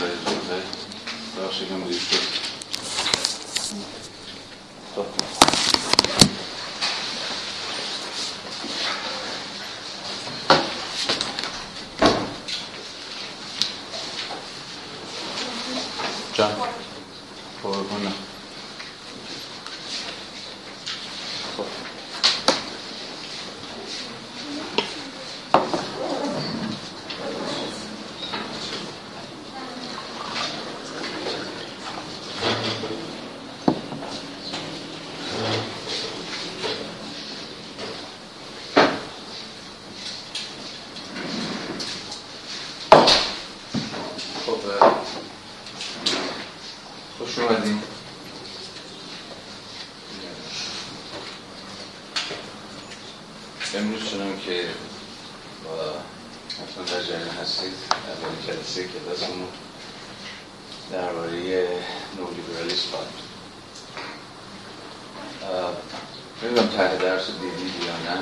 بخشی که مدیر شد. جان قربونه. خوش اومدین. امروز چنان که حتما در جریان هستید، اولین جلسه کلاسمون درباره نولیبرالیسم خواهد بود. نمیدونم ته درس رو دیدید یا نه.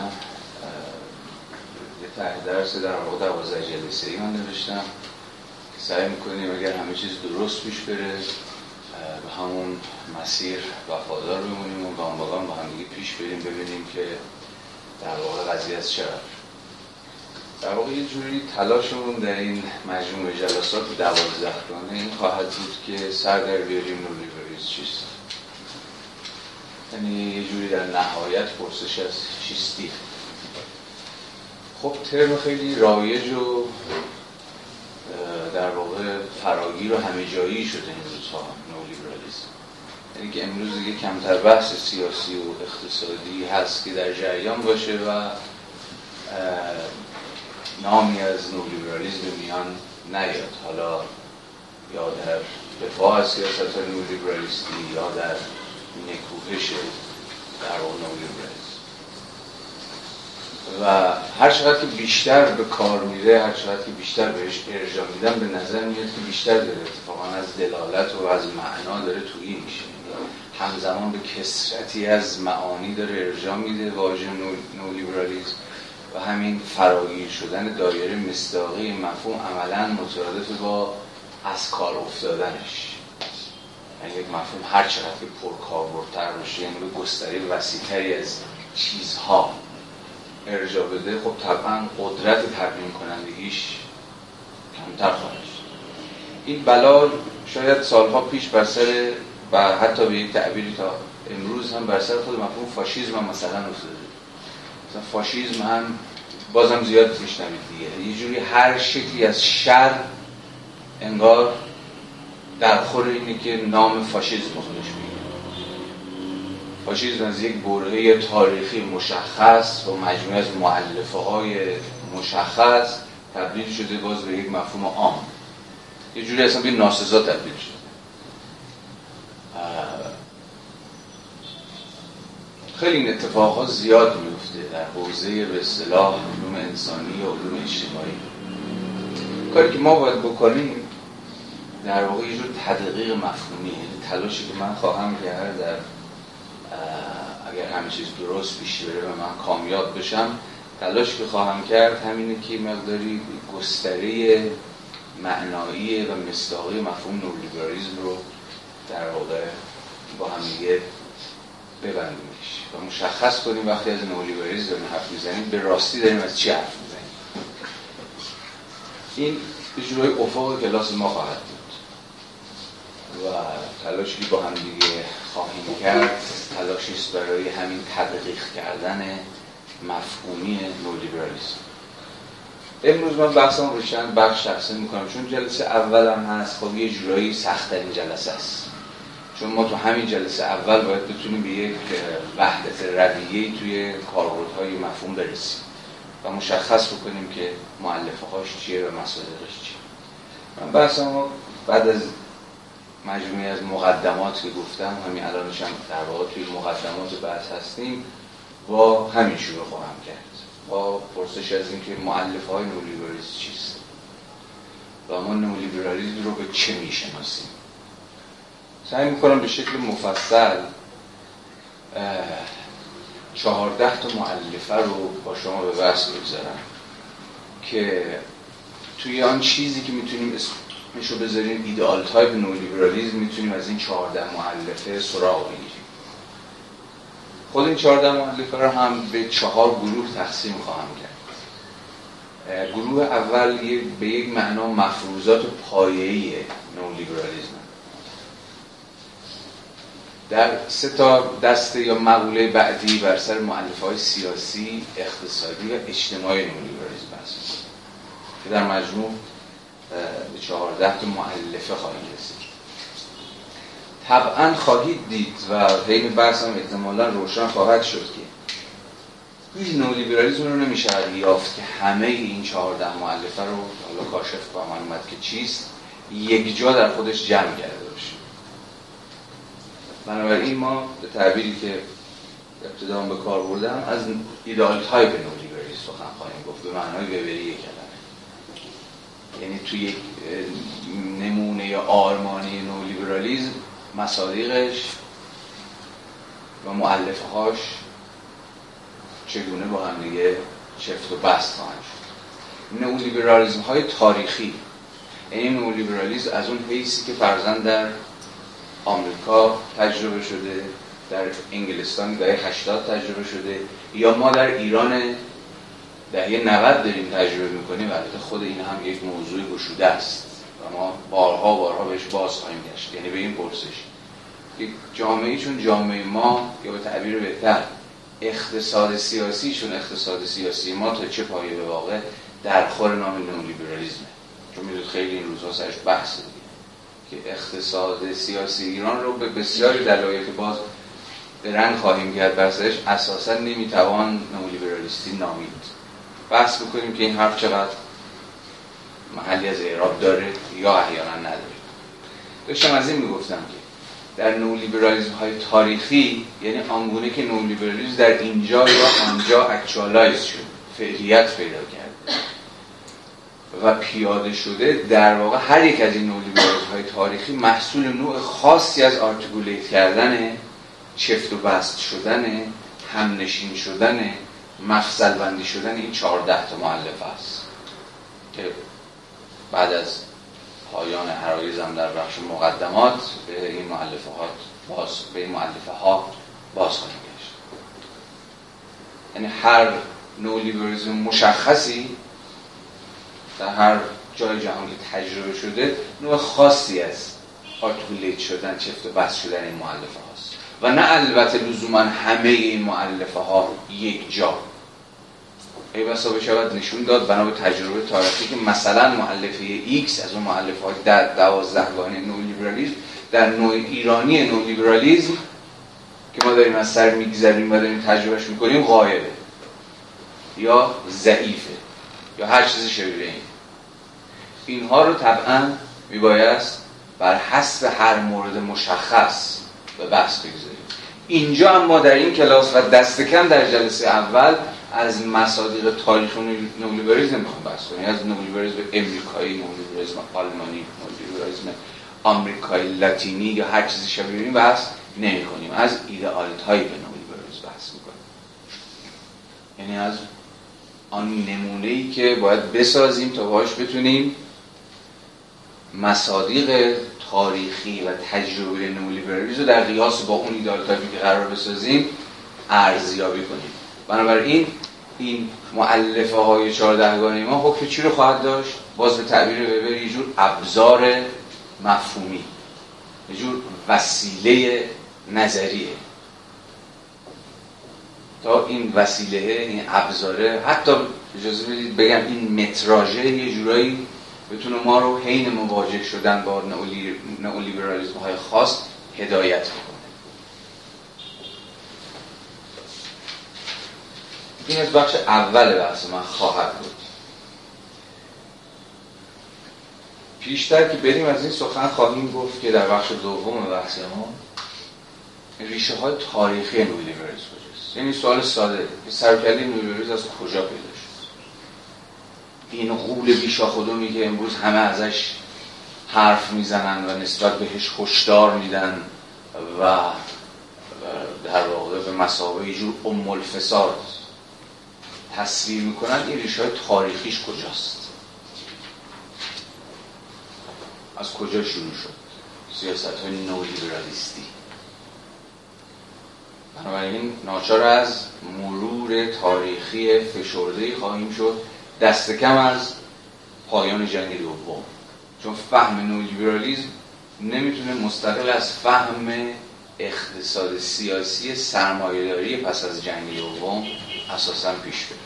یه ته درس در واقع 12 جلسه‌ای من نوشتم. سعی میکنیم اگر همه چیز درست پیش بره به همون مسیر وفادار بمونیم و گام به گام با هم دیگه پیش بریم، ببینیم که در واقع قضیه از چه قراره. در واقع یه جوری تلاشمون در این مجموعه جلسات 12 گانه این خواهد بود که سر در بیاریم نولیبرالیسم چیست. یعنی یه جوری در نهایت پرسش از چیستی. خب ترم خیلی رایج و در واقع فراگیر و همه جایی شده این روزها نولیبرالیسم. یعنی که امروز دیگه کمتر بحث سیاسی و اقتصادی هست که در جریان باشه و نامی از نولیبرالیسم به میان نیاد، حالا یا در دفاع از سیاست نولیبرالیستی یا در نکوهش در واقع نولیبرالیسم. و هر چقدر که بیشتر به کار میره، هر چقدر که بیشتر بهش ارجاع میدن، به نظر میاد که بیشتر داره اتفاقا از دلالت و از معنا داره تویی میشه. همزمان به کثرتی از معانی داره ارجاع میده واژه نولیبرالیسم و همین فراگیر شدن دایره مصداقی مفهوم عملاً مترادف با از کار افتادنش. یعنی یک مفهوم هر چقدر که پرکاربردتر باشه، یعنی به گستره وسیع‌تری از چیزها ارجاع بده، خب طبعا قدرت تبیین کنندگیش کمتر خواهد شد. این بلا شاید سالها پیش بر سر و حتی به یک تعبیری تا امروز هم بر سر خود مفهوم فاشیسم هم مثلا افتاده. مثلا فاشیسم هم بازم زیاد میشنوید دیگه، یه جوری هر شکلی از شر انگار در خور اینه که نام فاشیسم خودش میگه. فاشیسم از یک برهه تاریخی مشخص و مجموعه از مؤلفه‌های مشخص تبدیل شده باز به یک مفهوم عام. یه جوری اصلا به ناسزا تبدیل شده. خیلی این اتفاقات زیاد میفته در حوزه به اصطلاح علوم انسانی و علوم اجتماعی. کاری که ما باید بکنیم در واقع یه جور تدقیق مفهومیه. تلاشی که من خواهم کرد در اگر همه چیز درست پیش بره و من کامیاب بشم، تلاشی که خواهم کرد همینه که مقداری گستره معنایی و مصداقی مفهوم نولیبرالیسم رو در واقع با هم دیگه ببندیمش و مشخص کنیم وقتی از نولیبرالیسم داریم حرف میزنیم به راستی داریم از چی حرف میزنیم. این به جوری افق کلاس ما خواهد بود و تلاشی با هم دیگه خواهیم کرد، تلاشی است برای همین تدقیق کردن مفهومی نولیبرالیسم. امروز من بحثم رو چند بخش تقسیم میکنم چون جلسه اولم هست. خب یه جورایی سخت‌ترین جلسه است چون ما تو همین جلسه اول باید بتونیم به یک وحدت رویه‌ای توی کاربردهای مفهوم برسیم و مشخص بکنیم که مؤلفه‌هاش چیه و مصادیقش چیه. من بحثم بعد از مجموعه از مقدمات که گفتم، همین الانش هم در واقع توی مقدمات بحث هستیم، با همین شروع خواهم کرد، با پرسش از این که مؤلفه‌های نولیبرالیسم چیست و ما نولیبرالیسم رو به چه میشناسیم. سعی میکنم به شکل مفصل 14 تا مؤلفه رو با شما به بحث بگذارم که توی آن چیزی که میتونیم میشو بذاریم ایدئال تایپ نولیبرالیسم، میتونیم از این 14 مؤلفه سراغ بگیریم. خود این 14 مؤلفه رو هم به 4 گروه تقسیم خواهم کرد. گروه اول به یک معنا مفروضات پایه‌ای نولیبرالیسم. در 3 تا دسته یا مقوله بعدی بر سر مؤلفه‌های سیاسی، اقتصادی و اجتماعی نولیبرالیسم بحث می‌کنیم که در مجموع به 14 تا مؤلفه خواهیم رسید. طبعا خواهید دید و حین بحث هم احتمالاً روشن خواهد شد که هیچ نولیبرالیسم رو نمیشه یافت که همه این 14 مؤلفه رو حالا کاشف خواهم اومد که چیست یک جا در خودش جمع کرده باشه. بنابراین ما به تعبیری که ابتداً به کار بردم از ایدئال تایپ نولیبرالیسم سخن خواهیم گفت، به معنای وبری کلمه. یعنی توی یک نمونه آرمانی نولیبرالیسم مصادیقش و مؤلفه‌هاش چگونه با هم دیگه چفت و بست خواهند شد. نولیبرالیسم های تاریخی، یعنی نولیبرالیسم از اون حیثی که فرضاً در آمریکا تجربه شده، در انگلستان دهه 80 تجربه شده، یا ما در ایران دهه 90 داریم تجربه میکنیم. البته خود این هم یک موضوع گشوده است و ما بارها بهش باز خواهیم گشت. یعنی به این پرسش یک جامعه چون جامعه ما، یا به تعبیر بهتر اقتصاد سیاسی چون اقتصاد سیاسی ما تا چه پایه به واقع در خور نام نولیبرالیسمه. چون میدونید خیلی این روزها سرش بحث دیگه که اقتصاد سیاسی ایران رو به بسیاری دلایل که باز به رنگ خواهیم کرد برسرش اساسا نمیتوان نولیبرالیستی نامید. بحث بکنیم که این حرف چقدر محلی از اعراب داره یا احیانا نداره. داشتم از این میگفتم که در نولیبرالیسم های تاریخی، یعنی آنگونه که نولیبرالیسم در اینجا یا آنجا اکچوالایز شد، فعلیت پیدا کرد و پیاده شده، در واقع هر یک از این نولیبرالیسم های تاریخی محصول نوع خاصی از آرتیکولیت کردن، چفت و بست شدن، همنشین شدن، مفصل بندی شدن این 14 تا مؤلفه است که بعد از پایان عرایزم در بخش مقدمات به این مؤلفه ها باز خواهیم گشت. یعنی هر نولیبرالیسم مشخصی در هر جای جهانی تجربه شده نوع خاصی از آرتیکولیت شدن، چفت و بست شدن این مؤلفه هاست و نه البته لزوما همه این مؤلفه ها یک جا. ای بسا بشود نشون داد بنا به تجربه تاریخی که مثلا مؤلفه ایکس از اون مؤلفه های 12گانه نولیبرالیسم در نوع ایرانی نولیبرالیسم که ما داریم از سر میگذریم و داریم تجربهش میکنیم غایبه یا ضعیفه یا هر چیزی شبیه این. اینها رو طبعا میبایست بر حسب هر مورد مشخص به بحث بگذاریم. اینجا هم ما در این کلاس و دست کم در جلسه اول از مصادیق تاریخ نولیبرالیسم نمیخوام بحث کنیم. از نولیبرالیسم امریکایی، نولیبرالیسم آلمانی، نولیبرالیسم آمریکایی لاتینی یا هر چیزی شبیه این بحث نمی‌کنیم. از ایدئال تایپ نولیبرالیسم بحث می‌کنیم. یعنی از آن نمونه‌ای که باید بسازیم تا باهاش بتونیم مصادیق تاریخی و تجربه نولیبرالیسم رو در قیاس با اون ایدئال تایپی که قرار بسازیم ارزیابی کنیم. بنابراین این مؤلفه های 14گانه ما حکم چی رو خواهد داشت؟ باز به تعبیر وبر یه جور ابزار مفهومی، یه جور وسیله نظریه. تا این وسیله، این ابزاره، حتی اجازه بدید بگم این متراژه یه جورایی بتونه ما رو حین مواجه شدن با نئولیبرالیسم های خاص هدایت کنه. این از بخش اول بحث من خواهد بود. پیشتر که بریم از این سخن خواهیم گفت که در بخش دوم بحث ما ریشه های تاریخی نئولیبرالیسم کجاست. یعنی سوال ساده، سر و کله نئولیبرالیسم از کجا پیدا شد؟ این غول بیشاخودمی که امروز همه ازش حرف میزنن و نسبت بهش هشدار میدن و در واقع به مثابه یه جور ام الفساد تصویر میکنن، این ریشه های تاریخیش کجاست؟ از کجا شروع شد؟ سیاست‌های نولیبرالیستی. بنابراین ناچار از مرور تاریخی فشرده‌ای خواهیم شد، دست کم از پایان جنگ دوم، چون فهم نولیبرالیسم نمیتونه مستقل از فهم اقتصاد سیاسی سرمایه‌داری پس از جنگ دوم اساساً پیش بره.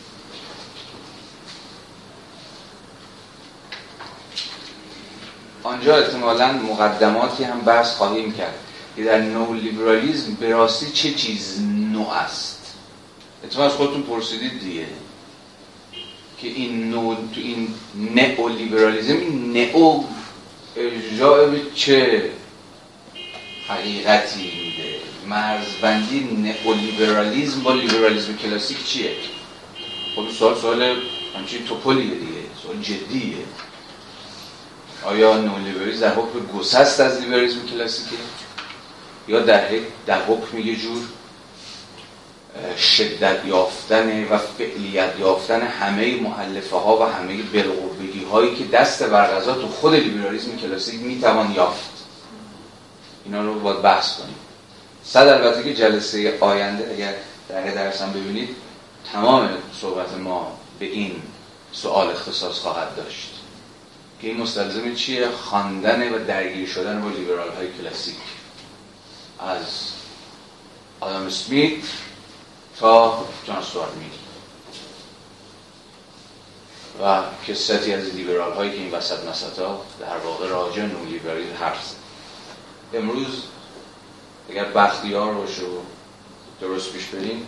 آنجا احتمالاً مقدماتی هم بحث خواهیم کرد که در نولیبرالیسم به راستی چه چیز نو است. احتمالاً از خودتون پرسیدید دیگه که این نو، تو این نئولیبرالیسم، این نئو ارجاع به چه حقیقتی میده؟ مرزبندی نئولیبرالیسم با لیبرالیسم کلاسیک چیه؟ خب سوال همچین توپولیه دیگه، سوال جدیه. آیا نئولیبرالیسم در حکم گسست از لیبرالیسم کلاسیکه یا در حکم یه جور شدت یافتن و فعلیت یافتن همه مؤلفه ها و همه بالقوگی هایی که دست برغذا تو خود لیبرالیسم کلاسیک میتوان یافت؟ اینا رو باید بحث کنیم. البته که جلسه آینده اگر در درسم ببینید تمام صحبت ما به این سوال اختصاص خواهد داشت که این مستلزم چیه؟ خواندن و درگیر شدن با لیبرال های کلاسیک، از آدم اسمیت تا جان استوارت میل و کساتی از لیبرال هایی که این وسط مسطا در واقع راجع نولیبرالیسم حرف زد. امروز اگر بختیار باشه و درست پیش بریم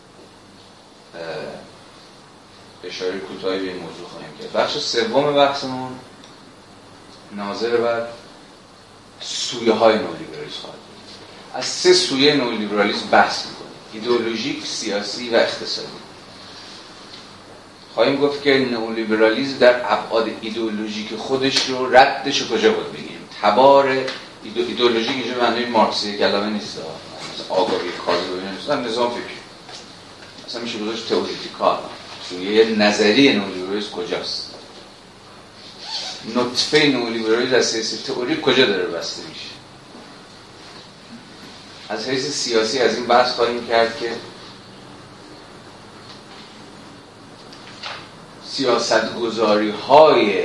اشاره کوتاهی به این موضوع خواهیم کرد. بخش سوم بحثمون ناظر بر سویه های نولیبرالیسم خواهد بود. از 3 سویه نولیبرالیسم بحث میکنیم: ایدئولوژیک، سیاسی و اقتصادی. خواهیم گفت که نئولیبرالیسم در ابعاد ایدئولوژیک خودش رو ردش کجا بود بگیم. تبار ایدئولوژیک اینجا معنی مارکسی کلمه نیست، مثلا آگاهی کاذبه نیست، نظام فکری. مثلا میشه گذاشت تئوریتیکال. سویه نظری نئولیبرالیسم کجاست؟ نطفه نئولیبرالیسم از حیث تئوری کجا داره بسته میشه؟ از حیث سیاسی از این بحث خواهیم کرد که سیاستگذاری های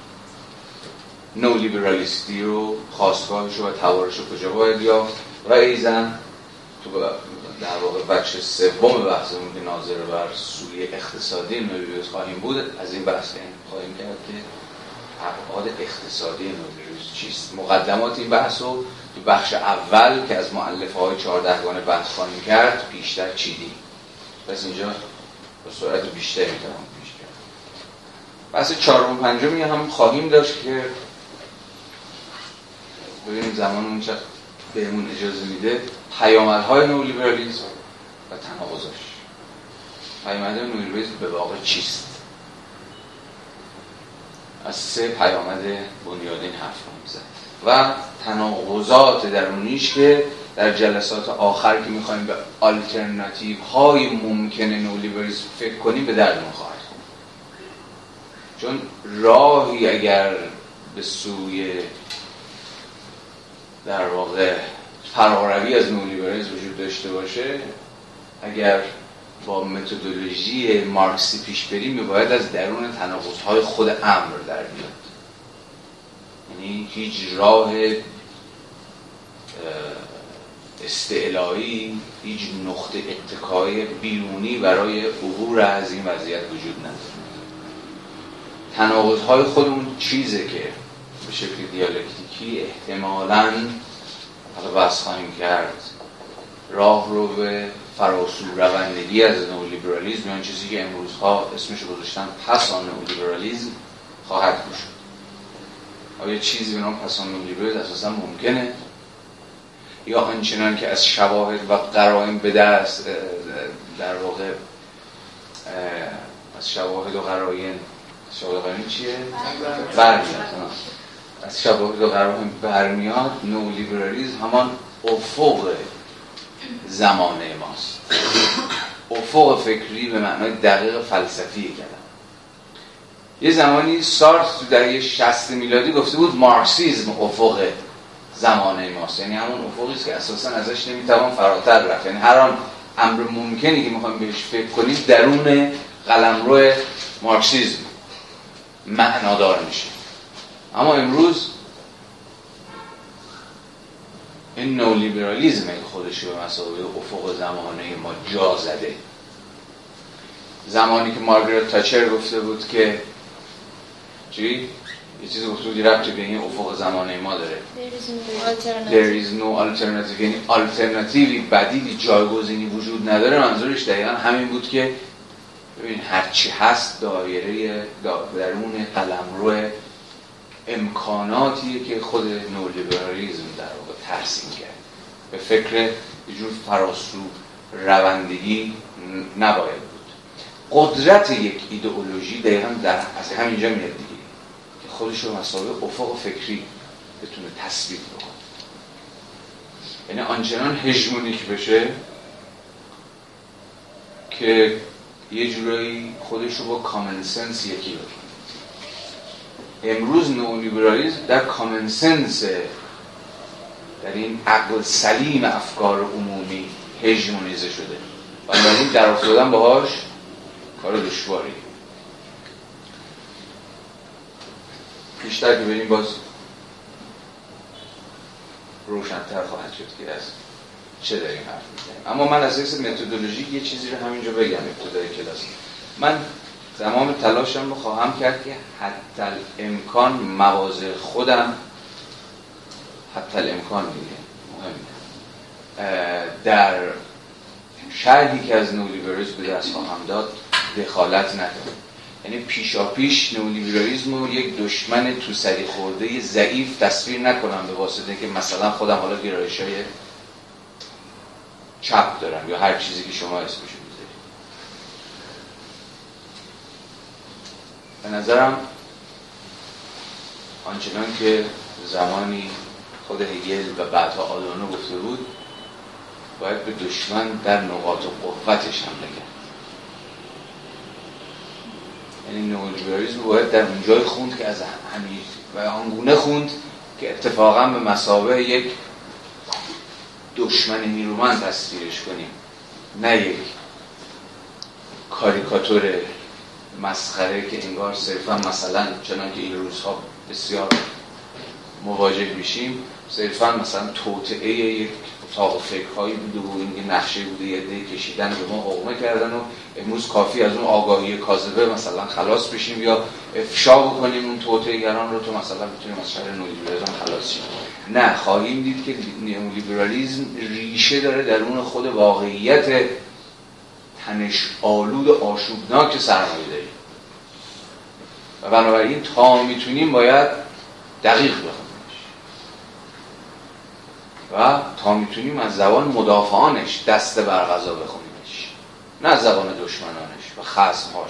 نولیبرالیستی رو، خواستگاهش و تبارش رو کجا باید یافت و ایزن تو در واقع بخش سوم بحثمون که ناظر بر سوی اقتصادی نولیبرالیسم خواهیم بود، از این بحث خواهیم کرد که ابعاد اقتصادی نولیبرالیسم چیست. مقدمات این بحث رو تو بخش اول که از مؤلفه های 14 گانه بحث خواهیم کرد بیشتر چیدیم، پس اینجا به صورت بیشتر میتونم پیش کرد. بحث 4 و 5 هم خواهیم داشت که ببینیم زمان اون چقدر بهمون اجازه میده. پیامدهای نولیبرالیسم و تناقضش. پیامدهای نولیبرالیسم به واقع چیست؟ از 3 پیامد بنیادین حرف میزنه و تناقضات درونیش که در جلسات آخر که میخوایم به آلترناتیو های ممکن نولیبرالیسم فکر کنیم به دردمون خواهد خورد. چون راهی اگر به سوی در واقع فراروی از نولیبرالیسم وجود داشته باشه، اگر با متدولوژی مارکسی پیش بریم میباید از درون تناقض‌های خود امر در بیاد. یعنی هیچ راه استعلایی، هیچ نقطه اتکای بیرونی برای عبور از این وضعیت وجود نداره. تناقض‌های خود اون چیزه که به شکل دیالکتیکی احتمالاً حالا بحث خواهیم کرد راه رو به فراسو روندگی از نولیبرالیسم، یعنی چیزی که امروزها اسمش رو گذاشتن پسان نولیبرالیسم خواهد شد. آیا چیزی به نام پسان نولیبرالیسم اساسا ممکنه؟ یا آنچنان که از شواهد و قرائن به دست در واقع از شواهد و قرائن چیه؟ برمیاد. از شواهد و قرائن برمیاد نولیبرالیسم همان افق زمانه ماست. افق فکری به معنای دقیق فلسفی کلمه. یه زمانی سارتر تو دهه 60 میلادی گفته بود مارکسیسم افق زمانه ماست، یعنی همون افقی است که اساسا ازش نمیتوان فراتر رفت، یعنی هر آن امر ممکنی که میخوایم بهش فکر کنیم درون قلمرو مارکسیسم معنادار میشه. اما امروز این نولیبرالیسم خودش به مثابه افق زمانه ما جا زده. زمانی که مارگارت تاچر گفته بود که چی؟ یه چیزی گفته بود ربطی به این افق زمانه ما داره. There is no alternative. یعنی آلترناتیوی، بدیلی، جایگزینی وجود نداره. منظورش دقیقا همین بود که ببین هرچی هست دایره درون قلمرو امکاناتیه که خود نولیبرالیسم در واقع ترسیم کرد. به فکر یه جور فراسو روندگی نباید بود. قدرت یک ایدئولوژی دقیقا از همینجا میاد دیگه که خودش رو مسابقه افق فکری بتونه تثبیت بکنه، یعنی آنچنان هژمونیک بشه که یه جورایی خودش رو با کامن سنس یکی بکنه. امروز نئولیبرالیسم در کامن سنس، در این عقل سلیم افکار عمومی هژمونیزه شده، بنابراین در افتادن باهاش کار دشواری. بیشتر که بریم باز روشن‌تر خواهد شد که از چه داریم حرف می‌زنیم. اما من از حیث متدولوژی یه چیزی رو همینجا بگم ابتدای کلاس. من تمام تلاشم رو خواهم کرد که حتی الامکان مواضع خودم، حتی الامکان دیگه مهمه، در شرحی که از نولیبرالیسم به دست خواهم داد دخالت نکنم. یعنی پیشاپیش نولیبرالیسم رو یک دشمن تو سری خورده ضعیف تصویر نکنم به واسطه که مثلا خودم حالا گرایش‌های چپ دارم یا هر چیزی که شما اسمشو بذارید. به نظرم آنچنان که زمانی خود هگل و بعدها آدورنو گفته بود باید به دشمن در نقاط قوتش حمله کرد. یعنی نئولیبرالیسم باید در اونجای خوند که از همین و آنگونه خوند که اتفاقا به مثابه یک دشمن نیرومند تصویرش کنیم، نه یک کاریکاتور مسخره که انگار صرفا مثلا چنان که این روزها بسیار مواجه میشیم صرفا مثلا توطئه یک اتاق فکرهایی بوده و این نقشه بوده یه عده کشیدن به ما عقمه کردن و امروز کافی از اون آگاهی کاذبه مثلا خلاص بشیم یا افشا بکنیم اون توطئه گران رو تو مثلا بتونیم از شر نولیبرالیسم خلاص شیم. نه، خواهیم دید که نئولیبرالیسم ریشه داره درون خود واقعیت تنش آلود آشوبناک سرمایه‌داری و بنابراین تا میتونیم باید دقیق بخونیم و تا میتونیم از زبان مدافعانش دست بر غذا بخونیمش، نه از زبان دشمنانش و خصمهاش.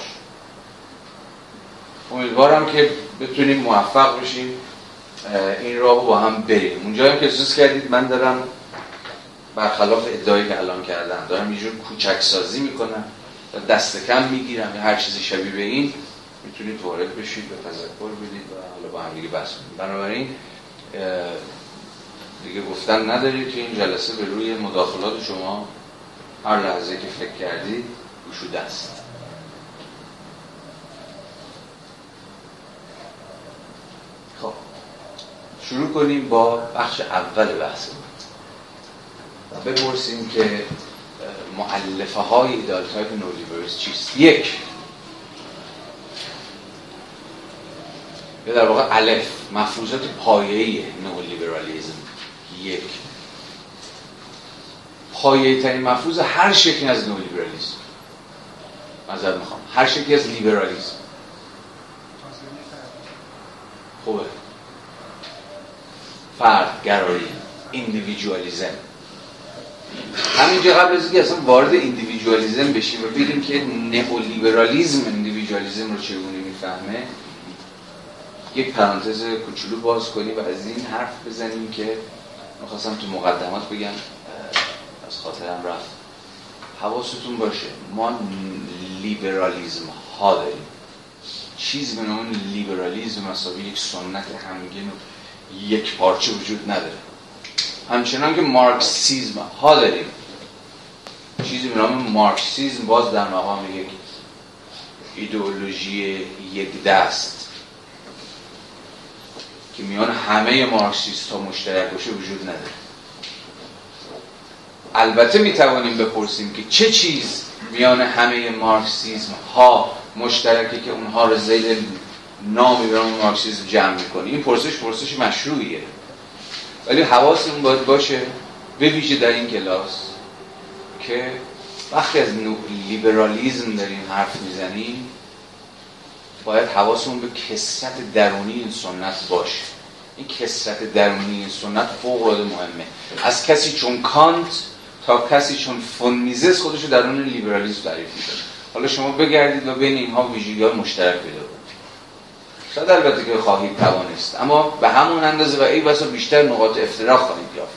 امیدوارم که بتونیم موفق بشیم این راهو با هم بریم. اونجایی هم که احساس کردید من دارم برخلاف ادعایی که الان کردم دارم یه جور کوچک سازی میکنم و دست کم میگیرم یا هر چیزی شبیه به این، میتونید وارد بشید و تذکر بدید و حالا با هم دیگه بحث کنیم. بنابراین دیگه گفتن ندارید که این جلسه به روی مداخلات شما هر لحظه که فکر کردید گشوده است. خب شروع کنیم با بخش اول بحث و بپرسیم که مؤلفه های ایدال تایپ نولیبرالیسم چیست؟ یک، یا در واقع الف، مفروضات پایه‌ای نولیبرالیسم. یک، پایه‌ای ترین مفروض هر شکلی از نولیبرالیسم، معذرت میخوام، هر شکلی از لیبرالیسم. خوبه، فرد گرایی، ایندیویدوالیسم. همینجا قبل از اینکه اصلا وارد ایندیویدوالیسم بشیم و ببینیم که نئولیبرالیسم ایندیویدوالیسم رو چگونه میفهمه، یک پرانتز کوچولو باز کنیم و از این حرف بزنیم که میخواستم تو مقدمات بگم از خاطرم رفت. حواستون باشه ما لیبرالیسم ها داریم، چیزی به نام لیبرالیسم مساوی یک سنت همگین و یک پارچه وجود نداره. همچنان که مارکسیسم ها داریم، چیزی به نام مارکسیسم باز در مقام یک ایدئولوژی یک دست که میان همه مارکسیست ها مشترک باشه وجود نداره. البته میتوانیم بپرسیم که چه چیز میان همه مارکسیسم ها مشترکه که اونها رو زیر نامی به نام مارکسیسم جمع میکنه. این پرسش مشروعیه، ولی حواسمون باید باشه به ویژه در این کلاس که وقتی از لیبرالیسم داریم حرف میزنیم باید حواسمون به کثرت درونی این سنت باشه. این کثرت درونی این سنت فوق‌العاده مهمه. از کسی چون کانت تا کسی چون فون میزس خودشو درون لیبرالیسم تعریف می‌کنه. حالا شما بگردید و بین اینها ویژگی‌های مشترک پیدا کنید. شاید البته که خواهید توانست، اما به همون اندازه و ای بسا بیشتر نقاط افتراق خواهید یافت.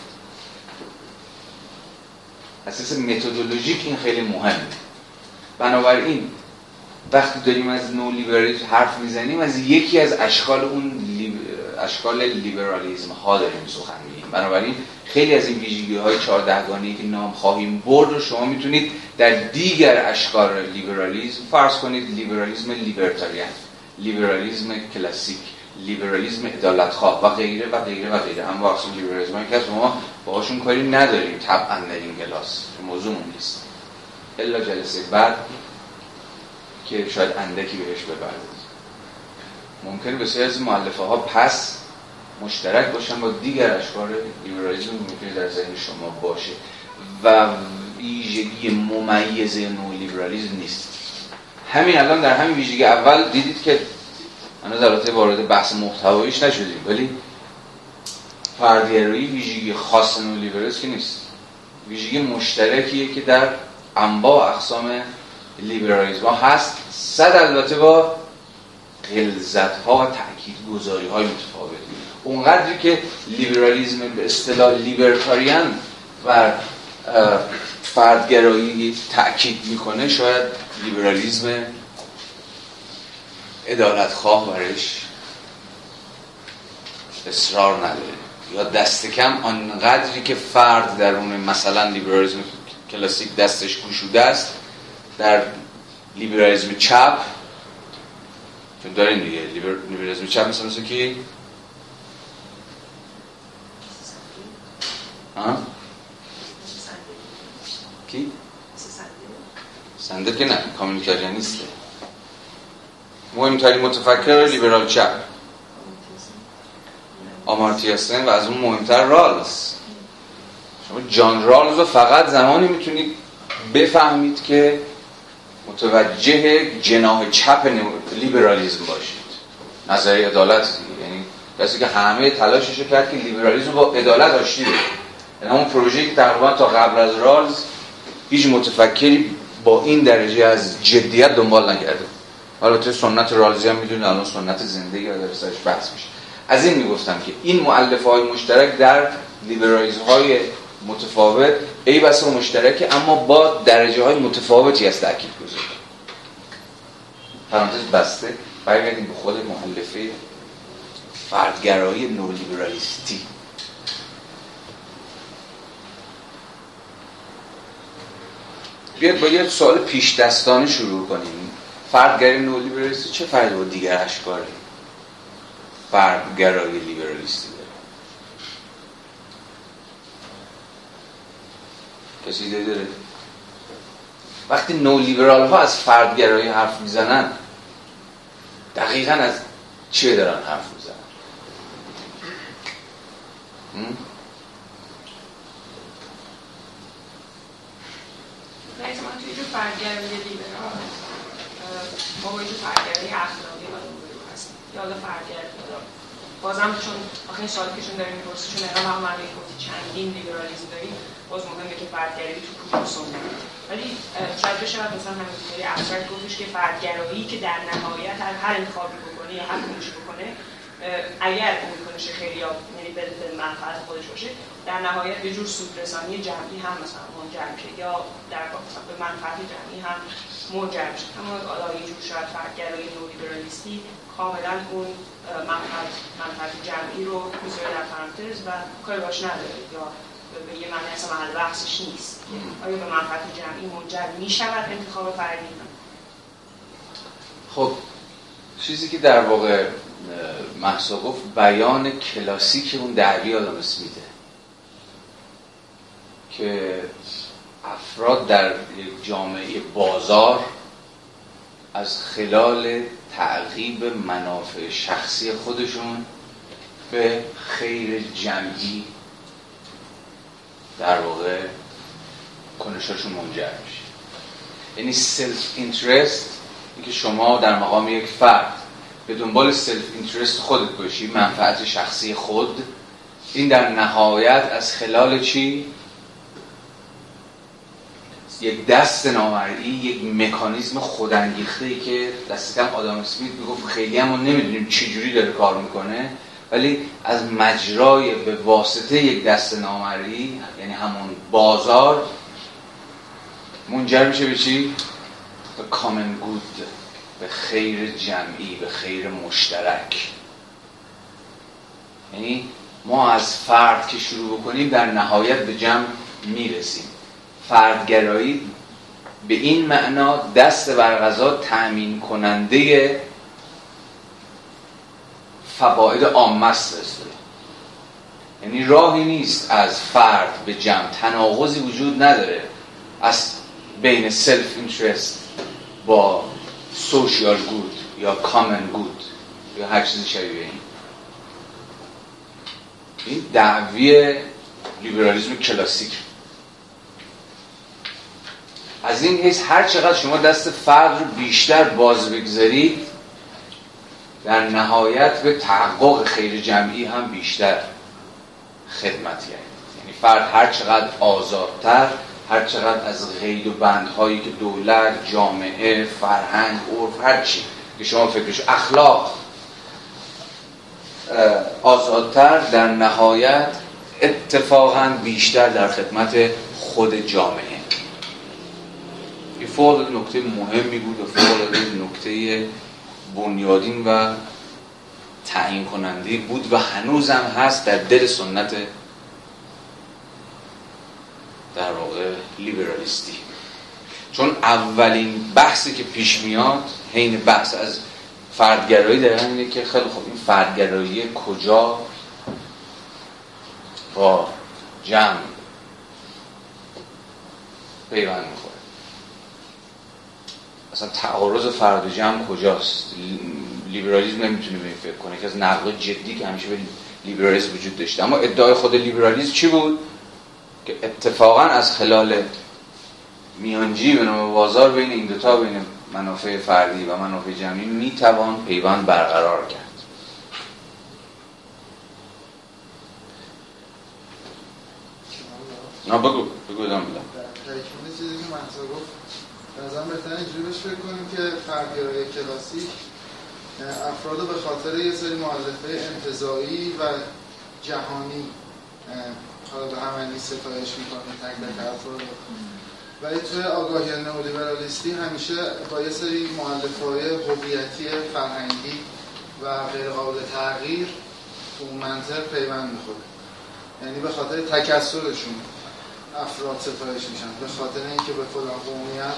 اساس متدولوژیک این خیلی مهمه. بنابراین وقتی داریم از نو لیبرالیسم حرف میزنیم از یکی از اشکال لیبرالیسم ها داریم سخن میگیم. بنابراین خیلی از این ویژگی های 14 گانه‌ای که نام خواهیم برد رو شما میتونید در دیگر اشکال لیبرالیسم فرض کنید. لیبرالیسم لیبرتاریان، لیبرالیسم کلاسیک، لیبرالیسم عدالتخواه و غیره و غیره و غیره. هم واقعا لیبرالیسم هایی که از ما باهاشون کاری نداریم طبعا در این کلاس که موضوعمون نیست، الا جلسه بعد که شاید اندکی بهش بپردازیم. ممکنه بسیاری از مؤلفه ها پس مشترک باشن با دیگر اشکال لیبرالیسم، ممکنه در ذهن شما باشه و ویژگی ممیز نو لیبرالیسم نیست. همین الان در همین ویژگی اول دیدید که هنوز البته وارد بحث محتواییش نشدیم، ولی فردگرایی ویژگی خاص نو لیبرالیسم که نیست، ویژگی مشترکیه که در انواع اقسام لیبرالیسم ها هست، صد البته با غلظت ها و تأکید گذاری های متفاوت. اونقدری که لیبرالیسم به اصطلاح لیبرتاریان و فردگرایی تأکید میکنه، شاید لیبرالیسم عدالتخواه برش اصرار نداره، یا دست کم آنقدری که فرد در اون مثلا لیبرالیسم کلاسیک دستش گشوده است، در لیبرالیسم چپ چون داریم دیگه. لیبرالیسم چپ مثل کی؟ کی؟ سندل که نه، کامیونیتاریانیسته. مهمترین متفکر لیبرال چپ آمارتیا سن و از اون مهمتر رالز. شما جان رالز رو فقط زمانی میتونید بفهمید که متوجه جناح چپ لیبرالیسم باشید. نظریه عدالت دیگه، یعنی کسی که همه تلاشش کرد که لیبرالیسم با عدالت آشتی بده. یعنی همون پروژه‌ای که تقریبا تا قبل از رالز هیچ متفکری با این درجه از جدیت دنبال نکرده. البته سنت رالزی هم میدونید الان سنت زندگی داره سرش بحث میشه. از این میگفتم که این مؤلفه‌های مشترک در لیبرالیسم‌های متفاوت ای بسا مشترکه، اما با درجه‌های متفاوتی از تأکید گذاری. پرانتز بسته. برگردیم به خود مؤلفه فردگرایی نولیبرالیستی. بیاد با یه سوال پیش دستانه شروع کنیم. فردگرایی نولیبرالیستی چه فرقی با دیگر اشکال فردگرایی لیبرالیستی داره؟ کسی ایده داره؟ وقتی نولیبرال ها از فردگرایی حرف میزنن دقیقاً از چه دارن حرف میزنن؟ نایز من توی جو فردگرایی لیبرال ما باید جو فردگرایی اخلاقی ها رو هستیم یا حالا فردگرایی بازم چون آخه این سوالی که چون داریم میپرسی چون اقام هم من گفتی چندین لیبرالیسم داریم، باز مهمه که فردگرایی تو کدوم سنت، ولی شاید بشه مثلا همینطوری ابسترکت گفتش که فردگرایی که در نهایت هر انتخابی بکنه یا هر کنشی بکنه اگر اون کنش خیلی به منفعت خودش باشه، در نهایت به جور سودرسانی جمعی هم مثلا منجر میشه یا در واقع به منفعت جمعی هم منجر میشه. اما حالا یه جور شاید فردگرایی نولیبرالیستی کاملا اون منفعت جمعی رو میذاره در پرانتز و کاری باش نداره یا به یه معنی اصلا محل بحثش نیست. آیا به منفعت جمعی منجر میشود انتخاب فردی؟ خب چیزی که در واقع مهسا گفت بیان کلاسیک اون دعوی آدم اسمیته که افراد در یک جامعه بازار از خلال تعقیب منافع شخصی خودشون به خیر جمعی در واقع کنشاشون منجر میشه. یعنی سلف اینترست، اینکه شما در مقام یک فرد به دنبال سلف اینترست خودت باشی، منفعت شخصی خود، این در نهایت از خلال چی؟ یک دست نامرئی، یک مکانیزم خودانگیخته‌ای که دست کم آدم اسمیت میگفت خیلی هم ما نمیدونیم چی جوری داره کار میکنه، ولی از مجرای به واسطه یک دست نامرئی، یعنی همون بازار، منجر میشه به چی؟ به کامن گود، به خیر جمعی، به خیر مشترک. یعنی ما از فرد که شروع بکنیم در نهایت به جمع میرسیم. فردگرایی به این معنا دست بر قضا تأمین کننده فواید عامه است. یعنی راهی نیست از فرد به جمع، تناقضی وجود نداره از بین سلف اینترست با سوشیال گود یا کامن گود یا هر چیزی شبیه این دعوی لیبرالیسم کلاسیک. از این حیث هر چقدر شما دست فرد رو بیشتر باز بگذارید در نهایت به تحقق خیر جمعی هم بیشتر خدمت کرد. یعنی فرد هر چقدر آزادتر، هر چقدر از قید و بندهایی که دولت، جامعه، فرهنگ، عرف، هر چی که شما فکرش اخلاق آزادتر، در نهایت اتفاقا بیشتر در خدمت خود جامعه. این فوق نکته مهمی بود و فوق نکته بنیادین و تعیین کننده بود و هنوزم هست در دل سنت در واقع لیبرالیستی. چون اولین بحثی که پیش میاد حین بحث از فردگرایی دقیقا اینه که خیلی خوب این فردگرایی کجا با جمع پیوند میخوره، اصلا تعارض فرد و جمع کجاست. لیبرالیسم نمیتونه به این فکر کنه که از نقد جدی که همیشه به لیبرالیسم وجود داشته. اما ادعای خود لیبرالیسم چی بود؟ که اتفاقا از خلال میانجی به نام بازار بین این دوتا، بین منافع فردی و منافع جمعی، میتوان پیوند برقرار کرد. بگو ادامه بدم. تکمیل چیزی که مهسا گفت نظرم بهتره اینجوری بهش فکر کنیم که فردگرایی کلاسیک افرادو به خاطر یه سری مؤلفه انتزاعی و جهانی حالا به همینی ستایش میکنه تک تک افراد، ولی توی آگاهی نئولیبرالیستی همیشه با یه سری مؤلفه‌های هویتی فرهنگی و غیر قابل تغییر تو اون منطق پیوند میخوره. یعنی به خاطر تکثرشون افراد ستایش میشن، به خاطر اینکه به فلان قومیت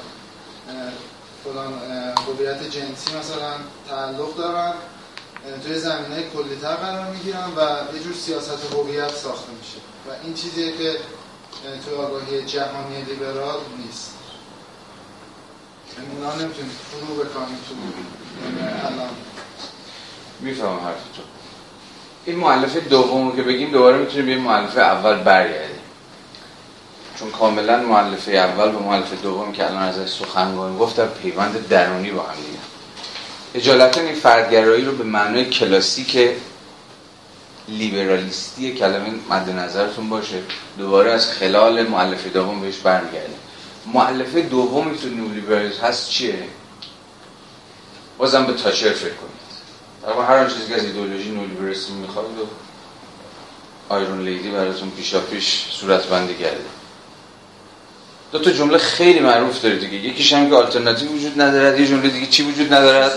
فلان هویت جنسی مثلا تعلق دارن، توی زمینه کلی‌تر قرار میگیرن و یه جور سیاست هویت ساخته میشه و این چیزیه که توی آگاهی جهانی لیبرال نیست. اونا نمیتونید فرو بکنید تو الان. میفهمم حرفتون. این مؤلفه دومو که بگیم دوباره میتونیم به مؤلفه اول برگردیم، چون کاملا مؤلفه اول و مؤلفه دوم که الان ازش سخن گفت در پیوند درونی با هم دیگه. اجالتا این فردگرایی رو به معنای کلاسیک لیبرالیستی کلمه مد نظرتون باشه، دوباره از خلال مؤلفه دوم بهش برمیگردیم. مؤلفه دومی تو نئولیبرالیسم هست چیه؟ بازم به تاچر فکر کنید. در واقع هر چیزی که از ایدئولوژی نئولیبرالیسم میخواد و آیرون لیدی براتون پیشاپیش صورتبندی کرده. دو تا جمله خیلی معروف داره دیگه. یکیش هم که آلترناتیو وجود ندارد، یه جمله دیگه چی وجود ندارد؟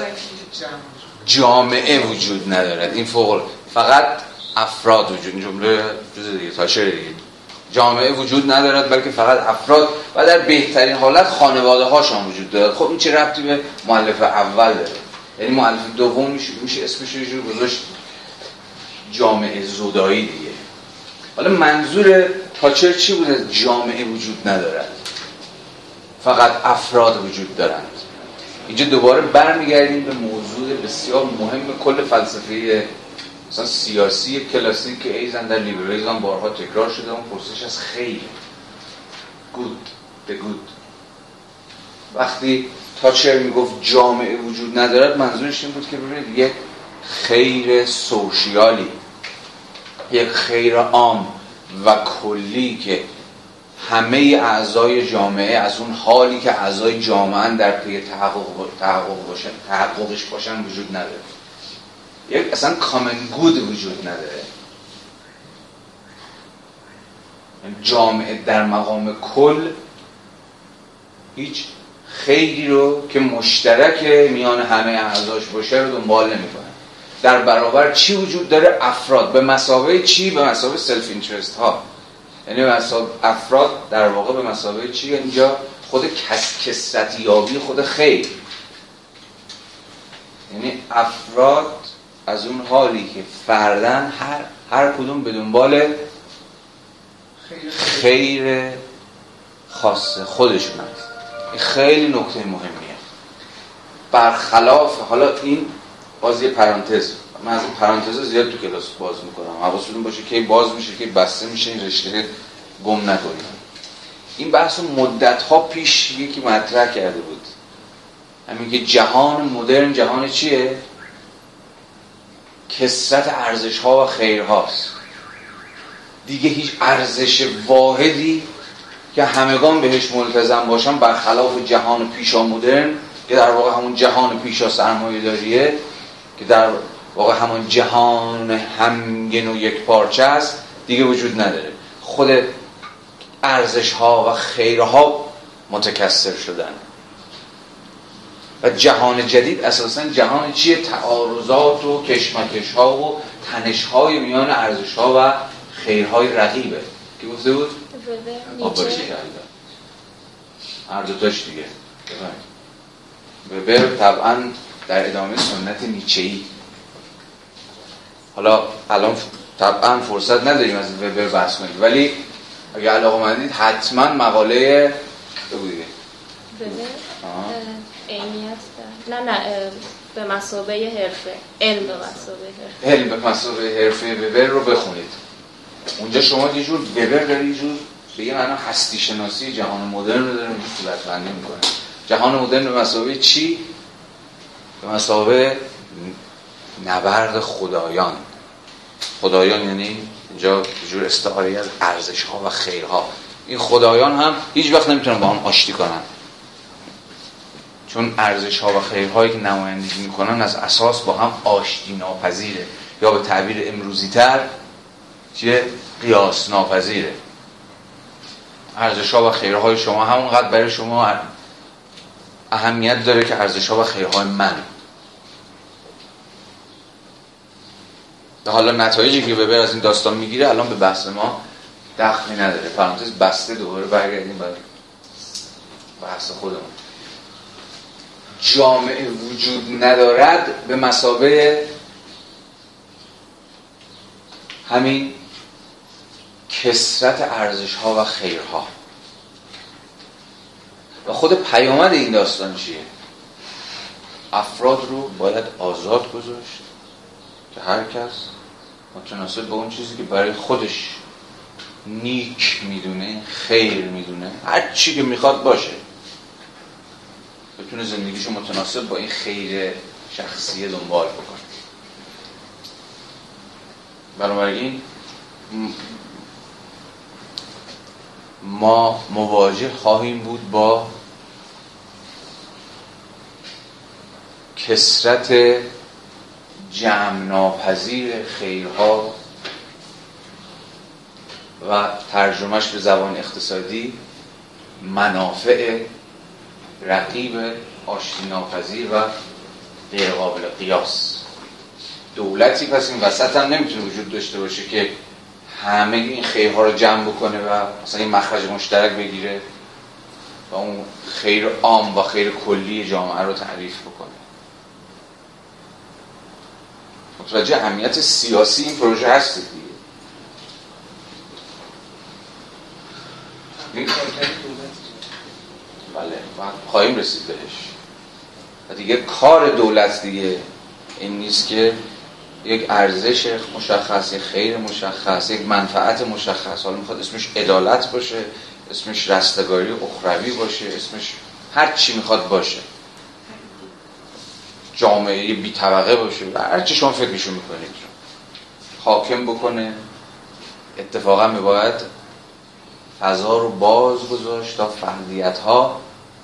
جامعه وجود ندارد. این فقط افراد وجود، جمله جز دیگه تاچر دیگه. جامعه وجود ندارد بلکه فقط افراد و در بهترین حالت خانواده هاشون وجود دارد. خب این چه ربطی به مؤلف اول داره؟ یعنی مؤلف دوم میشه اسمش رو جور گذاشت جامعه زدایی دیگه. حالا منظور تاچر چی بوده؟ جامعه وجود ندارد، فقط افراد وجود دارند. اینجا دوباره برمیگردیم به موضوع بسیار مهم کل فلسفه مثلا سیاسی کلاسیک که ایزن در لیبرالیسم بارها تکرار شده. اون پرسش از خیر، good، the good. وقتی تاچر میگفت جامعه وجود ندارد منظورش این بود که ببینید یک خیر سوشیالی، یک خیر عام و کلی که همه اعضای جامعه از اون حالی که اعضای جامعه در پی تحققش باشن وجود نداره. یک اصلا کامن گود وجود نداره. جامعه در مقام کل هیچ خیری رو که مشترک میان همه اعضاش باشه رو دنبال نمی‌کنه. در برابر چی وجود داره؟ افراد. به مثابه چی؟ به مثابه سلف اینترست ها. یعنی افراد در واقع به مثابه چی؟ اینجا خود کثرتیابی خود خیر. یعنی افراد از اون حالی که فردن هر کدوم به دنبال خیر خاص خودشون هست. این خیلی نکته مهمیه. برخلاف، حالا این باز یه پرانتز، من از این پرانتز زیاد تو کلاس باز میکنم، حواستون باشه که باز میشه که بسته میشه، این رشته گم نکنیم. این بحث مدت‌ها پیش یکی مطرح کرده بود، همین که جهان مدرن جهان چیه؟ کثرت ارزش‌ها و خیرهاست. دیگه هیچ ارزش واحدی که همگان بهش ملتزم باشن برخلاف جهان پیشا مدرن که در واقع همون جهان پیشا سرمایه‌داریه، که در واقع همون جهان همگن و یک پارچه است، دیگه وجود نداره. خود ارزش‌ها و خیرها متکثر شدن و جهان جدید اساساً جهان چیه؟ تعارضات و کشمکش‌ها و تنش‌های میان ارزش‌ها و خیرهای رقیبه. کی گفته بود؟ آباری کرده هر دوتاش دیگه. وبر طبعاً در ادامه سنت نیچه‌ای. حالا الان طبعاً فرصت نداریم از وبر بحث کنیم، ولی اگه علاقه‌مندید حتما مقاله بگو دیگه. علمیت نه به مثابه حرفه، علم به مثابه حرفه، علم به مثابه حرفه وبر رو بخونید. اونجا شما یه جور وبر داره، یه جور به یه معنی هستی شناسی جهان مدرن رو داره اینجور صورتبندی میکنه. جهان مدرن به مثابه چی؟ به مثابه نبرد خدایان. خدایان یعنی اینجا یه جور استعاره از ارزش‌ها و خیرها. این خدایان هم هیچ وقت نمیتونن با هم آشتی کنن، چون ارزش‌ها و خیرهایی که نمایندگی میکنن از اساس با هم آشتی ناپذیره، یا به تعبیر امروزی‌تر چیه؟ قیاس ناپذیره. ارزش‌ها و خیرهای شما همونقدر برای شما اهمیت داره که ارزش‌ها و خیرهای من. حالا نتایجی که وبر از این داستان میگیره الان به بحث ما دخلی نداره. پرانتز بسته، دوباره برگردیم برای بحث خودمون. جامعه وجود ندارد به مثابه همین کثرت ارزش‌ها و خیرها. و خود پیامد این داستان چیه؟ افراد رو باید آزاد گذاشت که هر کس متناسب به اون چیزی که برای خودش نیک میدونه، خیر میدونه، هر چی که میخواد باشه، بتونه زندگیشو متناسب با این خیر شخصی دنبال بکنه. بنابراین ما مواجه خواهیم بود با کثرت جمع ناپذیر خیرها و ترجمهش به زبان اقتصادی منافع رقیب آشتی ناپذیر و غیر قابل قیاس. دولتی پس این وسط هم نمیتونه وجود داشته باشه که همه این خیرها رو جمع بکنه و مثلا این مخرج مشترک بگیره و اون خیر عام و خیر کلی جامعه رو تعریف بکنه. متوجه اهمیت سیاسی این پروژه هستید دیگه. بله خواهیم رسید بهش. و دیگه کار دولت دیگه این نیست که یک ارزش مشخص، یک خیر مشخص، یک منفعت مشخص، حالا میخواد اسمش عدالت باشه، اسمش رستگاری اخروی باشه، اسمش هر چی میخواد باشه، جامعه بی طبقه باشه، هر چی شما فکرشو میکنید حاکم بکنه. اتفاقا میباید فضا رو باز گذاشت تا فردیت ها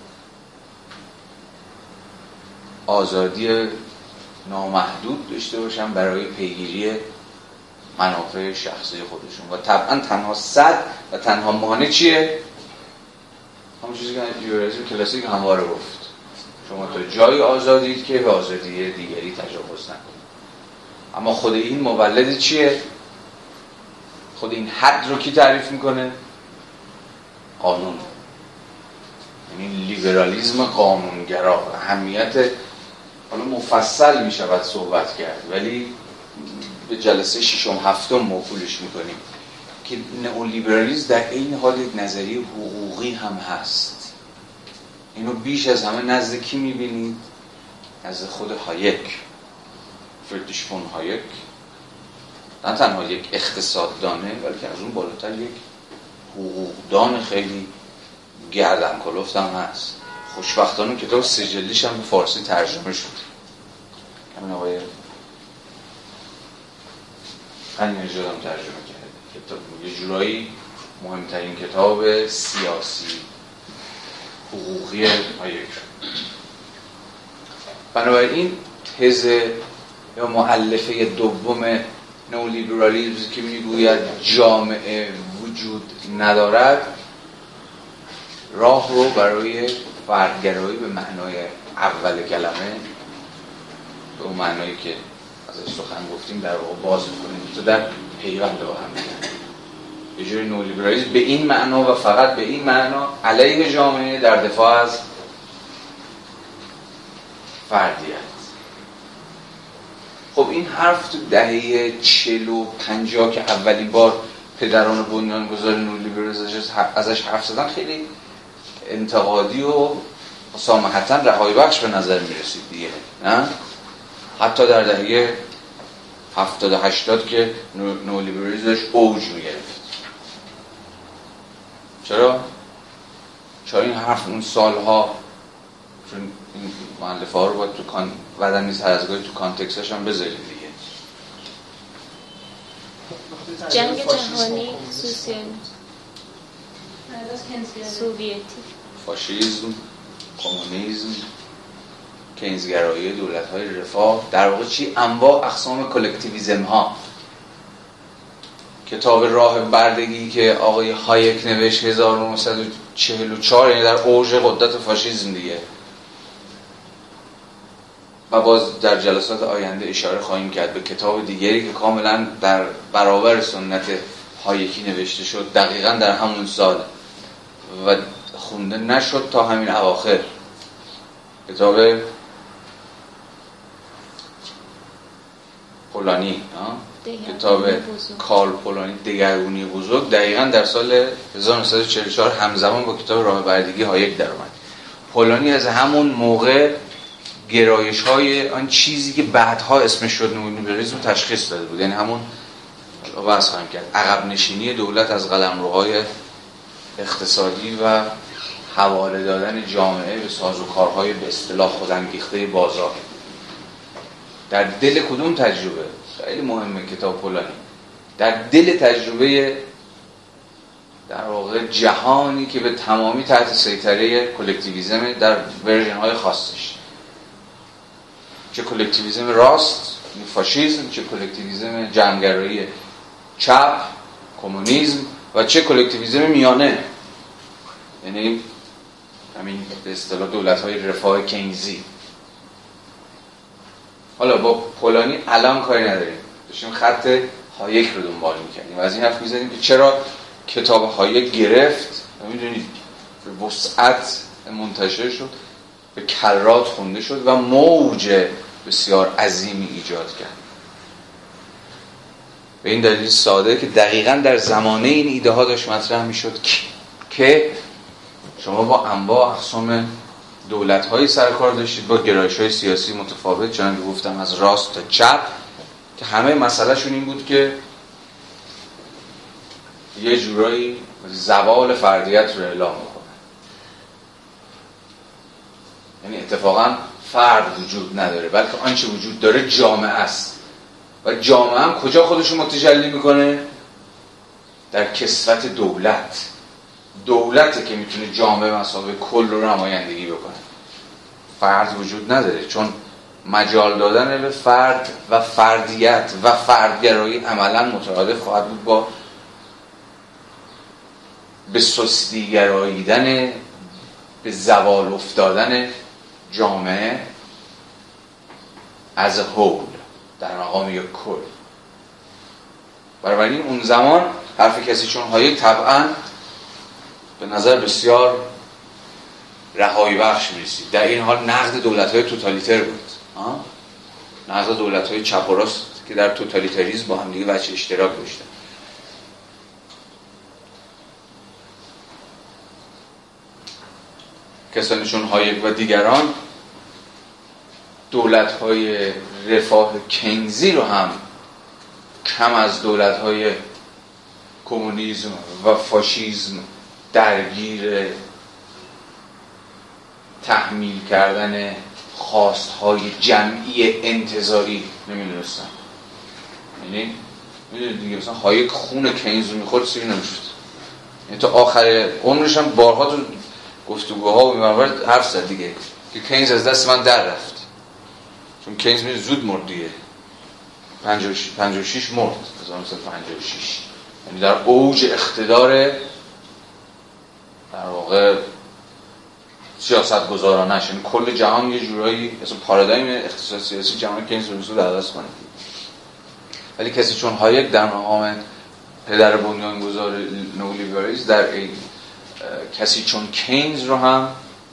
آزادی نامحدود داشته باشن برای پیگیری منافع شخصی خودشون. و طبعا تنها صد و تنها مانع چیه؟ همون چیزی که لیبرالیسم کلاسیک همواره گفت، شما تا جایی آزادید که به آزادی دیگری تجاوز نکنید. اما خود این مولد چیه؟ خود این حد رو کی تعریف میکنه؟ قانون. یعنی لیبرالیسم قانونگرا. اهمیت حالا مفصل میشود صحبت کرد، ولی به جلسه ششم هفتم موکولش میکنیم که نئولیبرالیسم در این حال یک نظریه حقوقی هم هست. اینو بیش از همه نزد کی میبینید؟ نزد خود هایک، فریدریش فون هایک. نه تنها یک اقتصاددانه بلکه از اون بالاتر یک حقوقدان خیلی گردن کلفت هم هست. خوشبختانه کتاب سجلیش هم به فارسی ترجمه شد. همین آقای غنی‌نژاد هم ترجمه کرده. کتاب یه جورایی مهمترین کتاب سیاسی حقوقی هایک. بنابراین تز یا مؤلفه دوم نئولیبرالیسم که میگوید جامعه وجود ندارد، راه رو برای فردگرایی به معنای اول کلمه، به اون معنایی که ازش سخن گفتیم در واقع باز می‌کنیم تو در پیوند با هم. یه جوری نئولیبرالیسم به این معنا و فقط به این معنا علیه جامعه در دفاع از فردیت. خب این حرف تو دهه 40 و 50 که اولین بار پدران بنیانگذار نئولیبرالیسم ازش حرف زدن خیلی انتقادی و مسامحتاً رهایی بخش به نظر میرسید دیگه، نه؟ حتی در دهه 70-80 که نئولیبرالیسم اوج میگرفت. چرا این حرف اون سالها، چون این مؤلفه ها رو باید تو بعدن نیست هر از گاهی تو کانتکستش هم بذاریم دیگه. جنگ جهانی سوویتی، فاشیسم، کمونیسم، کینزگرایی، دولت‌های رفاه، در واقع چی؟ انواع اقسام کلکتیویسم ها. کتاب راه بردگی که آقای هایک نوشت 1944، یعنی در اوج قدرت فاشیسم دیگه. و باز در جلسات آینده اشاره خواهیم کرد به کتاب دیگری که کاملا در برابر سنت هایکی نوشته شد، دقیقاً در همون سال و خونده نشد تا همین اواخر. کتاب پولانی، کتاب کارل پولانی، دگرگونی بزرگ، دقیقاً در سال 1944 همزمان با کتاب راه بردگی هایک در اومد. پولانی از همون موقع گرایش‌های آن چیزی که بعدها اسمش شد نئولیبرالیسم تشخیص داده بود، یعنی همون بحث خواهیم کرد عقب نشینی دولت از قلمروهای اقتصادی و حواله دادن جامعه به سازوکارهای به اصطلاح خودانگیخته بازار. در دل کدوم تجربه؟ خیلی مهمه کتاب پولانی. در دل تجربه در واقع جهانی که به تمامی تحت سیطره کلکتیویسم در ورژن‌های خاصش، چه کلکتیویسم راست، فاشیسم، چه کلکتیویسم جمع‌گرایی چپ، کمونیسم و چه کلکتیویسم میانه، یعنی همین به اصطلاح دولت‌های رفاه کینزی. حالا با پولانی الان کاری نداریم، داشتیم خط هایک رو دنبال می‌کردیم و از این حرف می‌زدیم که چرا کتاب هایک گرفت، می‌دونید به وسعت منتشر شد، به کرات خونده شد و موج بسیار عظیمی ایجاد کرد. به این دلیل ساده که دقیقاً در زمانه این ایده ها داشت مطرح می‌شد که شما با انواع اقسام دولت‌های سرکار داشتید، با گرایش‌های سیاسی متفاوت، چون گفتم از راست تا چپ، که همه مسئلهشون این بود که یه جورایی زوال فردیت رو اعلام بکنه. یعنی اتفاقاً فرد وجود نداره، بلکه آنچه وجود داره جامعه است و جامعه هم کجا خودش رو متجلی میکنه؟ در کسوت دولته که میتونه جامعه مثابه کل رو نمایندگی بکنه. فرد وجود نداره، چون مجال دادن به فرد و فردیت و فردگرایی عملاً مترادف خواهد بود با به سستی گراییدن، به زوال افتادن جامعه از هول در مقام یک کل. بنابراین اون زمان حرف کسی چون هایک طبعاً به نظر بسیار رهایی بخش می‌رسید. در این حال نقد دولت‌های توتالیتر بود، نقد دولت‌های چپ و راست که در توتالیتاریسم با هم دیگه وجه اشتراک داشتن. کسانی چون هایک و دیگران دولت‌های رفاه کینزی رو هم کم از دولت‌های کمونیسم و فاشیسم درگیر تحمیل کردن خواست‌های جمعی انتزاعی نمی‌دونستن. یعنی می‌دونید دیگه مثلا هایک خون کینز رو می‌خورد سیر نمی‌شد. یعنی تا آخر عمرش هم بارها تو گفتگوها و می‌مرد حرف زد دیگه که کینز از دست من در رفت، چون کینز می زود مرد دیگه. 56 مرد، 1956، یعنی در اوج اقتدار در واقع سیاست گذارانش، یعنی کل جهان یه جورایی مثلا پارادایم اقتصاد سیاسی جهان کینز رو زود عوض کنه. ولی کسی چون هایک در مقام پدر بنیانگذار نئولیبرالیسم در این کسی چون کینز رو هم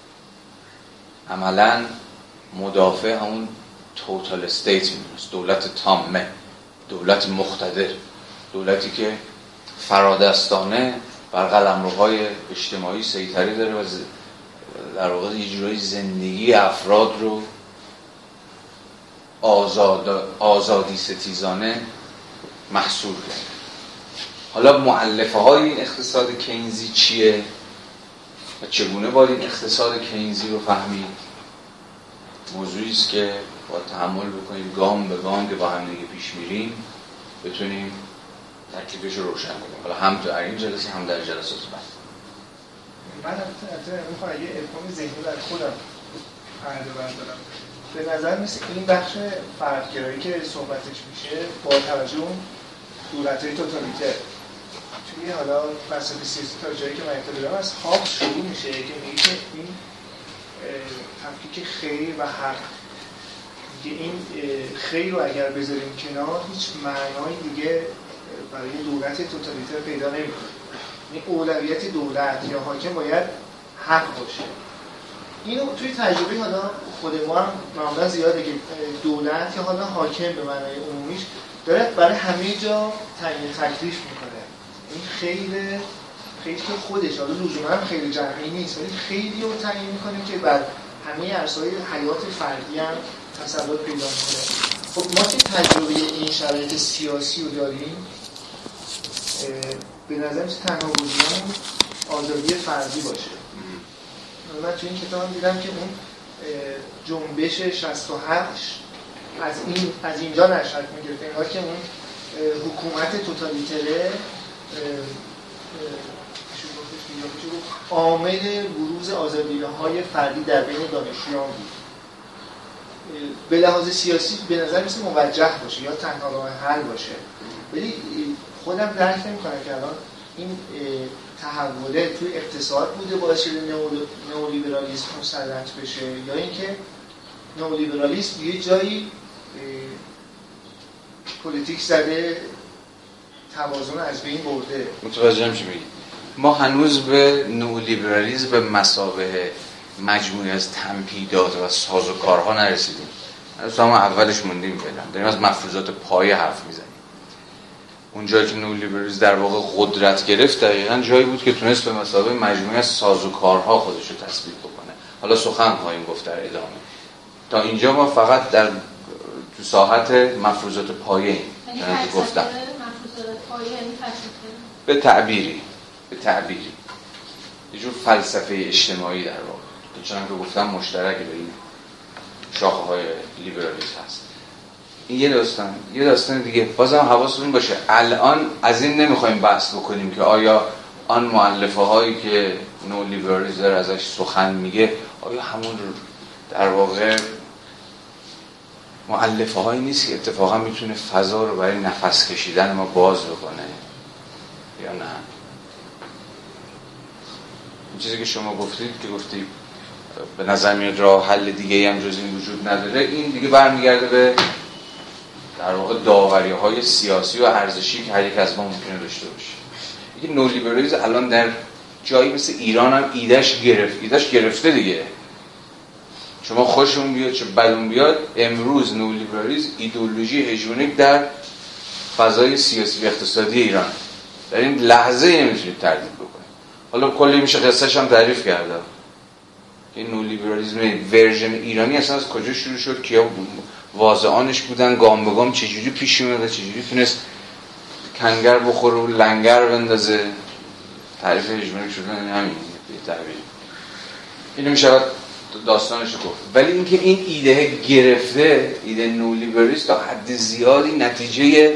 عملاً مدافع همون توتال استیت می‌دونست، دولت تامه، دولت مقتدر، دولتی که فرادستانه بر قلمروهای اجتماعی سیطره داره و در واقع یه جورایی زندگی افراد رو آزادی ستیزانه محصور کرده. حالا مؤلفه های این اقتصاد کینزی چیه و چگونه باید این اقتصاد کینزی رو فهمید؟ موضوعی است که با تحمل بکنیم گام به گام که با هم دیگه پیش میریم بتونیم تکلیفش رو روشن کنیم، حالا هم در این جلسه هم در جلسات بعد. من میخوام یه ابهام ذهنی برای خودم پرده بردارم. به نظر مثل این بخش فردگرایی که صحبتش میشه با توجه اون دولت‌های توتالیتر توی حالا فلسفه سیاسی تا جایی که من اطلاع دارم از هابز شروع میشه که میگه که این تفکیک خیر و حق، میگه این خیر رو اگر بذاریم کنار هیچ معنایی دیگه برای دولت توتالیتر پیدا نمی‌کنه. این اولویت دولت یا حاکم باید حق باشه. اینو توی تجربه حالا خود ما هم معمولا زیاده که دولت یا حالا حاکم به معنای عمومیش داره برای همه جا تعیین تکلیف میکنه. این خیلی که خودش حالا لزوما هم خیلی جمعی نیست، ولی خیلی رو تعیین میکنه که بر همه عرصه‌های حیات فردی هم تسلط پیدا میکنه. خب ما که تجربه این شرایط سیاسی رو داریم، به نظر میاد تنها گزینه‌مون آزادی فردی باشه. من توی این کتاب دیدم که اون جنبش 68 از اینجا نشأت می‌گرفت، انگار که اون حکومت توتالیتره عامل بروز آزادی‌های فردی در بین دانشجویان بود. به لحاظ سیاسی به نظر میاد موجه باشه یا تنها راه حل باشه، ولی خودم درک نمی‌کنم که الان این تحوله توی اقتصاد بوده باعث شده نئولیبرالیسم مسلط بشه، یا اینکه نئولیبرالیسم یه جایی پلیتیک زده توازن از بین برده؟ متوجه میشی میگی ما هنوز به نئولیبرالیسم به مثابه مجموعی از تمهیدات و سازوکارها نرسیدیم. هنوز ما اولش موندیم فعلا. داریم از مفروضات پایه حرف میزنیم. اون جایی که نئولیبرالیسم در واقع قدرت گرفت دقیقاً جایی بود که تونست به مثابه مجموعی از سازوکارها خودش رو تثبیت بکنه. حالا سخن خواهیم گفت در ادامه. تا اینجا ما فقط در تو ساحت مفروضات پایه ایم. یعنی گفتم مفروضات پایه یعنی فلسفه به تعبیری یه جور فلسفه اجتماعی در واقع، چون که گفتم مشترک به این شاخه های لیبرالیسم هست. این یه داستان دیگه. بازم حواستون باشه الان از این نمیخوایم بحث بکنیم که آیا آن مؤلفه هایی که نو لیبرالیسم داره ازش سخن میگه آیا همون در واقع مؤلفه هایی نیست که اتفاقا میتونه فضا رو برای نفس کشیدن ما باز بکنه یا نه. این چیزی که شما گفتید به نظر میاد راه حل دیگه هم جز این وجود نداره، این دیگه برمیگرده به در واقع داوری‌های سیاسی و ارزشی که هر یک از ما ممکنه داشته باشه. این نئولیبرالیسم الان در جایی مثل ایران هم ایدهش گرفته دیگه. شما خوشون بیاد چه بدون بیاد، امروز نئولیبرالیسم ایدئولوژی هژمونیک در فضای سیاسی و اقتصادی ایران در این لحظه نمیتونید تردید بکنید. حالا کلی میشه قصه‌ش هم تعریف کرده. این نئولیبرالیسم ورژن ایرانی اصلا از کجا شروع شد، کیا واضعانش بودن، گام به گام چجوری پیش اومده، چجوری تونست کنگر بخوره و لنگر بندازه. تعریف هژمونیک شدن همین به تعبیر اینو میشه داستانش گفت. ولی اینکه این ایده گرفته، ایده نئولیبرالیسم تا حد زیادی نتیجه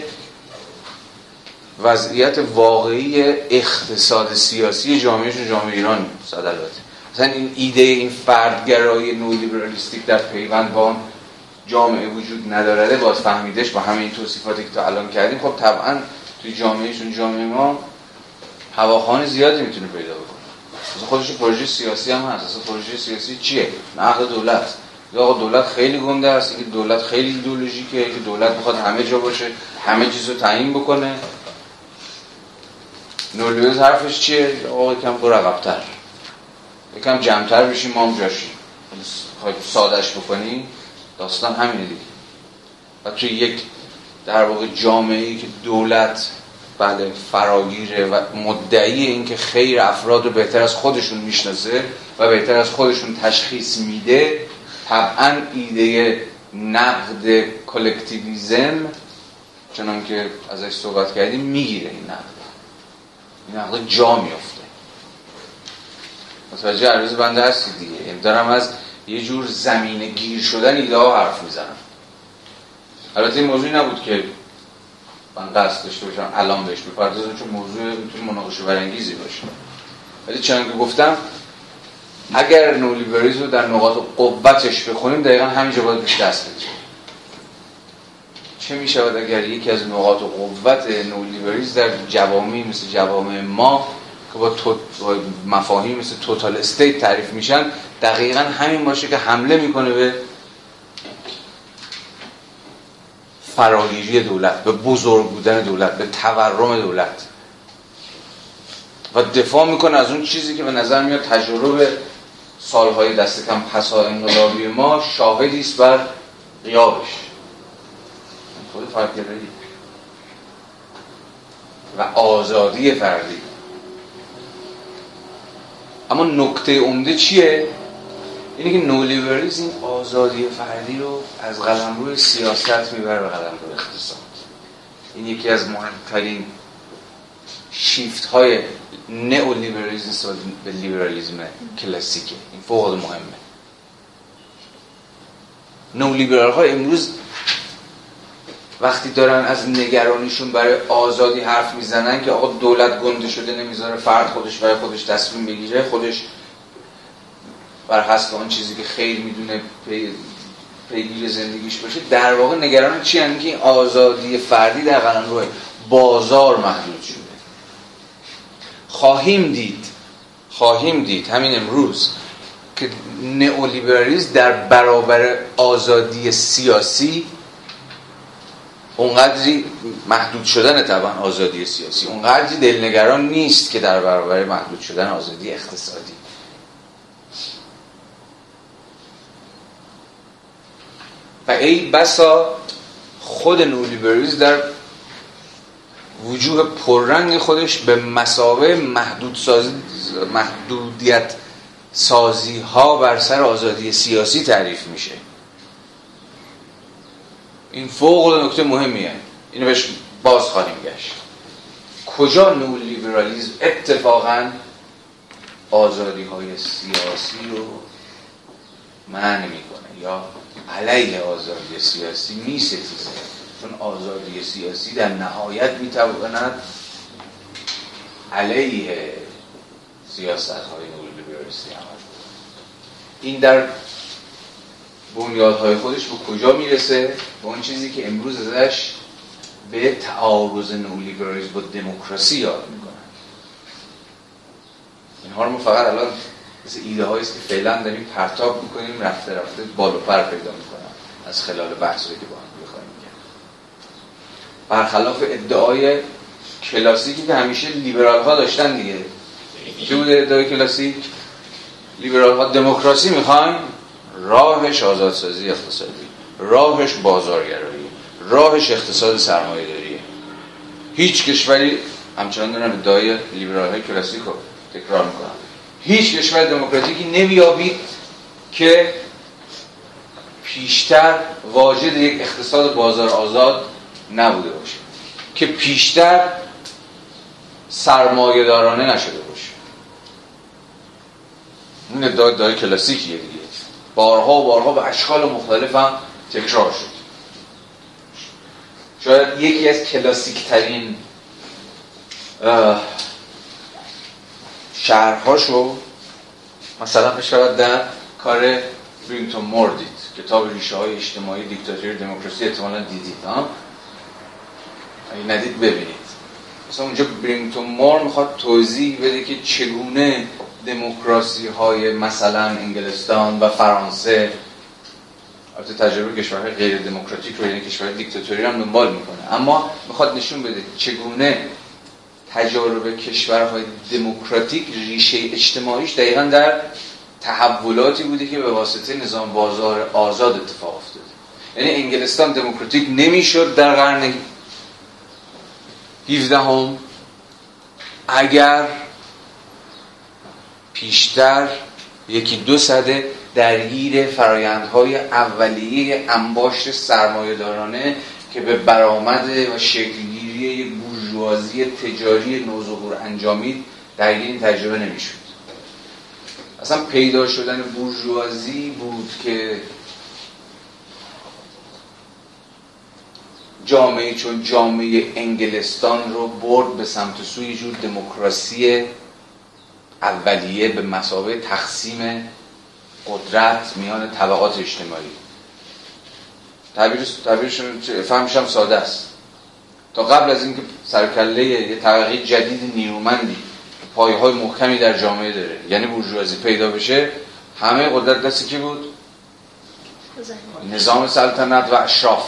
وضعیت واقعی اقتصاد سیاسی جامعه ایران صد البته. مثلا این ایده این فردگرایی نئولیبرالیستیک در پیوند با جامعه وجود نداره، باز فهمیدش با همه این توصیفاتی که تا الان کردیم. خب طبعا توی جامعه ما هواخوان زیادی میتونه پیدا بکنه. مثلا خودش پروژه سیاسی هم هست. اصلا پروژه سیاسی چیه؟ نقد دولت. یا آقا دولت خیلی گنده است، اینکه دولت خیلی ایدئولوژیکه، که دولت میخواد همه جا باشه، همه چیزو تعیین بکنه. نئولیبرالیسم حرفش چیه؟ آقا یکم برو عقب‌تر، یکم جمع‌تر بشیم، ما هم جاشیم. خواهی سادهش بکنی داستان همینه دیگه. و توی یک در واقع جامعه‌ای که دولت بله فراگیره و مدعی این که خیر افراد رو بهتر از خودشون میشناسه و بهتر از خودشون تشخیص میده، طبعاً ایده نقد کلکتیویسم چنان که ازش صحبت کردیم میگیره. این نقد جا میفته. متوجه عرض بنده هستی دیگه. یعنی دارم از یه جور زمینه گیر شدن ایده ها حرف میزنم. البته این موضوعی نبود که من قصد داشته باشم الان بهش بپردازم، چون موضوع میتونه مناقشه برانگیزی باشه. ولی چون که گفتم اگر نئولیبرالیسم رو در نقاط قوتش بخونیم دقیقاً همینجا باید بهش دست بدیم. چه میشود اگر یکی از نقاط قوت نئولیبرالیسم در جوامعی مثل جوامع ما که با مفاهیم مثل توتال استیت تعریف میشن دقیقاً همین باشه که حمله میکنه به فراگیری دولت، به بزرگ بودن دولت، به تورم دولت و دفاع میکنه از اون چیزی که به نظر میاد تجربه سالهای دست کم پسا انقلابی ما شاهدی است بر غیابش. خود فردگرایی و آزادی فردی. اما نکته عمده چیه؟ اینه که نئولیبرالیسم این آزادی فردی رو از قلمرو سیاست میبره به قلمرو اقتصاد. این یکی از مهمترین شیفت های نئولیبرالیسم به لیبرالیسم کلاسیکه. این فوق العاده مهمه. نئولیبرال ها امروز وقتی دارن از نگرانیشون برای آزادی حرف میزنن که آقا دولت گنده شده نمیذاره فرد خودش برای خودش تصمیم بگیره، خودش بر حسب آن چیزی که خیر میدونه پیگیر زندگیش باشه، در واقع نگران چی هستن که این آزادی فردی در قلمرو بازار محدود شده. خواهیم دید همین امروز که نئولیبرالیسم در برابر آزادی سیاسی اونقدری محدود شدن طبعا آزادی سیاسی اونقدری دلنگران نیست که در برابر محدود شدن آزادی اقتصادی. و ای بسا خود نئولیبرالیسم در وجوه پررنگ خودش به مثابه محدودیت سازی ها بر سر آزادی سیاسی تعریف میشه. این فوق نکته مهمیه، اینو بهش باز خواهیم گشت. کجا نئولیبرالیسم اتفاقا آزادی های سیاسی رو منع میکنه یا علیه آزادی سیاسی میستیزه، چون آزادی سیاسی در نهایت میتواند علیه سیاست های نئولیبرالیستی عمل کنه. این در بنیادهای خودش به کجا میرسه؟ به اون چیزی که امروز ازش به تعارض نئولیبرالیسم با دموکراسی یاد میکنن. اینها رو ما فقط الان مثل ایده هایی است که فعلا داریم پرتاب میکنیم، رفته رفته بال و پر پیدا میکنن از خلال بحثی که با هم میخوایم میگن. برخلاف ادعای کلاسیکی که همیشه لیبرال ها داشتن دیگه. چی بوده ادعای کلاسیک؟ لیبرال ها دموکراسی میخواین، راهش آزادسازی اقتصادی، راهش بازارگرایی، راهش اقتصاد سرمایه‌داریه. هیچ کشوری همچنان دارن ادعای لیبرال های کلاسیک رو تکرار میکنن. هیچ کشور دموکراتیکی نمیابید که پیشتر واجد یک اقتصاد بازار آزاد نبوده باشه، که پیشتر سرمایه‌دارانه نشده باشه. این ادعای کلاسیکیه دیگه، بارها و بارها به اشکال مختلف هم تکرار شد. شاید یکی از کلاسیک ترین شرح‌هاشو مثلا بشود در کار برینگتون مور دید، کتاب ریشه های اجتماعی دیکتاتوری دموکراسی. احتمالاً دیدید ها؟ اگه ندید ببینید. مثلا اونجا برینگتون مور میخواد توضیح بده که چگونه دموکراسی های مثلا انگلستان و فرانسه، البته تجربه کشورهای غیر دموکراتیک رو یعنی کشورهای دیکتاتوری هم دنبال میکنه، اما میخواد نشون بده چگونه تجارب کشورهای دموکراتیک ریشه اجتماعیش دقیقاً در تحولاتی بوده که به واسطه نظام بازار آزاد اتفاق افتاده. یعنی انگلستان دموکراتیک نمیشد در قرن 17 اگر پیشتر یکی دو سده درگیر فرایندهای اولیه انباشت سرمایه‌دارانه که به برآمد و شکلگیری یک بورژوازی تجاری نوظهور انجامید درگیر این تجربه نمیشد. اصلا پیدا شدن بورژوازی بود که جامعه چون جامعه انگلستان رو برد به سمت سوی جور دموکراسی اولیه به مثابه تقسیم قدرت میان طبقات اجتماعی. تعبیرشون فهمش هم ساده است. تا قبل از اینکه سرکله یه طبقه جدید نیرومندی پایه‌های محکمی در جامعه داره، یعنی بورژوازی پیدا بشه، همه قدرت دستی کی بود؟ نظام سلطنت و اشراف.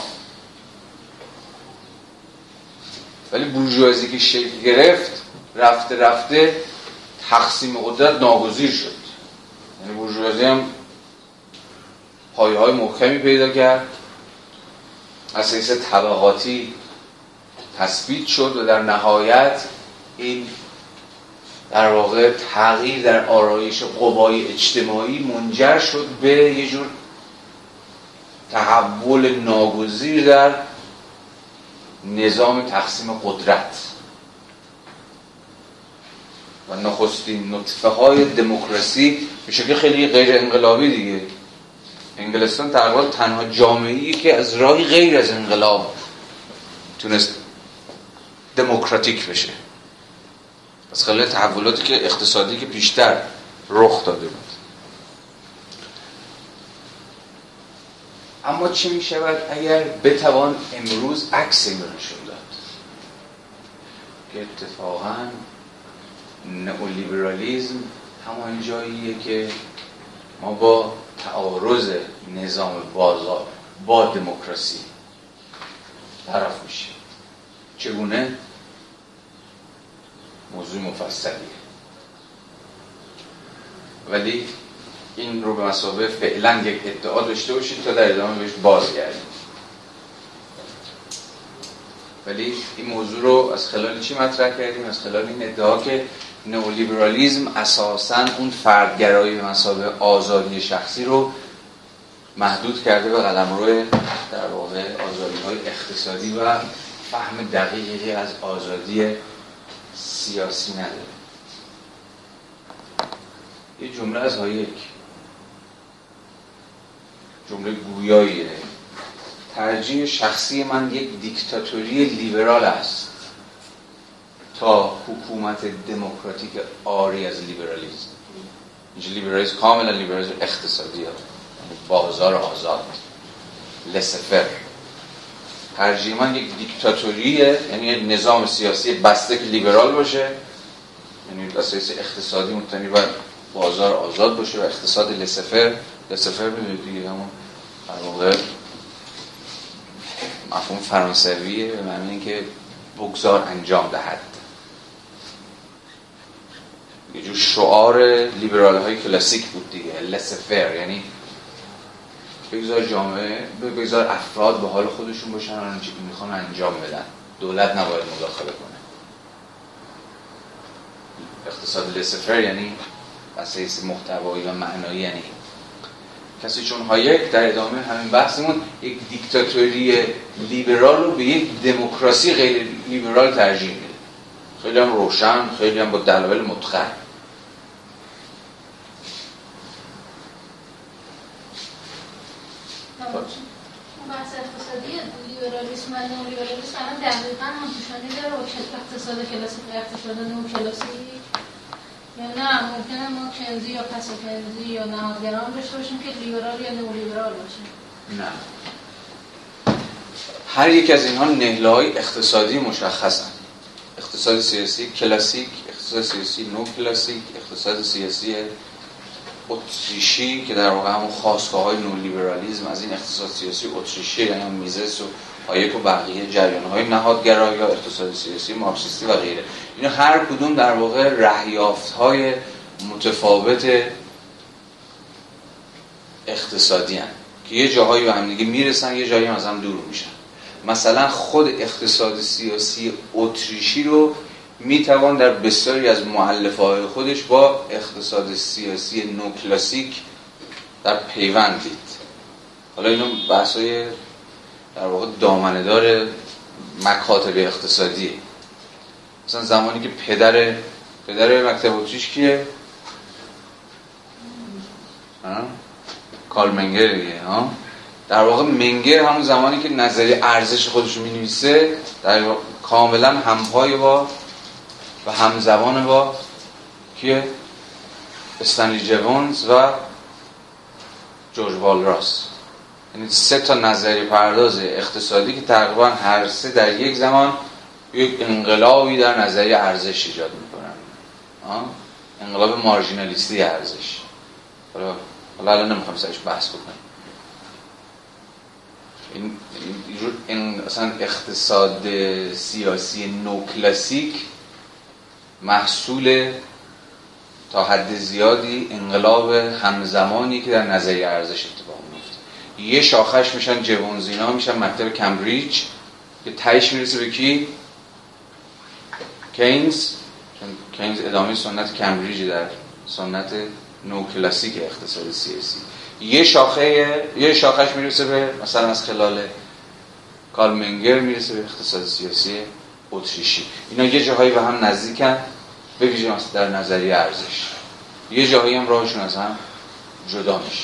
ولی بورژوازی که شکل گرفت رفته رفته تقسیم قدرت ناگزیر شد. یعنی بورژوازی هم پایه‌های محکمی پیدا کرد، اساس طبقاتی تثبیت شد و در نهایت این در واقع تغییر در آرایش قوای اجتماعی منجر شد به یه جور تحول ناگزیر در نظام تقسیم قدرت و نخستین نطفه های دموکراسی به شکل خیلی غیر انقلابی دیگه. انگلستان تقریبا تنها جامعه‌ای که از راهی غیر از انقلاب تونست دموکراتیک بشه از خلال تحولاتی که اقتصادی که پیشتر رخ داده بود. اما چه می شود اگر بتوان امروز عکس این رو نشون داد که اتفاقاً نئولیبرالیسم همان جاییه که ما با تعارض نظام بازار با دموکراسی طرف میشیم. چگونه؟ موضوع مفصلیه، ولی این رو به مثابه فعلا یک ادعا داشته باشید تا در ادامه بهش بازگردیم. ولی این موضوع رو از خلال چی مطرح کردیم؟ از خلال این ادعا که نئولیبرالیسم اساساً اون فردگرایی به مثابه آزادی شخصی رو محدود کرده به قلمرو در واقع آزادی‌های اقتصادی و فهم دقیقی از آزادی سیاسی نداره. یه جمله از هایک، جمله گویاییه: ترجیح شخصی من یک دیکتاتوری لیبرال است تا حکومت دموکراتیک عاری از لیبرالیسم. اینجا لیبرالیسم کاملا لیبرالیسم اقتصادی ها، بازار آزاد، لسفر. ترجیح من یک دیکتاتوریه، یعنی یک نظام سیاسی بسته که لیبرال باشه، یعنی اساس اقتصادی مبتنی بر بازار آزاد باشه و اقتصاد لسفر میدونید دیگه، همون در واقع مفهوم فرانسویه به معنی اینکه بگذار انجام دهد. یه جور شعار لیبرال های کلاسیک بود دیگه، لسفر، یعنی بگذار جامعه، بگذار افراد به حال خودشون باشن و آنچه که میخوان انجام بدن، دولت نباید مداخله کنه. اقتصاد لسفر یعنی اساس محتوایی و معنایی. یعنی کسی چون هایک در ادامه همین بحثمون یک دیکتاتوری لیبرال رو به یک دموکراسی غیر لیبرال ترجیح میده. خیلی هم روشن، خیلی هم با دلایل متقن. بحث اقتصادی لیبرالیسم و نئولیبرالیسم الان دقیقاً همپوشانی داره با اقتصاد کلاسیک و اقتصاد نوکلاسیک، یا نه ممکنه ما کنزی یا پس کنزی یا نهادگران داشته باشیم که لیبرال یا نئولیبرال باشه؟ نه، هر یک از اینها نهله‌های اقتصادی مشخصن. اقتصاد سیاسی کلاسیک، اقتصاد سیاسی نوکلاسیک، اقتصاد سیاسی اتریشی که در واقع همون خاستگاه‌های نئولیبرالیسم از این اقتصاد سیاسی اتریشی، یعنی میزس و هایک و بقیه جریان‌های نهادگرا یا اقتصاد سیاسی مارکسیستی و غیره. اینا هر کدوم در واقع رهیافت‌های متفاوت اقتصادی هستند که یه جاهایی به هم دیگه میرسن، یه جایی از هم دور میشن. مثلا خود اقتصاد سیاسی اتریشی رو میتوان در بسیاری از مؤلفه‌های خودش با اقتصاد سیاسی نوکلاسیک در پیوند دید. حالا اینو بحث‌های در واقع دامنه‌دار مکاتب اقتصادی. مثلا زمانی که پدر مکتب اتریش کیه؟ کارل منگر دیگه. در واقع منگر همون زمانی که نظریه ارزش خودش رو می‌نویسه در واقع کاملا همپای با و همزبان با کیه؟ استنلی جوونز و جورج والراس. یعنی سه تا نظریه پرداز اقتصادی که تقریبا هر سه در یک زمان یک انقلابی در نظریه ارزش ایجاد میکنن. انقلاب مارژینالیستی ارزش. حالا الان نمیخوام سرش بحث بکنم. این اصلا اقتصاد سیاسی نوکلاسیک محصول تا حد زیادی انقلاب همزمانی که در نظریه ارزش اتفاق میفته. یه شاخش میشن جوونزینا، میشن مکتب کمبریج که تهش میرسه به کی؟ کینز. کینز ادامه سنت کمبریج در سنت نوکلاسیک اقتصاد سیاسی. یه شاخش میرسه به مثلا از خلال کارل منگر میرسه به اقتصاد سیاسی اتریشی. اینا یه جاهایی به هم نزدیکن، به ویژه در نظریه ارزش. یه جاهایی هم راهشون از هم جدا میشه.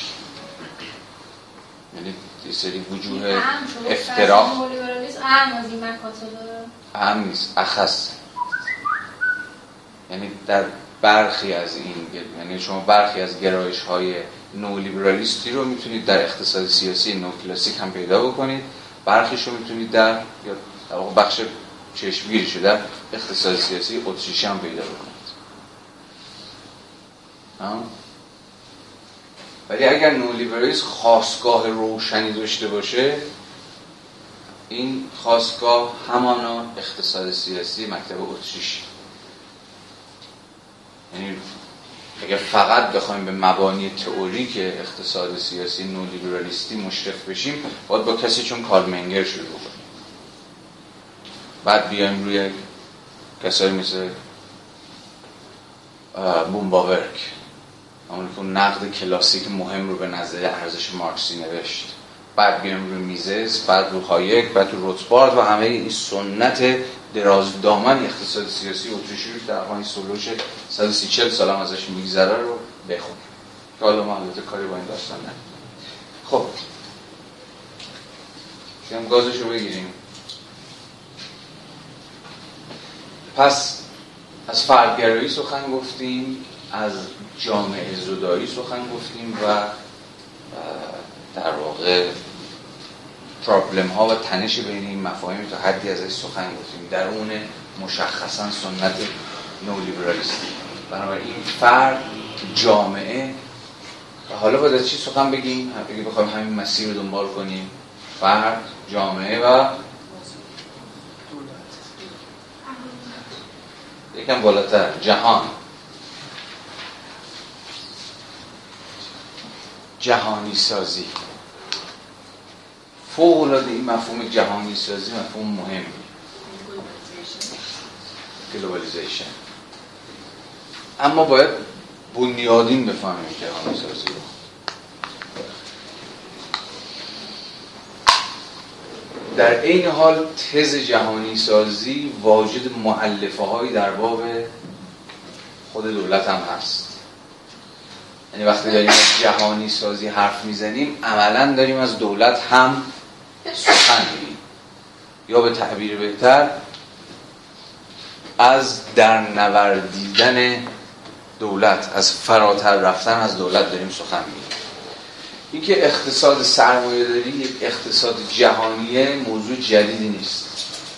یعنی یه سری وجوه افتراق اهم نیست، اخص. یعنی در برخی از این، یعنی شما برخی از گرایش‌های نولیبرالیستی رو میتونید در اقتصاد سیاسی نوکلاسیک هم پیدا بکنید، برخیش رو میتونید در واقع بخش چشمگیری شده در اقتصاد سیاسی اتریشی هم پیدا بکنید. ولی اگر نولیبرالیسم خاستگاه روشنی داشته باشه، این خاستگاه همانا اقتصاد سیاسی مکتب اتریش. یعنی اگر فقط بخوایم به مبانی تئوریک اقتصاد سیاسی نولیبرالیستی مشرف بشیم، باید با کسی چون کارل منگر شروع کنیم، بعد بیایم روی کسایی مثل بومباورک، همون که نقد کلاسیک مهم رو به نظریه ارزش مارکسی نوشت، بعد بیایم روی میزز، بعد رو هایک، بعد رو روتبارد و همه این سنت دراز دامن اقتصاد سیاسی اتریشی رو در واقع سولوش 130-40 سال هم ازش میگذره رو بخونیم که حالا ما البته کاری با این داستان نداریم. خب بیام گازش رو بگیریم. پس از فردگرایی سخن گفتیم، از جامعه زدایی سخن گفتیم و در واقع پرابلم ها و تنش بین این مفاهیم تا حدی ازش سخن گفتیم، در اون مشخصا سنت نولیبرالیستی. بنابراین فرد، جامعه و حالا باید از چی سخن بگیم؟ اگه بخوایم همین مسیر رو دنبال کنیم، فرد، جامعه و یکم بالاتر جهان، جهانی سازی. فوق العاده این مفهوم جهانی سازی مفهوم مهمی، گلوبالیزیشن. اما باید بنیادین بفهمیم جهانی سازی رو. در این حال تز جهانی سازی واجد مؤلفه هایی در باب خود دولت هم هست. یعنی وقتی داریم از جهانی سازی حرف میزنیم، عملاً داریم از دولت هم سخن میگیم، یا به تعبیر بهتر از درنوردیدن دولت، از فراتر رفتن از دولت داریم سخن میگیم. اینکه اقتصاد سرمایه‌داری یک اقتصاد جهانیه موضوع جدیدی نیست.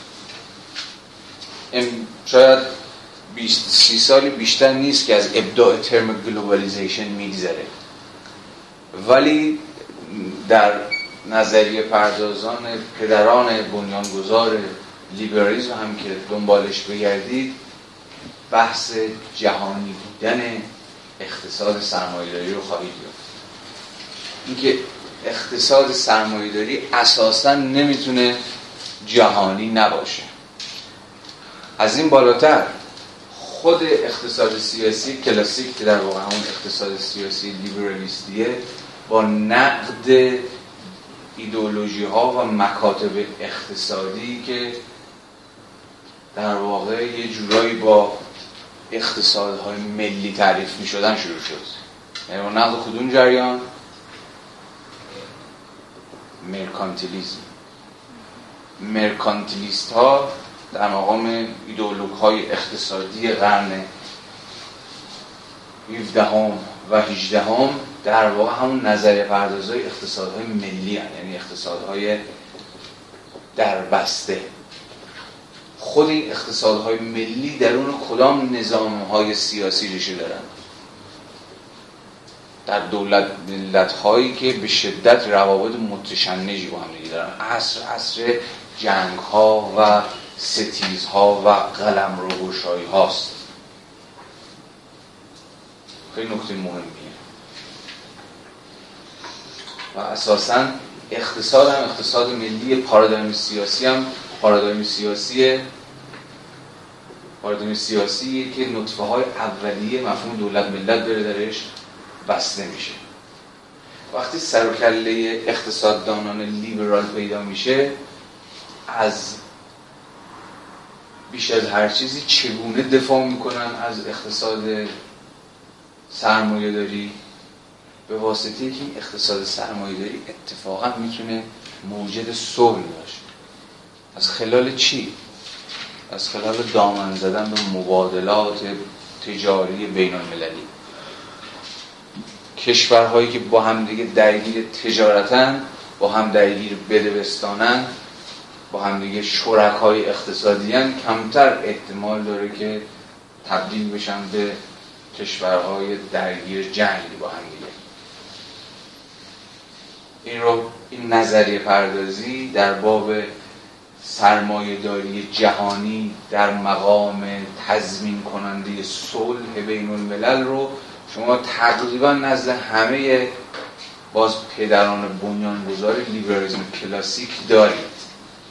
شاید 20-30 سالی بیشتر نیست که از ابداع ترم گلوبالیزیشن میگذره، ولی در نظریه پردازان پدران بنیانگذار لیبرالیسم هم که دنبالش بگردید، بحث جهانی بودن اقتصاد سرمایه‌داری رو خواهید یافت. اینکه اقتصاد سرمایه‌داری اساساً نمیتونه جهانی نباشه. از این بالاتر خود اقتصاد سیاسی کلاسیک که در واقع همون اقتصاد سیاسی لیبرالیستیه، با نقد ایدئولوژی ها و مکاتب اقتصادی که در واقع یه جورایی با اقتصادهای ملی تعریف می شدن شروع شد. یعنی با نقد کدوم جریان؟ مرکانتیلیسم. مرکانتیلیست ها در مقام ایدئولوگ های اقتصادی قرن 17 و 18 در واقع همون نظریه پردازهای اقتصادهای ملی هستند، یعنی اقتصادهای دربسته. خود این اقتصادهای ملی درون کدام نظامهای سیاسی ریشه دارن؟ در دولت ملت‌هایی که به شدت روابط متشنجی با هم دیگه دارن. عصر جنگ‌ها و ستیزها و قلمروگشایی هاست. خیلی نکته مهمیه. و اساساً اقتصاد هم اقتصاد ملی، پارادایم سیاسی هم پارادایم سیاسیه که نطفه های اولیه مفهوم دولت ملت بره درش بسته میشه. وقتی سر و کله اقتصاددانان لیبرال پیدا میشه، از بیش از هر چیزی چگونه دفاع میکنن از اقتصاد سرمایه‌داری؟ به واسطه که این اقتصاد سرمایه‌داری اتفاقا میتونه موجد صلح باشه. از خلال چی؟ از خلال دامن زدن به مبادلات تجاری بین المللی. کشورهایی که با هم دیگه درگیر تجارتن، با هم درگیر بدبستانن، با هم دیگه شرکای اقتصادیان، کمتر احتمال داره که تبدیل بشن به کشورهای درگیر جنگ با هم دیگه. این نظریه پردازی در باب سرمایه‌داری جهانی در مقام تضمین کننده صلح بین الملل رو شما تقریبا نزد همه باز پدران بنیانگذار لیبرالیسم کلاسیک دارید.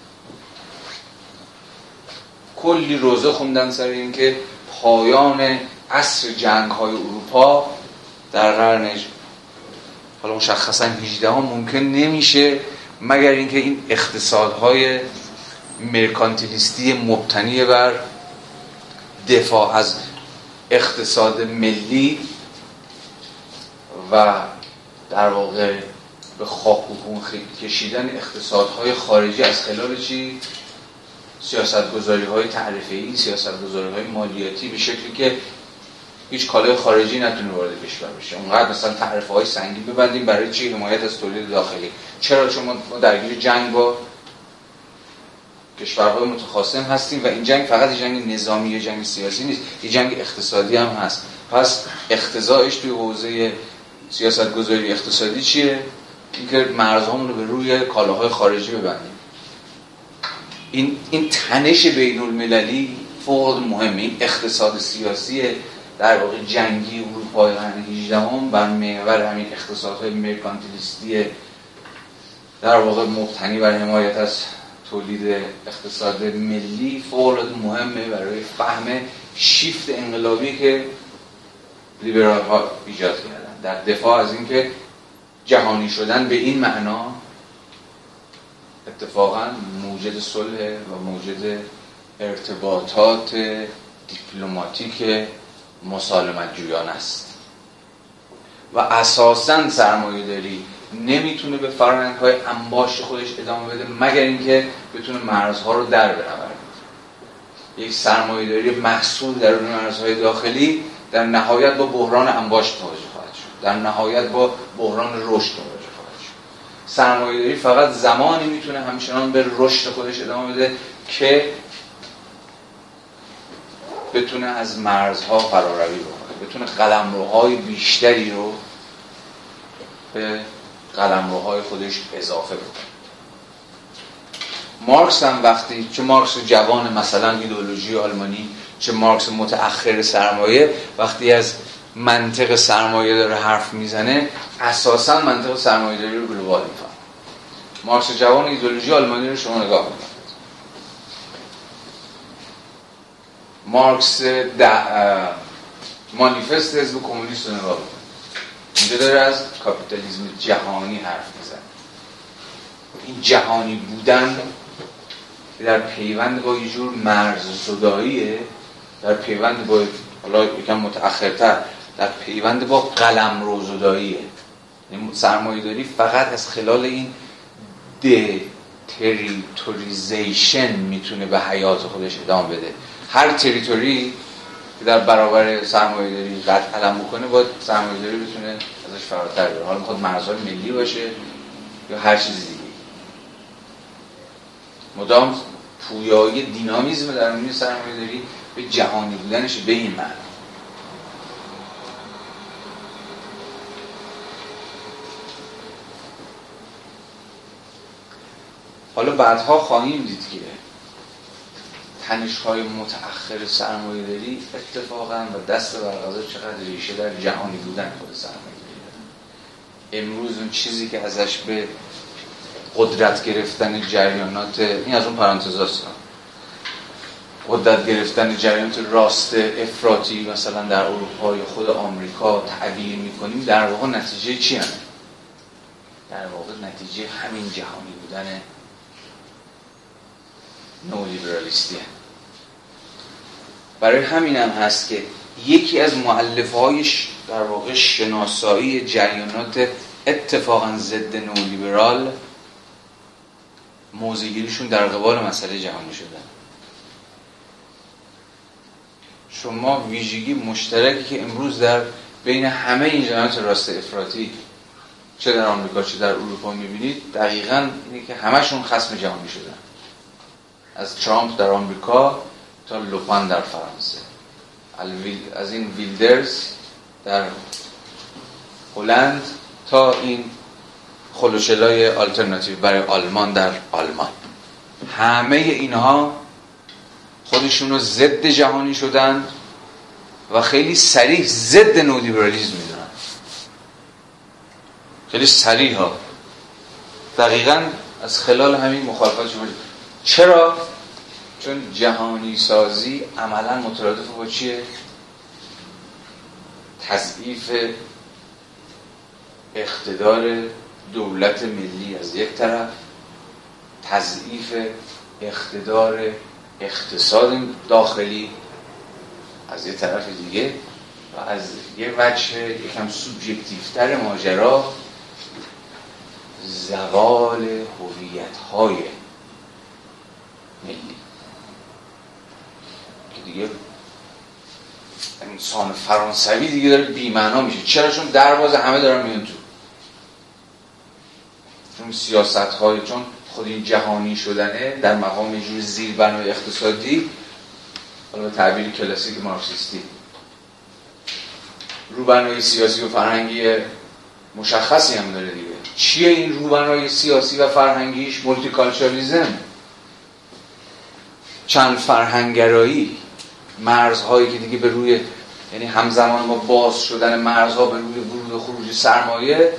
کلی روزه خوندن سر این که پایان عصر جنگ‌های اروپا در قرن حالا مشخصا 18 ممکن نمیشه مگر اینکه این اقتصادهای مرکانتیلیستی مبتنی بر دفاع از اقتصاد ملی و در واقع به خاک و خون کشیدن اقتصادهای خارجی از خلال چی؟ سیاستگذاری‌های تعرفه‌ای، سیاستگذاری‌های مالیاتی، به شکلی که هیچ کالای خارجی نتونه وارد کشور بشه. اونقدر مثلا تعرفه‌های سنگین ببندیم برای چی؟ حمایت از تولید داخلی. چرا؟ چون ما درگیر جنگ با کشورهای متخاصم هستیم و این جنگ فقط یه جنگ نظامی یا جنگ سیاسی نیست، یه جنگ اقتصادی هم هست. پس اقتضاعش توی حوزه سیاستگذاری اقتصادی چیه؟ اینکه مرزهامون رو به روی کالاهای خارجی ببندیم. این تنش بین المللی فوق مهمه. این اقتصاد سیاسی در واقع جنگی اروپای قرن 18 بر محور همین اقتصادهای مرکانتیلیستی در واقع مبتنی بر حمایت از تولید اقتصاد ملی فوق مهمه برای فهم شیفت انقلابی که لیبرال ها ایجاد کردن در دفاع از اینکه جهانی شدن به این معنا اتفاقا موجد صلح و موجد ارتباطات دیپلماتیک مسالمت جویانه است و اساساً سرمایه‌داری نمیتونه به فرآیندهای انباشت خودش ادامه بده مگر اینکه بتونه مرزها رو در بنورد. یک سرمایه‌داری محصول در مرزهای داخلی در نهایت با بحران انباشت مواجه خواهد شد، در نهایت با بحران رشد مواجه خواهد شد. سرمایه‌داری فقط زمانی میتونه همچنان به رشد خودش ادامه بده که بتونه از مرزها فراروی بکنه، بتونه قلمروهای بیشتری رو به قلمروهای خودش اضافه بکنه. مارکس هم وقتی چه مارکس جوان مثلا ایدئولوژی آلمانی چه مارکس متأخر سرمایه وقتی از منطق سرمایه داره حرف میزنه اساسا منطق سرمایه داری رو گلوبال میفهمه. مارکس جوان ایدئولوژی آلمانی رو شما نگاه کنید. مارکس مانیفست حزب کمونیست رو نگاه کنید. اینجا داره از کاپیتالیسم جهانی حرف میزنه. این جهانی بودن در پیوند با یه جور مرززداییه، در پیوند با حالا یکم متأخرتر در پیوند با قلمروزداییه. یعنی سرمایه‌داری فقط از خلال این تریتوریزیشن میتونه به حیات خودش ادامه بده. هر تریتوری که در برابر سرمایه‌داری قد علم بکنه باید سرمایه‌داری بتونه ازش فراتر بره. حالا میخواد مرزهای ملی باشه یا هر چیز دیگه. مدام پویایی دینامیسم درونی سرمایه‌داری به جهانی بودنش به این معنی. حالا بعدها خواهیم دید که تنش‌های متأخر سرمایه‌داری اتفاقاً و دست برقضا چقدر ریشه در جهانی بودن خود سرمایه‌داری داره. امروز اون چیزی که ازش به قدرت گرفتن جریانات، این از اون پرانتزاست، قدرت گرفتن جریانات راست افراطی مثلا در اروپا یا خود آمریکا تعبیر می‌کنیم، در واقع نتیجه چی همه؟ در واقع نتیجه همین جهانی بودن نولیبرالیستی هم. برای همین هم هست که یکی از مؤلفه‌های در واقع شناسایی جریانات اتفاقا ضد نولیبرال موضع‌گیریشون در قبال مسئله جهانی شدن. شما ویژگی مشترکی که امروز در بین همه این جریانات راست افراطی چه در آمریکا چه در اروپا می‌بینید دقیقاً اینه که همشون خصم جهانی شدن. از ترامپ در آمریکا تا لوپن در فرانسه، از این ویلدرز در هلند تا این خلوچلای آلترناتیو برای آلمان در آلمان، همه اینها خودشونو ضد جهانی شدن و خیلی صریح ضد نولیبرالیسم میدونن، خیلی صریح ها، دقیقاً از خلال همین مخالفت شما. چرا؟ چون جهانی سازی عملاً مترادف با چیه؟ تضعیف اقتدار دولت ملی از یک طرف، تضعیف اقتدار اقتصاد داخلی از یک طرف دیگه، و از یه وجه یکم سوبژکتیوتر ماجرا زوال هویت‌های ملی که دیگه انسان فرانسوی دیگه داره بی‌معنا میشه. چرا؟ چون دروازه همه دارن میان تو، چون سیاست‌های، چون خود این جهانی شدنه در مقام یه جور زیربنای اقتصادی، حالا تعبیر کلاسیک مارکسیستی، روبنای سیاسی و فرهنگی مشخصی هم داره دیگه. چیه این روبنای سیاسی و فرهنگیش؟ مولتی کالچرالیسم، چند فرهنگرایی، مرزهایی که دیگه به روی، یعنی همزمان با باز شدن مرزها به روی ورود و خروج سرمایه،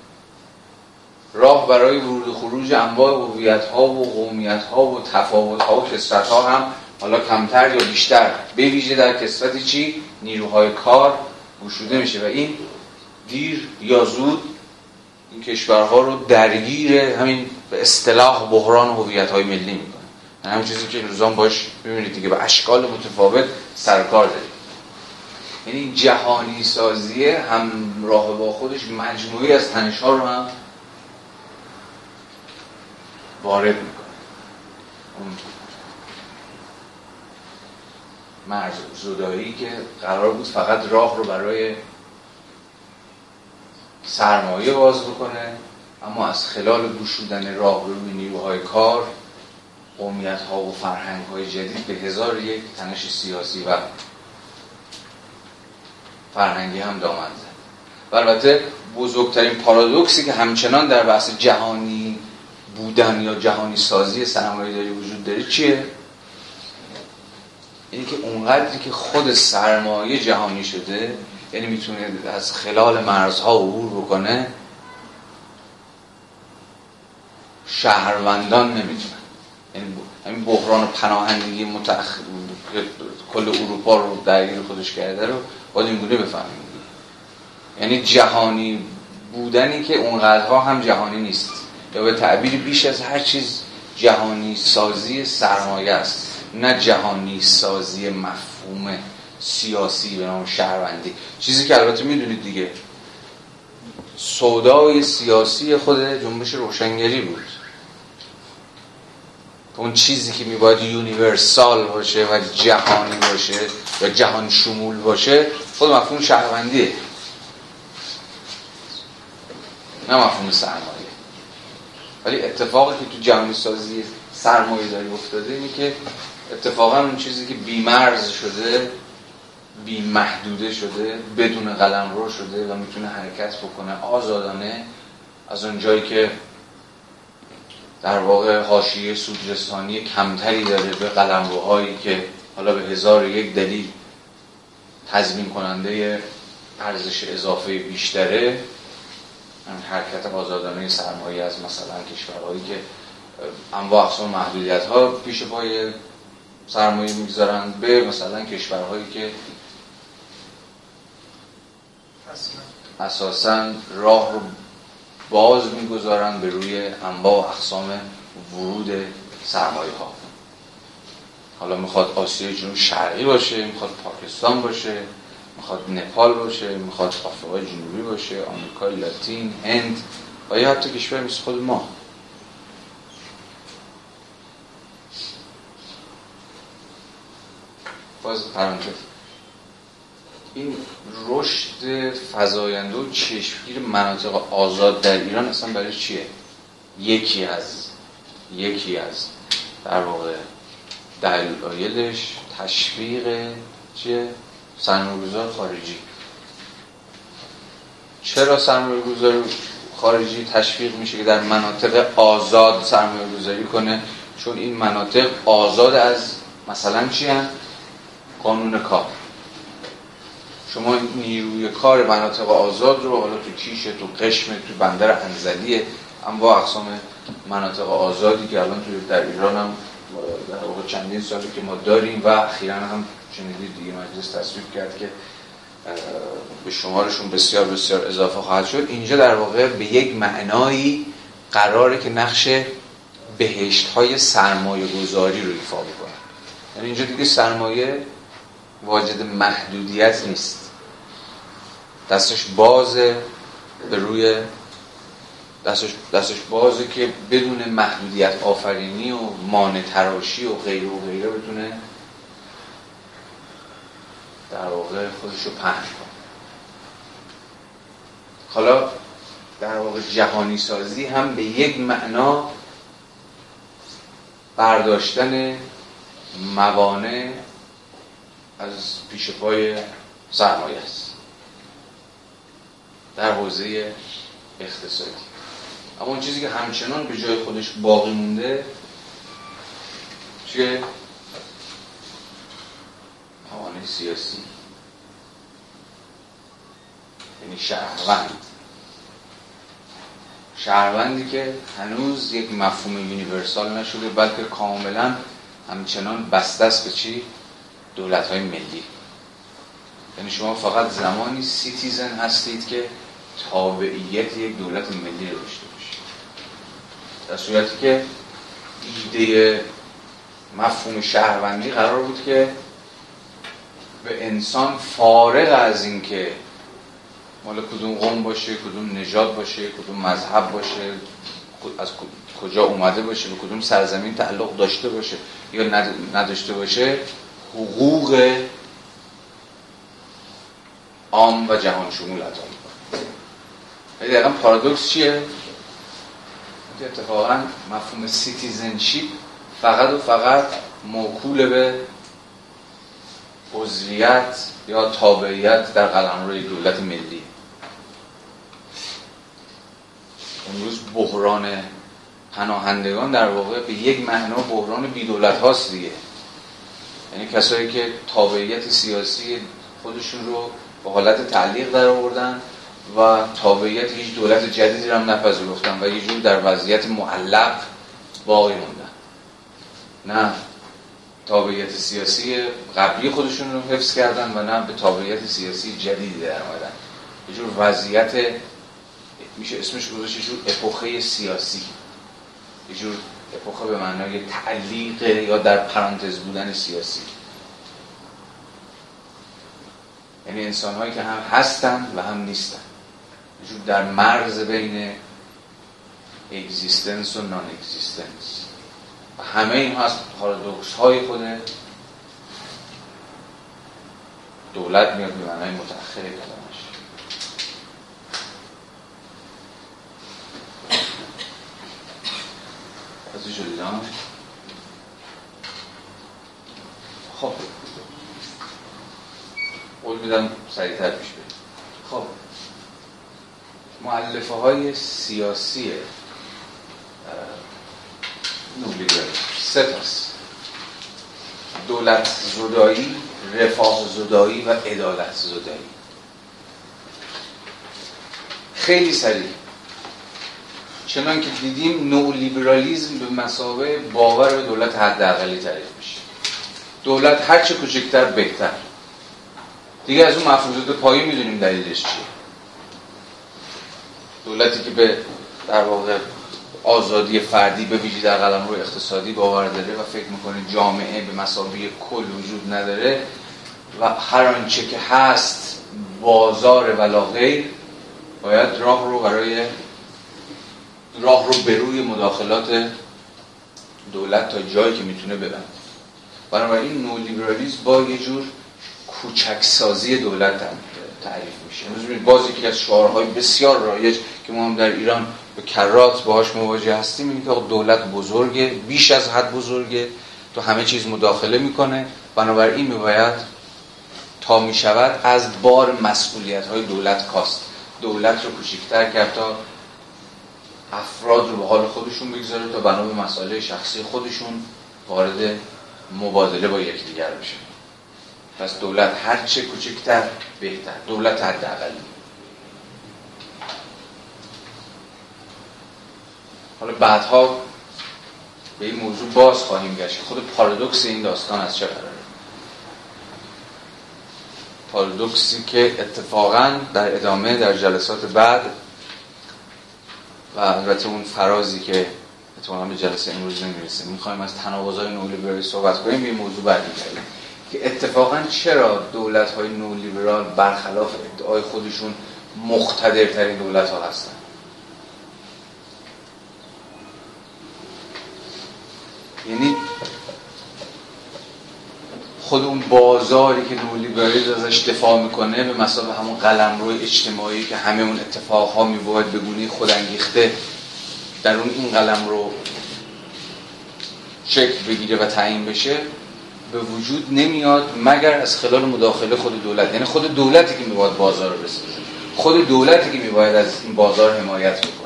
راه برای ورود و خروج انواع هویت‌ها و قومیت‌ها و تفاوت‌ها و کثرت‌ها هم حالا کمتر یا بیشتر، به ویژه در کثرت چی؟ نیروهای کار گشوده میشه و این دیر یا زود این کشورها رو درگیر همین به اصطلاح بحران هویت‌های ملی میکنه. همین چیزی که روزان باش ببینید دیگه به اشکال متفاوت سرکار داریم. یعنی این جهانی سازی همراه با خودش مجموعی از تنش‌ها رو هم وارد میکنه. اون مرز زدایی که قرار بود فقط راه رو برای سرمایه باز بکنه، اما از خلال گشودن راه به روی نیروهای کار، قومیت‌ها و فرهنگ‌های جدید به هزار یک تنش سیاسی و فرهنگی هم دامن زد. و البته بزرگترین پارادوکسی که همچنان در بحث جهانی بودن یا جهانی سازی سرمایه‌داری وجود داره چیه؟ اینی که اونقدری که خود سرمایه جهانی شده، یعنی میتونه از خلال مرزها عبور بکنه، شهروندان نمیتونن. یعنی همین بحران پناهندگی کل اروپا رو درگیر خودش کرده رو باید اینگونه بفهمیم. یعنی جهانی بودنی که اونقدرها هم جهانی نیست، یا به تعبیر بیش از هر چیز جهانی سازی سرمایه است، نه جهانی سازی مفهوم سیاسی به نام شهروندی. چیزی که البته میدونید دیگه سودای سیاسی خود جنبش روشنگری بود. اون چیزی که میباید یونیورسال باشه و جهانی باشه و جهان شمول باشه خود مفهوم شهروندیه، نه مفهوم سرمایه. ولی اتفاقی که تو جهانی سازی سرمایه داری افتاده اینه که اتفاقا اون چیزی که بی‌مرز شده، بی‌محدوده شده، بدون قلمرو شده و میتونه حرکت بکنه آزادانه از اون جایی که در واقع حاشیه سودرسانی کمتری داره به قلمروهایی که حالا به هزار یک دلیل تضمین کننده ارزش اضافه بیشتره، حرکت آزادانه سرمایه از مثلا کشورهایی که انواع اقسام محدودیت‌ها پیش پای سرمایه میگذارن به مثلا کشورهایی که اساساً راه رو باز میگذارن به روی انواع اقسام ورود سرمایه ها. حالا میخواد آسیای جنوب شرقی باشه، میخواد پاکستان باشه، میخواد نپال باشه، میخواد آفریقای جنوبی باشه، آمریکای لاتین، هند و یا حتی کشور مثل خود ما. باز پرانتز، این رشد فزاینده و چشمگیر مناطق آزاد در ایران اصلا برای چیه؟ یکی از در واقع دلایلش تشویق چیه؟ سرمایه‌گذار خارجی. چرا سرمایه‌گذار خارجی تشویق میشه که در مناطق آزاد سرمایه‌گذاری کنه؟ چون این مناطق آزاد از مثلا چی هست؟ قانون کار. شما نیروی کار مناطق آزاد رو حالا تو کیشه، تو قشمه، تو بندر انزلیه، اما اقسام مناطق آزادی که الان تو در ایران هم در واقع چندین سالی که ما داریم و اخیراً هم شنیدید دیگه مجلس تصویب کرد که به شمارشون بسیار بسیار اضافه خواهد شد. اینجا در واقع به یک معنایی قراره که نقش بهشت‌های سرمایه‌گذاری رو ایفا بکنه. یعنی اینجا دیگه سرمایه واجد محدودیت نیست، دستش بازه، به روی دستش بازه که بدون محدودیت آفرینی و مانع تراشی و غیره و غیره بتونه در واقع خودش رو پهن کنه. حالا در واقع جهانی سازی هم به یک معنا برداشتن موانع از پیش پای سرمایه است در حوزه اقتصادی. اما اون چیزی که همچنان به جای خودش باقی مونده چیه؟ موانع سیاسی، یعنی شهروندی که هنوز یک مفهوم یونیورسال نشده، بلکه کاملا همچنان بسته است به چی؟ دولت‌های ملی. یعنی شما فقط زمانی سیتیزن هستید که تابعیت یک دولت ملی رو داشته باشید، در صورتی که ایده مفهوم شهروندی قرار بود که به انسان فارغ از این که مال کدوم قوم باشه، کدوم نژاد باشه، کدوم مذهب باشه، از کجا اومده باشه، به کدوم سرزمین تعلق داشته باشه یا نداشته باشه، حقوق عام و جهان شمول عطا میکنه. ولی دقیقا پارادوکس چیه؟ اتفاقا مفهوم سیتیزنشیپ فقط و فقط موکول به عضویت یا تابعیت در قلمرو دولت ملی. امروز بحران پناهندگان در واقع به یک معنا بحران بی‌دولت هاست دیگه. یعنی کسایی که تابعیت سیاسی خودشون رو به حالت تعلیق در آوردن و تابعیت هیچ دولت جدیدی رو هم نپذیرفتن و یه جور در وضعیت معلق باقی موندن. نه تابعیت سیاسی قبلی خودشون رو حفظ کردن و نه به تابعیت سیاسی جدیدی در آمدن. یه جور وضعیت میشه اسمش گذاشت یه جور اپوخه سیاسی، یه جور اپوخه به معنای تعلیق یا در پرانتز بودن سیاسی. یعنی انسان‌هایی که هم هستن و هم نیستن، یه جور در مرز بین اگزیستنس و نان اگزیستنس. و همه این هست پارادوکس های خود دولت میاد به معنای متأخر کلمش. از جلیان خب قول میدم سریعتر پیش بریم. خب مؤلفه های سیاسی نولیبرالیسم سه تاست: دولت زدایی، رفاه زدایی و عدالت زدایی. خیلی سریع چنان که دیدیم نولیبرالیسم به مثابه باور به دولت حداقلی تعریف میشه. دولت هر چه کوچکتر بهتر. دیگه از اون مفروضات پایه میدونیم دلیلش چیه. دولتی که به در واقع آزادی فردی به ویژه در قلمرو اقتصادی باور داره و فکر میکنه جامعه به مثابه کل وجود نداره و هر آنچه که هست بازار ولا غیر، باید راه رو به روی مداخلات دولت تا جایی که میتونه ببنده. بنابراین نولیبرالیسم با یه جور کوچکسازی دولت تعریف میشه. امروز باز یکی از شعارهای بسیار رایج که ما هم در ایران به کرات باهاش مواجه هستیم اینه که دولت بزرگه، بیش از حد بزرگه، تو همه چیز مداخله میکنه، بنابراین میباید تا می شود از بار مسئولیت های دولت کاست. دولت رو کوچکتر کرد تا افراد رو به حال خودشون بگذاره تا بنا به مسائل شخصی خودشون وارد مبادله با یکدیگر بشه. پس دولت هر چه کوچکتر بهتر، دولت حداقلی. حالا بعدها به این موضوع باز خواهیم گشت. خود پارادوکس این داستان از چه قراره؟ پارادوکسی که اتفاقاً در ادامه در جلسات بعد و البته اون فرازی که اتفاقاً به جلسه امروز نمیرسه میخوایم از تناقض‌های نولیبرالی صحبت کنیم، به این موضوع برمیگردیم که اتفاقاً چرا دولت‌های نولیبرال برخلاف ادعای خودشون مقتدرترین دولت‌ها هستن. یعنی خود اون بازاری که نولیبرالیسم ازش دفاع میکنه به مثابه همون قلمرو اجتماعی که همه اون اتفاقها میباید به گونه‌ای خودانگیخته در اون این قلمرو شکل بگیره و تعیین بشه، به وجود نمیاد مگر از خلال مداخله خود دولت. یعنی خود دولتی که میباید بازار رو بسازه، خود دولتی که میباید از این بازار حمایت بکنه.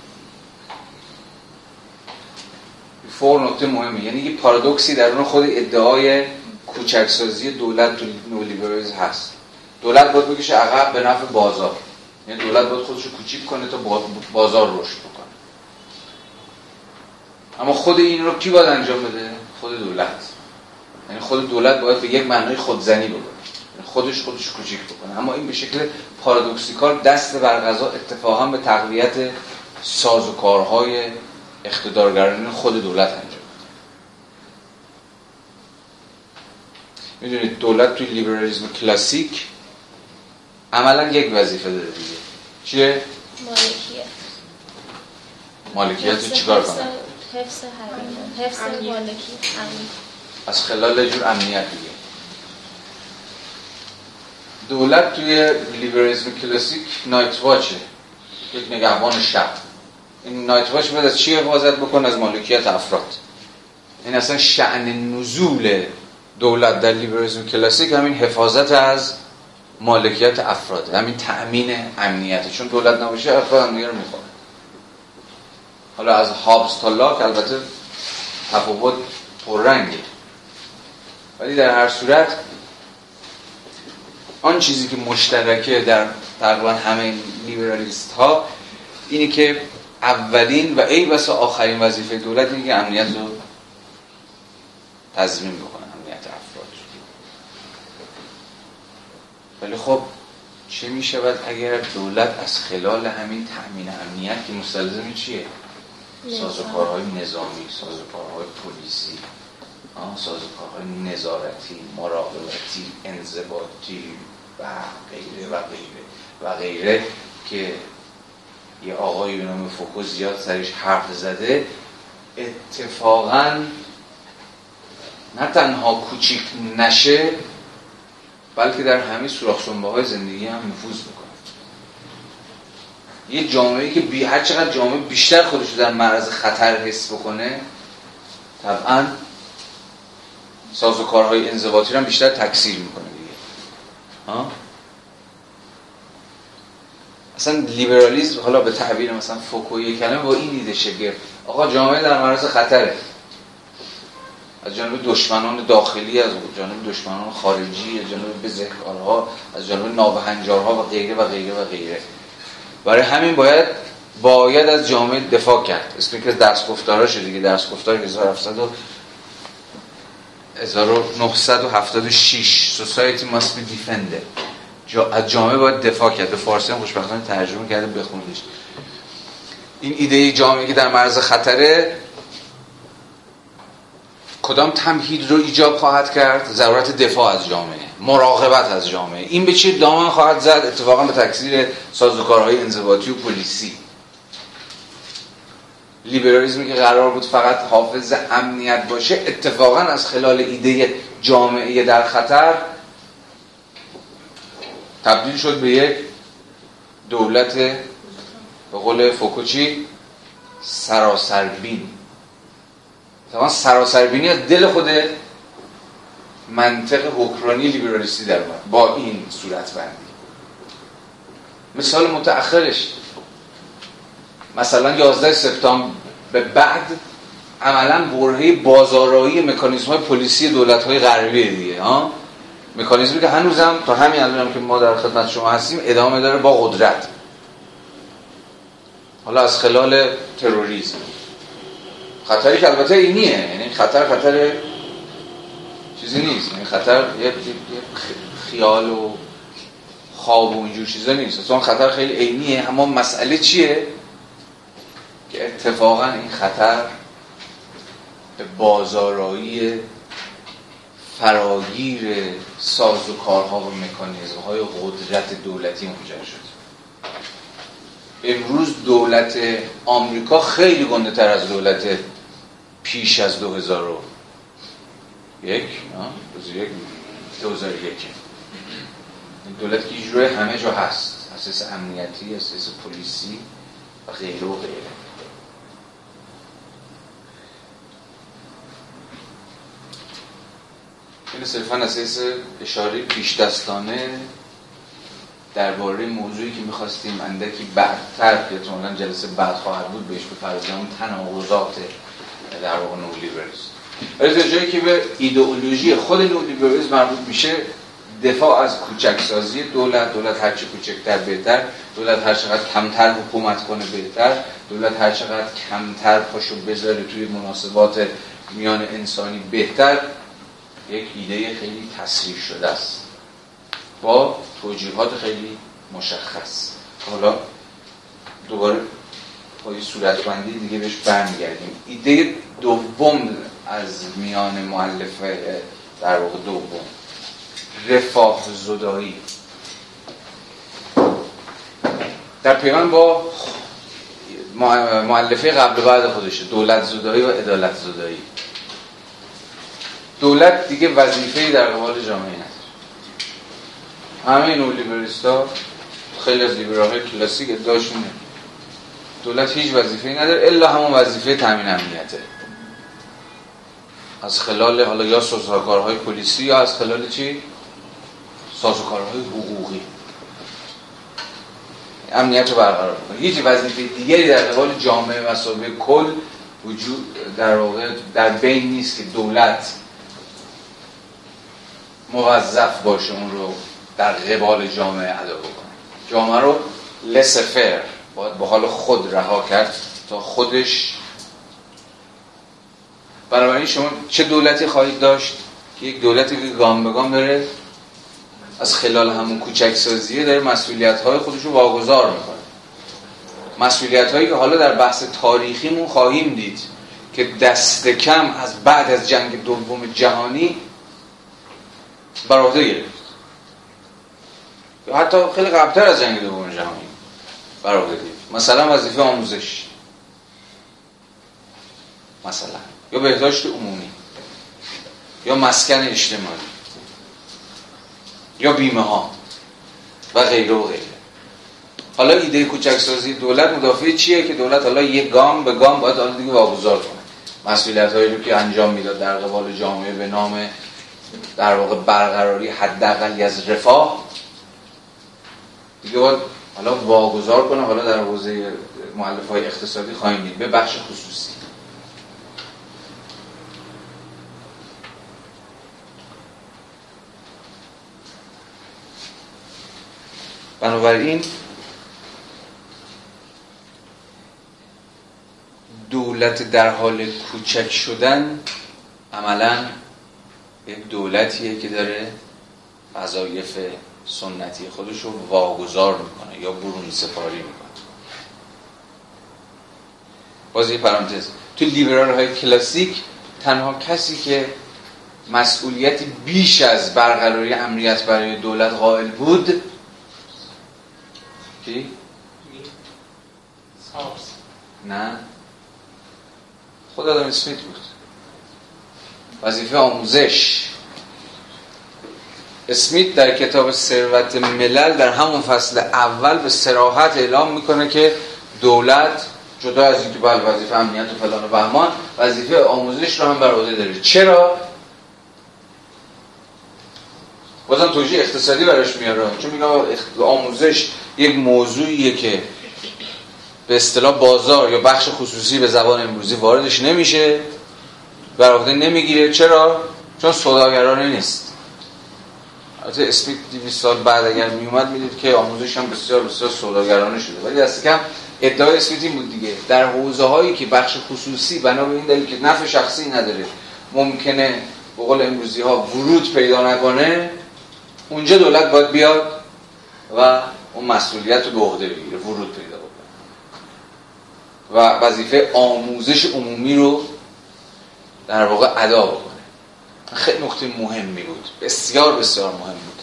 فور نکته مهمه. یعنی یه پارادوکسی در اون خود ادعای کوچکسازی دولت تو نولیبرالیسم هست. دولت باید بکشه عقب به نفع بازار. یعنی دولت باید خودش رو کوچیک کنه تا بازار رشد بکنه. اما خود این رو کی باید انجام بده؟ خود دولت. یعنی خود دولت باید به یک معنای خودزنی بکنه. یعنی خودش کوچیک بکنه. اما این به شکل پارادوکسیکال دست بر قضا اتفاقا به تقویت سازوکارهای اقتدارگرایانه خود دولت انجام میده. میدونید دولت توی لیبرالیسم کلاسیک عملا یک وظیفه داره دیگه. چیه؟ مالکیت رو چیکار کنه؟ حفظ مالکیت، امنیت. از خلال یه جور امنیت دیگه. دولت توی لیبرالیسم کلاسیک نایت واچه، یک نگهبان شب. این نایت واچ باید از چی حفاظت بکنه؟ از مالکیت افراد. این اصلا شأن نزول دولت در لیبرالیسم کلاسیک همین حفاظت از مالکیت افراد، همین تأمین امنیت. چون دولت نباشه افراد هم دیگه رو میخوره. حالا از هابز تا لاک البته تفاوت پررنگه، ولی در هر صورت آن چیزی که مشترکه در تقریبا همه لیبرالیست ها اینه که اولین و ای بسا آخرین وظیفه دولت اینه که امنیت رو تضمین بکنه، امنیت افراد. ولی خب چه می شود اگر دولت از خلال همین تأمین امنیت که مستلزم چیه؟ سازوکارهای نظامی، سازوکارهای پلیسی، سازوکارهای نظارتی، مراقبتی، انضباطی و غیره و غیره و غیره که یه آقایی به نام فوکو زیاد سرش حرف زده، اتفاقاً نه تنها کوچیک نشه بلکه در همه سوراخ سنبه‌های زندگی هم نفوذ بکنه. یه جامعه‌ای که هر چقدر جامعه بیشتر خودش رو در معرض خطر حس بکنه، طبعاً سازوکارهای انضباطی رو هم بیشتر تکثیر میکنه دیگه. اصلا لیبرالیسم حالا به تعبیر مثلا فوکویی کلمه با این دیده شگفت، آقا جامعه در معرض خطره از جانب دشمنان داخلی، از جانب دشمنان خارجی، از جانب بزهکارها، از جانب نابهنجارها و غیره و غیره و غیره. برای همین باید از جامعه دفاع کرد. اسمی که درس گفتاراشه دیگه، درس گفتار 1976 Society must be defended. از جامعه باید دفاع کرد. به فارسی هم خوشبختانه ترجمه کرده، بخونیدش. این ایده جامعه که در معرض خطره کدام تمهید رو ایجاب خواهد کرد؟ ضرورت دفاع از جامعه، مراقبت از جامعه. این به چی دامن خواهد زد؟ اتفاقا به تکثیر سازوکارهای انضباطی و پلیسی. لیبرالیسمی که قرار بود فقط حافظ امنیت باشه، اتفاقا از خلال ایده جامعه در خطر تبدیل شد به یک دولت به قول فوکوچی سراسربین. طبعا سراسربینی از دل خود منطق حکمرانی لیبرالیستی در اومد با این صورت بندی. مثال متأخرش مثلا 11 سپتامبر به بعد عملا برهه بازارایی مکانیزم‌های پلیسی دولت‌های غربی دیگه ها، مکانیزمی که هنوزم تا همین الانم که ما در خدمت شما هستیم ادامه داره با قدرت، حالا از خلال تروریسم. خطری که البته اینیه، یعنی خطر چیزی نیست، یعنی خطر یه خیال و خواب و اینجور چیزا نیست، اصلا خطر خیلی عینیه. اما مسئله چیه؟ که اتفاقا این خطر به بازارایی فراگیر سازوکارها و مکانیزم‌های قدرت دولتی منجر شد. امروز دولت آمریکا خیلی گنده تر از دولت پیش از 2001 دولت که جوری همه جا هست، اساس امنیتی، اساس پلیسی و غیره و غیره. این صرفاً اساس اشاره پیش دستانه درباره موضوعی که می‌خواستیم اندکی بعدتر که احتمالاً جلسه بعد خواهد بود بهش بپردازیم، اون تناقضات در واقع نولیبرالیسم. ولی تا جایی که به ایدئولوژی خود نولیبرالیسم مربوط میشه، دفاع از کوچکسازی دولت هرچی کوچکتر بهتر، دولت هر چقدر کمتر حکومت کنه بهتر، دولت هر چقدر کمتر پاشو بذاره توی مناسبات میان انسانی بهتر، یک ایده خیلی تصریح شده است با توجیهات خیلی مشخص. حالا دوباره با یه صورتبندی دیگه بهش برمیگردیم. ایده دوم از میان مؤلفه در واقع دوم، رفاه زدایی، در پیوند با مؤلفه قبل بعد خودشه، دولت زدایی و عدالت زدایی. دولت دیگه وظیفه‌ای در قبال جامعه نداره. همه نولیبرالیست‌ها، خیلی از لیبرال‌های کلاسیک ادعاشونه دولت هیچ وظیفه‌ای نداره الا همون وظیفه تامین امنیته، از خلال حالا یا سازوکارهای پلیسی یا از خلال چی؟ سازوکارهای حقوقی امنیت رو برقرار کنه. هیچ وظیفه دیگری در قبال جامعه مسابقه کل وجود در واقع در بین نیست که دولت موظف باشه اون رو در قبال جامعه ادا بکنه. جامعه رو لسفر باید به حال خود رها کرد تا خودش. بنابراین شما چه دولتی خواهید داشت که یک دولتی که گام به گام داره از خلال همون کوچکسازیه داره مسئولیت‌های خودش رو واگذار میکنه، مسئولیت‌هایی که حالا در بحث تاریخیمون خواهیم دید که دست کم از بعد از جنگ دوم جهانی بر عهده گرفت، حتی خیلی قبل‌تر از جنگ دوم جهانی بر عهده گرفت. مثلا وظیفه آموزش، مثلا یا بهداشت عمومی یا مسکن اجتماعی یا بیمه ها و غیره و غیره. حالا ایده کوچکسازی دولت مدافع چیه؟ که دولت حالا یک گام به گام باید حالا دیگه واگذار کنه مسئولیت‌هایی رو که انجام میداد در قبال جامعه به نام در واقع برقراری حداقلی از رفاه، دیگه باید حالا واگذار کنه. حالا در حوزه مؤلفه‌های اقتصادی خواهیم دید به بخش خصوصی. بنابراین دولت در حال کوچک شدن عملاً یک دولتیه که داره وظایف سنتی خودش رو واگذار میکنه یا برون سپاری میکنه. باز یه پرانتز، تو لیبرال های کلاسیک تنها کسی که مسئولیتی بیش از برقراری امنیت برای دولت قائل بود کی؟ نه، خود آدم اسمیت بود. وظیفه آموزش. اسمیت در کتاب ثروت ملل در همون فصل اول به صراحت اعلام میکنه که دولت جدا از اینکه بله وظیفه امنیت و فلان و بهمان، وظیفه آموزش رو هم بر عهده داره. چرا؟ بازم توجیه اقتصادی براش میاره، چون میگه آموزش یک موضوعیه که به اصطلاح بازار یا بخش خصوصی به زبان امروزی واردش نمیشه، بر عهده نمیگیره. چرا؟ چون سوداگرانه نیست. البته اسمیت 200 سال بعد اگر میومد میدید که آموزش هم بسیار بسیار سوداگرانه شده، ولی دست کم ادعای اسمیت این بود دیگه، در حوزه هایی که بخش خصوصی بنا به این دلیل که نفع شخصی نداره ممکنه به قول امروزی ها ورود پیدا نکنه، اونجا دولت باید بیاد و اون مسئولیت رو به عهده بگیره، ورود پیدا بکنه و وظیفه آموزش عمومی رو در واقع ادا بکنه. خیلی نکته مهمی بود، بسیار بسیار مهم بود.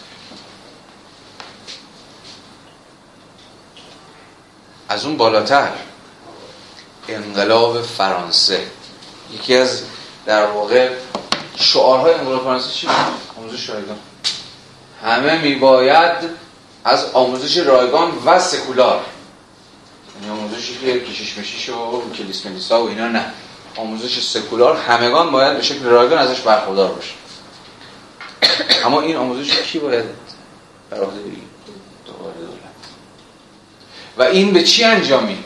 از اون بالاتر انقلاب فرانسه، یکی از در واقع شعارهای انقلاب فرانسه چی بود؟ آموزش رایگان. همه میباید از آموزش رایگان و سکولار، یعنی آموزشی که کشیش مشیش و کلیس ملیسا و اینا، نه، آموزش سکولار همگان باید به شکل رایگان ازش برخوردار باشه. اما این آموزش کی باید بر عهده بگیره؟ دولت. و این به چی انجامید؟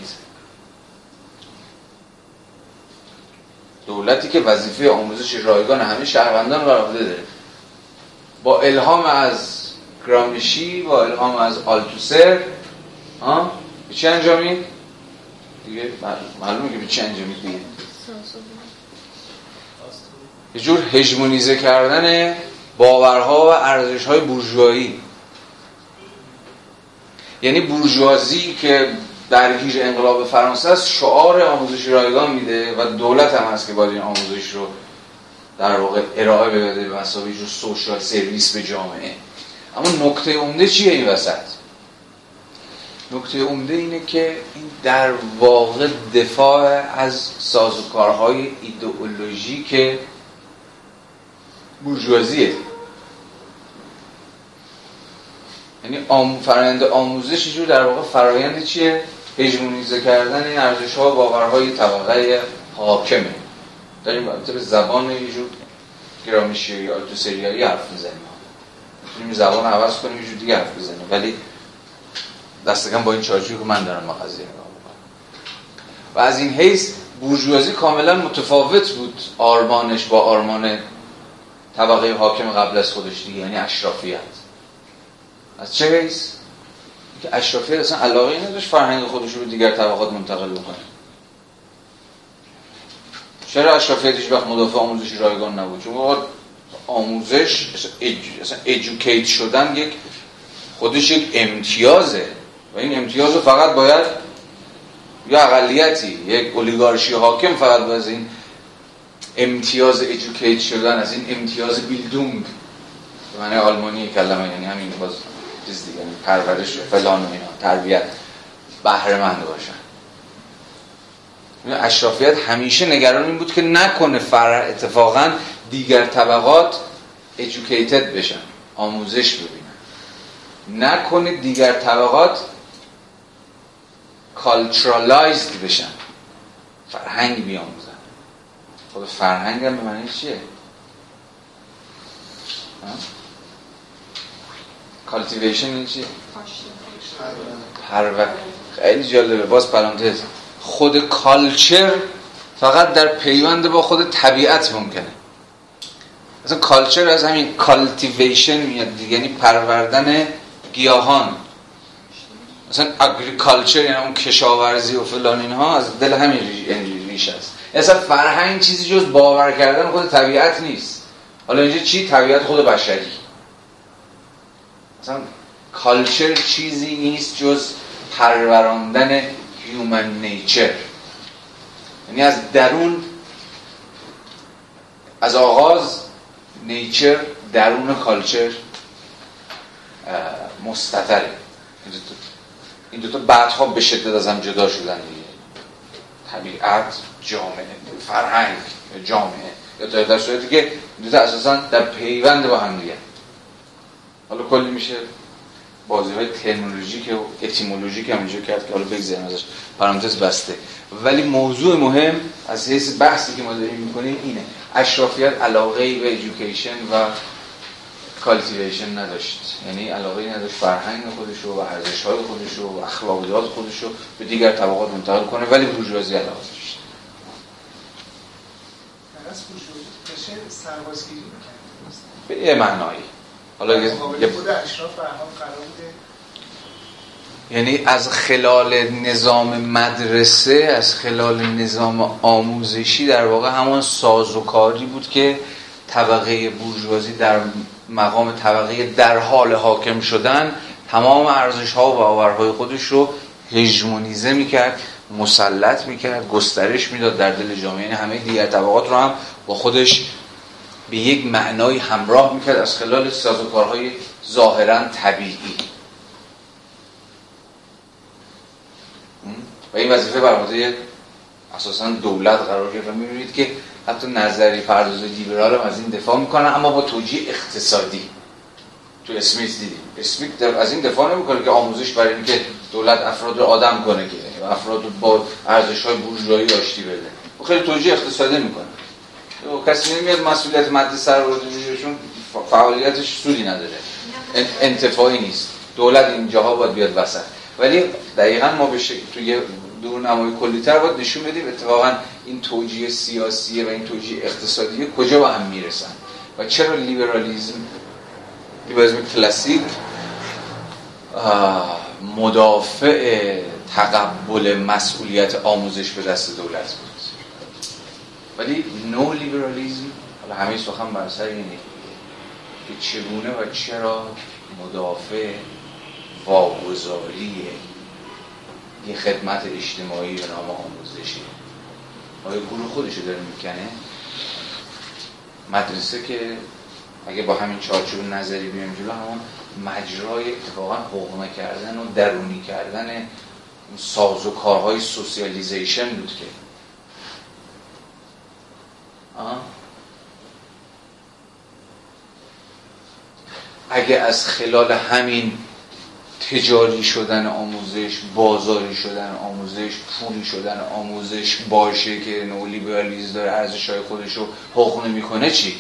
دولتی که وظیفه آموزش رایگان همه شهروندان بر عهده داره، با الهام از گرامشی، با الهام از آلتوسر، به چی انجامید؟ دیگه معلومه که به چی انجامید دیگه. یه جور هژمونیزه کردن باورها و ارزش‌های بورژوایی. یعنی بورژوازی که درگیر انقلاب فرانسه است شعار آموزش رایگان میده و دولت هم هست که باید این آموزش رو در واقع ارائه بده به مثابه جور سوشال سرویس به جامعه. اما نکته عمده چیه این وسط؟ نکته عمده اینه که این در واقع دفاع از سازوکارهای ایدئولوژیک بورژوازیه. یعنی فرآیند آموزش یه جور در واقع فرآیند چیه؟ هژمونیزه کردن این ارزش‌ها و باورهای طبقه حاکمه. داریم به زبان یه جور گرامشی یا آلتوسریایی حرف میزنیم. میتونیم زبان عوض کنیم یه جور دیگه حرف بزنیم، ولی دست کم با این چارچوبی که من دارم به قضیه نگاه می‌کنم. و از این حیث بورژوازی کاملا متفاوت بود آرمانش با آرمان طبقه حاکم قبل از خودش دیگه، یعنی اشرافیت. از چه حیث؟ که اشرافیت اصلا علاقه نداشت فرهنگ خودش رو به دیگر طبقات منتقل بکنه. چرا اشرافیت هیچ وقت مدافع آموزش رایگان نبود؟ چون آموزش اصلا ایژوکیت شدن خودش یک امتیازه و این امتیاز رو فقط باید یا اقلیتی، یک اولیگارشی حاکم فقط باید از این امتیاز ایژوکیت شدن، از این امتیاز بیلدونگ به معنی آلمانی کلمه، یعنی همین باز چیز دیگه، پرورش و فلان و اینا، تربیت، بهره مند باشن. اشرافیت همیشه نگران این بود که نکنه اتفاقا دیگر طبقات ایژوکیتد بشن، آموزش ببینن، نکنه دیگر طبقات کالچرالایزد بشن، فرهنگ بیاموزن. خود فرهنگ هم به معنی چیه؟ کالتیویشن این چیه؟ خیلی جالبه. باز پرانتز، خود کالچر فقط در پیوند با خود طبیعت ممکنه. مثلا کالچر از همین کالتیویشن میاد دیگه، یعنی پروردن گیاهان. مثلا اگریکالچر یعنی اون کشاورزی و فلان اینها از دل همین ریشه است. اصلا فرهنگ چیزی جز باور کردن خود طبیعت نیست. حالا اینجا چی؟ طبیعت خود بشری. مثلا کالچر چیزی نیست جز پروراندن هیومن نیچر، یعنی از درون، از آغاز نیچر درون کالچر مستتره. این دوتا بعدها به شدت از هم جدا شدن دیگه. طبیعت، جامعه، فرهنگ، جامعه، یا تا در صورتی که دوتا اساسا در پیوند با هم دیگه. حالا کلی میشه بازی‌های ترمینولوژیک و اتیمولوژیک هم اینجا کرد که حالا بگذاریم ازش، پرانتز بسته. ولی موضوع مهم از حیث بحثی که ما داریم میکنیم اینه: اشرافیت علاقه‌ای به ایژوکیشن و کالتیویشن نداشت، یعنی علاقه نداشت فرهنگ خودش و ارزش‌های خودش و اخلاقیات خودش رو به دیگر طبقات منتقل کنه، ولی بورژوازی علاقه داشت. از بورژوازی بشه سربازگیری می‌کرد به یه معنایی. حالا یه خود اشراف فرهنگ قرار بوده، یعنی از خلال نظام مدرسه، از خلال نظام آموزشی در واقع همان سازوکاری بود که طبقه بورژوازی در مقام طبقه در حال حاکم شدن تمام ارزش‌ها و باورهای خودش رو هژمونیزه می‌کرد، مسلط می‌کرد، گسترش میداد در دل جامعه، یعنی همه دیگر طبقات رو هم با خودش به یک معنای همراه می‌کرد از خلال سازوکارهای ظاهراً طبیعی. و این وظیفه بر عهده اساساً دولت قرار گرفت و می‌بینید که حتی نظری پردازه لیبرال هم از این دفاع میکنن، اما با توجیه اقتصادی. تو اسمیت دیدیم، اسمیت از این دفاع نمیکنه که آموزش برای اینکه دولت افراد رو آدم کنه که افراد رو با ارزش‌های بورژوایی آشتی بده، و خیلی توجیه اقتصادی میکنه. کسی نمیاد مسئولیت مدرسه رو بده چون فعالیتش سودی نداره، انتفاعی نیست. دولت اینجاها باید بیاد وسط. ولی دقیقاً ما به توی دورنمای کلی‌تر باید نشون بدیم اتفاقاً این توجیه سیاسیه و این توجیه اقتصادیه کجا با هم میرسن و چرا لیبرالیسم کلاسیک مدافع تقبل مسئولیت آموزش به دست دولت بود، ولی نو لیبرالیسم، حالا همه سخن بر سر اینه که چگونه و چرا مدافع واگذاری یه خدمت اجتماعی به نام آموزشی. آیا گروه خودشو داره میکنه؟ مدرسه که اگه با همین چارچوب نظری بیایم جلو، همون مجرای اتفاقا حقوق کردن و درونی کردن سازوکارهای سوسیالیزیشن بود که اگه از خلال همین تجاری شدن آموزش، بازاری شدن آموزش، پولی شدن آموزش باشه که نئولیبرالیسم داره ارزش‌های خودش رو حقوق نمی‌کنه، چی؟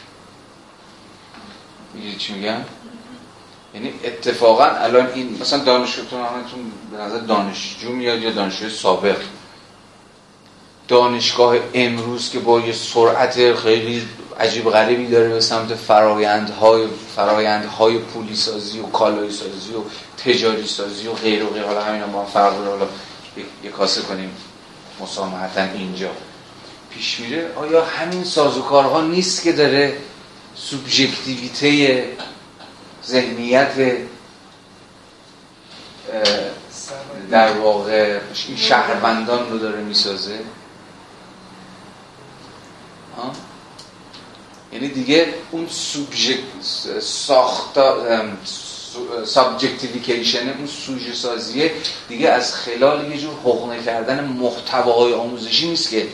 میگید چی میگم؟ یعنی اتفاقا الان این مثلا دانشجوتون همتون به نظر دانشجو میاد یا دانشجوی سابق، دانشگاه امروز که با یه سرعت خیلی عجیب غریبی داره به سمت فرایندهای پولی سازی و کالایی سازی و تجاری سازی و غیر و غیر، حالا همین هم با هم فرق داره، حالا یک کاسه کنیم مسامحتاً اینجا پیش میره. آیا همین سازوکارها نیست که داره سوبژکتیویته ذهنیت در واقع این شهروندان رو داره میسازه؟ یعنی دیگه اون سابجکتیفیکیشن، اون سوژه سازیه دیگه از خلال یه جور حقنه کردن محتواهای آموزشی نیست که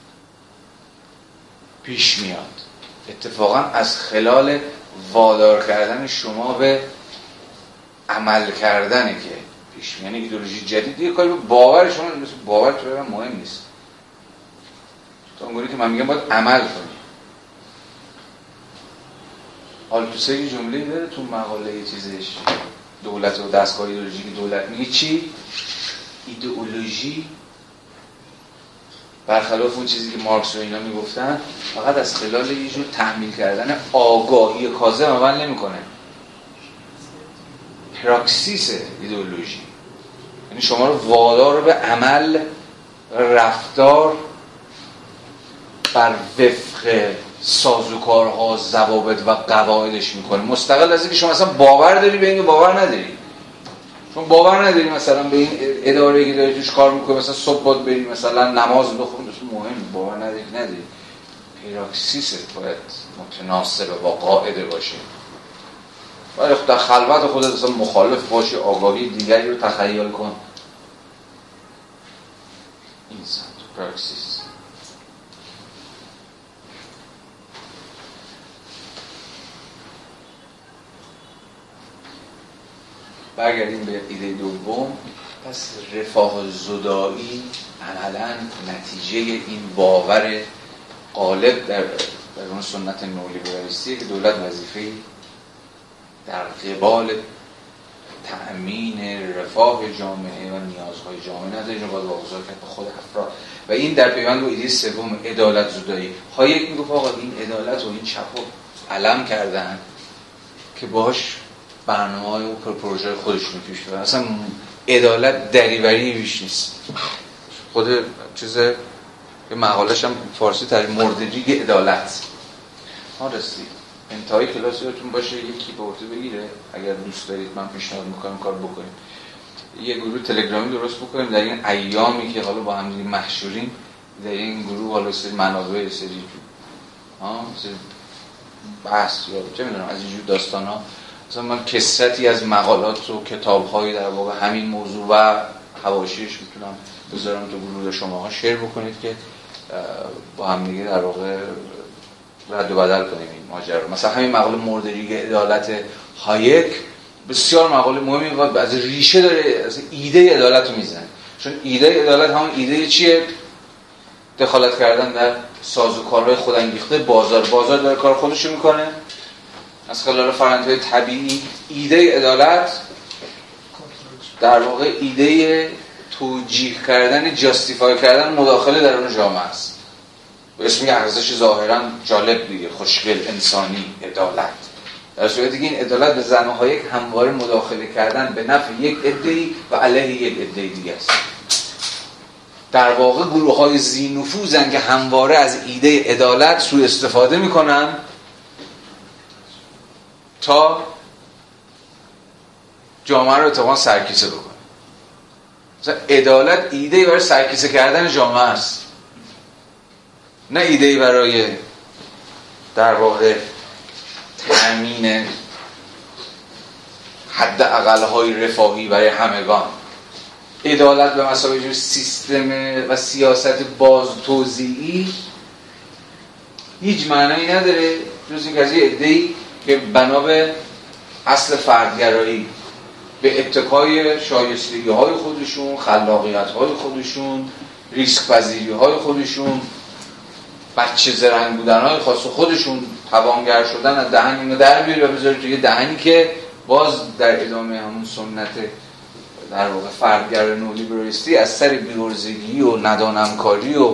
پیش میاد، اتفاقا از خلال وادار کردن شما به عمل کردنه که پیش میاد. یعنی ایدئولوژی جدید دیگه کاری به باور شما نیست، باور تو برام مهم نیست، تا اونگونه که من میگم باید عمل کنی. آلتوسر یه جمله‌ای داره تو مقاله یه چیزش، دولت و دستگاه ایدئولوژی که دولت میگه چی؟ ایدئولوژی برخلاف اون چیزی که مارکس و اینا میگفتن فقط از خلال یه جور تحمیل کردن آگاهی کاذب عمل نمیکنه، پراکسیس ایدئولوژی، یعنی شما رو وادار به عمل و رفتار بر وفق سازوکارها، ضوابط و قواعدش میکنه، مستقل از اینکه شما اصلا باور داری به اینکه باور نداری. چون باور نداری مثلا به این اداره‌ای که داری توش کار میکنه، مثلا صبح باید بری مثلا نماز بخونی، مهم باور نداری. پراکسیست باید متناسب با قاعده باشه. ولی در خلوت خودت اصلا مخالف باشی، آگاهی دیگری رو تخیل کن. این سمت پراکسیس. برگردیم به ایده دوم. پس رفاه زدایی عملاً نتیجه این باور غالب در اون سنت نئولیبرالیستی که دولت وظیفه در قبال تأمین رفاه جامعه و نیازهای جامعه نداره، اینو باید واگذار کرد به خود افراد. و این در پیوند با ایده سوم عدالت زدایی. هایک میگفت آقا این عدالت و این چپ رو علم کردن که باهاش برنامه‌های و پروژه خودشون پیش ببرن. اصلا عدالت دریوری بیش نیست. خود چیز یه مقاله‌ش هم فارسی ترجمه مردریگ عدالت. ها رسید. انتهای کلاس یادتون باشه یکی به عهده بگیره، اگر دوست دارید من پیشنهاد می‌کنم کار بکنیم. یه گروه تلگرامی درست بکنیم در این ایامی که حالا با هم دیگه محشوریم، در این گروه حالا سری منابع سری بحث یا چه می‌دونم از اینجور داستانا، مثلا من کثرتی از مقالات و کتاب‌های در واقع همین موضوع و حواشیش میتونم بذارم تو گروه شماها شیر بکنید که با هم دیگه در واقع رد و بدل کنیم این ماجرا. مثلا همین مقاله مردریگ عدالت هایک بسیار مقاله مهمی و از ریشه داره، از ایده عدالت رو میزنه. چون ایده عدالت همون ایده چیه؟ دخالت کردن در سازوکارهای خودانگیخته بازار داره کار خودش رو میکنه از خلال فرآیندهای طبیعی. ایده عدالت در واقع ایده توجیه کردن، جاستیفای کردن مداخله در اون جامعه است. به اسم یه ارزش ظاهرا جالب دیگه، خوشگل، انسانی، عدالت. در صورتی که این عدالت به زنها یک همواره مداخله کردن به نفع یک عده‌ای و علیه یک عده دیگه است. در واقع گروه‌های ذی‌نفوذن که همواره از ایده عدالت سوء استفاده میکنن تا جامعه رو اتفاقا سرکیسه بکنن. مثلا عدالت ایده‌ای برای سرکیسه کردن جامعه است، نه ایده‌ای برای در واقع تامین حد اقل‌های رفاهی برای همگان. عدالت به مثابه سیستم و سیاست باز توزیعی هیچ معنایی نداره جز اینکه از یه عده‌ای که بنا به اصل فردگرایی به اتکای شایستگی‌های خودشون، خلاقیت‌های خودشون، ریسک پذیری‌های خودشون، بچه زرنگ بودن‌های خاص خودشون توانگر شدن از دهن اینو در بیاره و بذاره توی دهنی که باز در ادامه همون سنت در واقع فردگر نولیبرالیستی از سر بی‌عرضگی و ندانمکاری و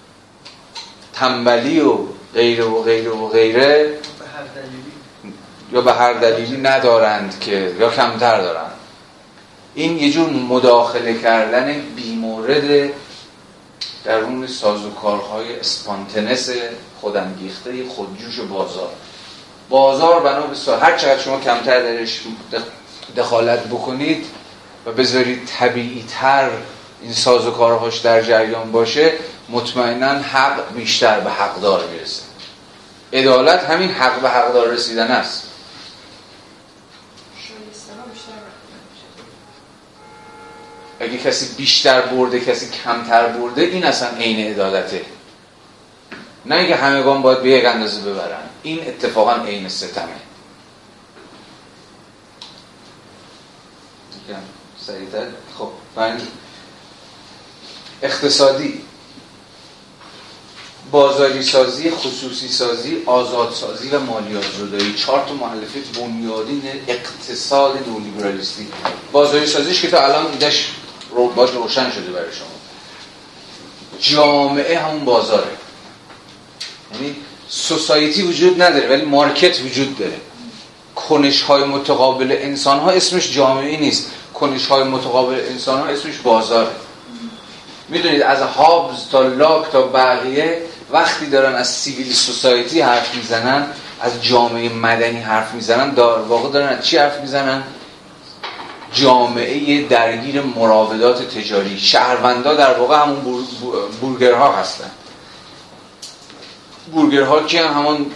تنبلی و غیره و غیره و غیره یا به هر دلیلی ندارند که یا کمتر دارند. این یه جور مداخله کردن بی‌مورد در اون سازوکارهای اسپانتنس خودانگیخته خودجوش بازار بنا به هر چقدر شما کمتر درش دخالت بکنید و بذارید طبیعی تر این سازوکارهاش در جریان باشه، مطمئناً حق بیشتر به حقدار میرسه. عدالت همین حق به حقدار رسیدن است. اگه کسی بیشتر برده کسی کمتر برده، این اصلا عین عدالته. نه اینکه همگان باید به یک اندازه ببرن، این اتفاقا عین ستمه. سریعتر خب اقتصادی، بازاری سازی، خصوصی سازی، آزاد سازی و مالیات زدایی، 4 تا مؤلفه بنیادین اقتصاد نولیبرالیستی. بازاری سازیش که تا الان ایدهش باید روشن شده برای شما. جامعه همون بازاره، یعنی سوسایتی وجود نداره ولی مارکت وجود داره. کنش‌های متقابل انسان‌ها اسمش جامعه نیست، کنش‌های متقابل انسان‌ها اسمش بازاره. میدونید از هابز تا لاک تا بقیه وقتی دارن از سیویل سوسایتی حرف میزنن، از جامعه مدنی حرف میزنن، در واقع دارن از چی حرف میزنن؟ جامعه درگیر مراودات تجاری. شهروندا در واقع همون بورگرها هستن. بورگرها که همون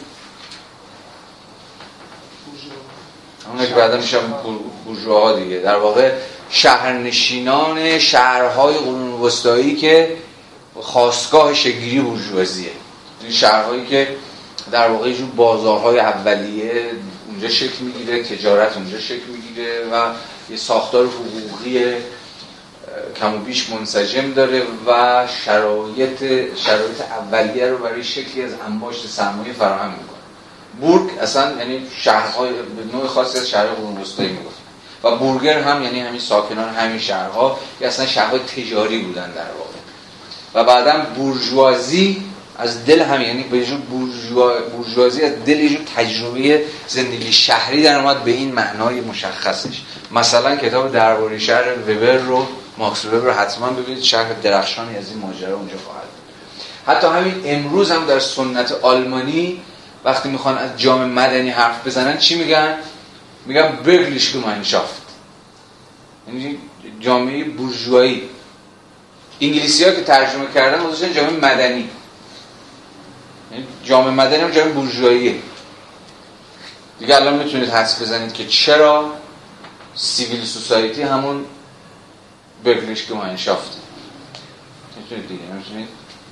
که بعدا میشن بورژواها دیگه، در واقع شهرنشینان شهرهای قرون وسطایی که خاستگاه شکل‌گیری بورژوازیه. این شهرهایی که در واقع یه جور بازارهای اولیه اونجا شکل میگیره، تجارت اونجا شکل میگیره و یه ساختار حقوقی کم و بیش منسجم داره و شرایط اولیه رو برای شکلی از انباشت سرمایه فراهم میکنه. بورگ اصلا یعنی شهرهای به نوع خاصی از شهرهای قرون وسطایی میگفت و بورگر هم یعنی همین ساکنان همین شهرها که اصلا شهرهای تجاری بودن در واقع. و بعداً بورژوازی از دل هم یعنی به جور بورژوازی از دل یه جور تجربه زندگی شهری در اومد به این معنای مشخصش. مثلا کتاب درباره شهر وبر رو ماکس وبر رو حتما ببینید، شرح درخشانی از این ماجرا اونجا خواهد. حتی همین امروز هم در سنت آلمانی وقتی میخوان از جامعه مدنی حرف بزنن چی میگن؟ میگن برگلیش گماینشافت، یعنی جامعه بورژوایی. انگلیسی‌ها که ترجمه کردن گذاشتن جامعه مدنی، یعنی جامعه مدنی هم جامعه بورژواییه دیگه. الان میتونید حدس بزنید که چرا سیویل سوسایتی همون برگلیش گماینشافت. میتونید دیگه نمیتونید.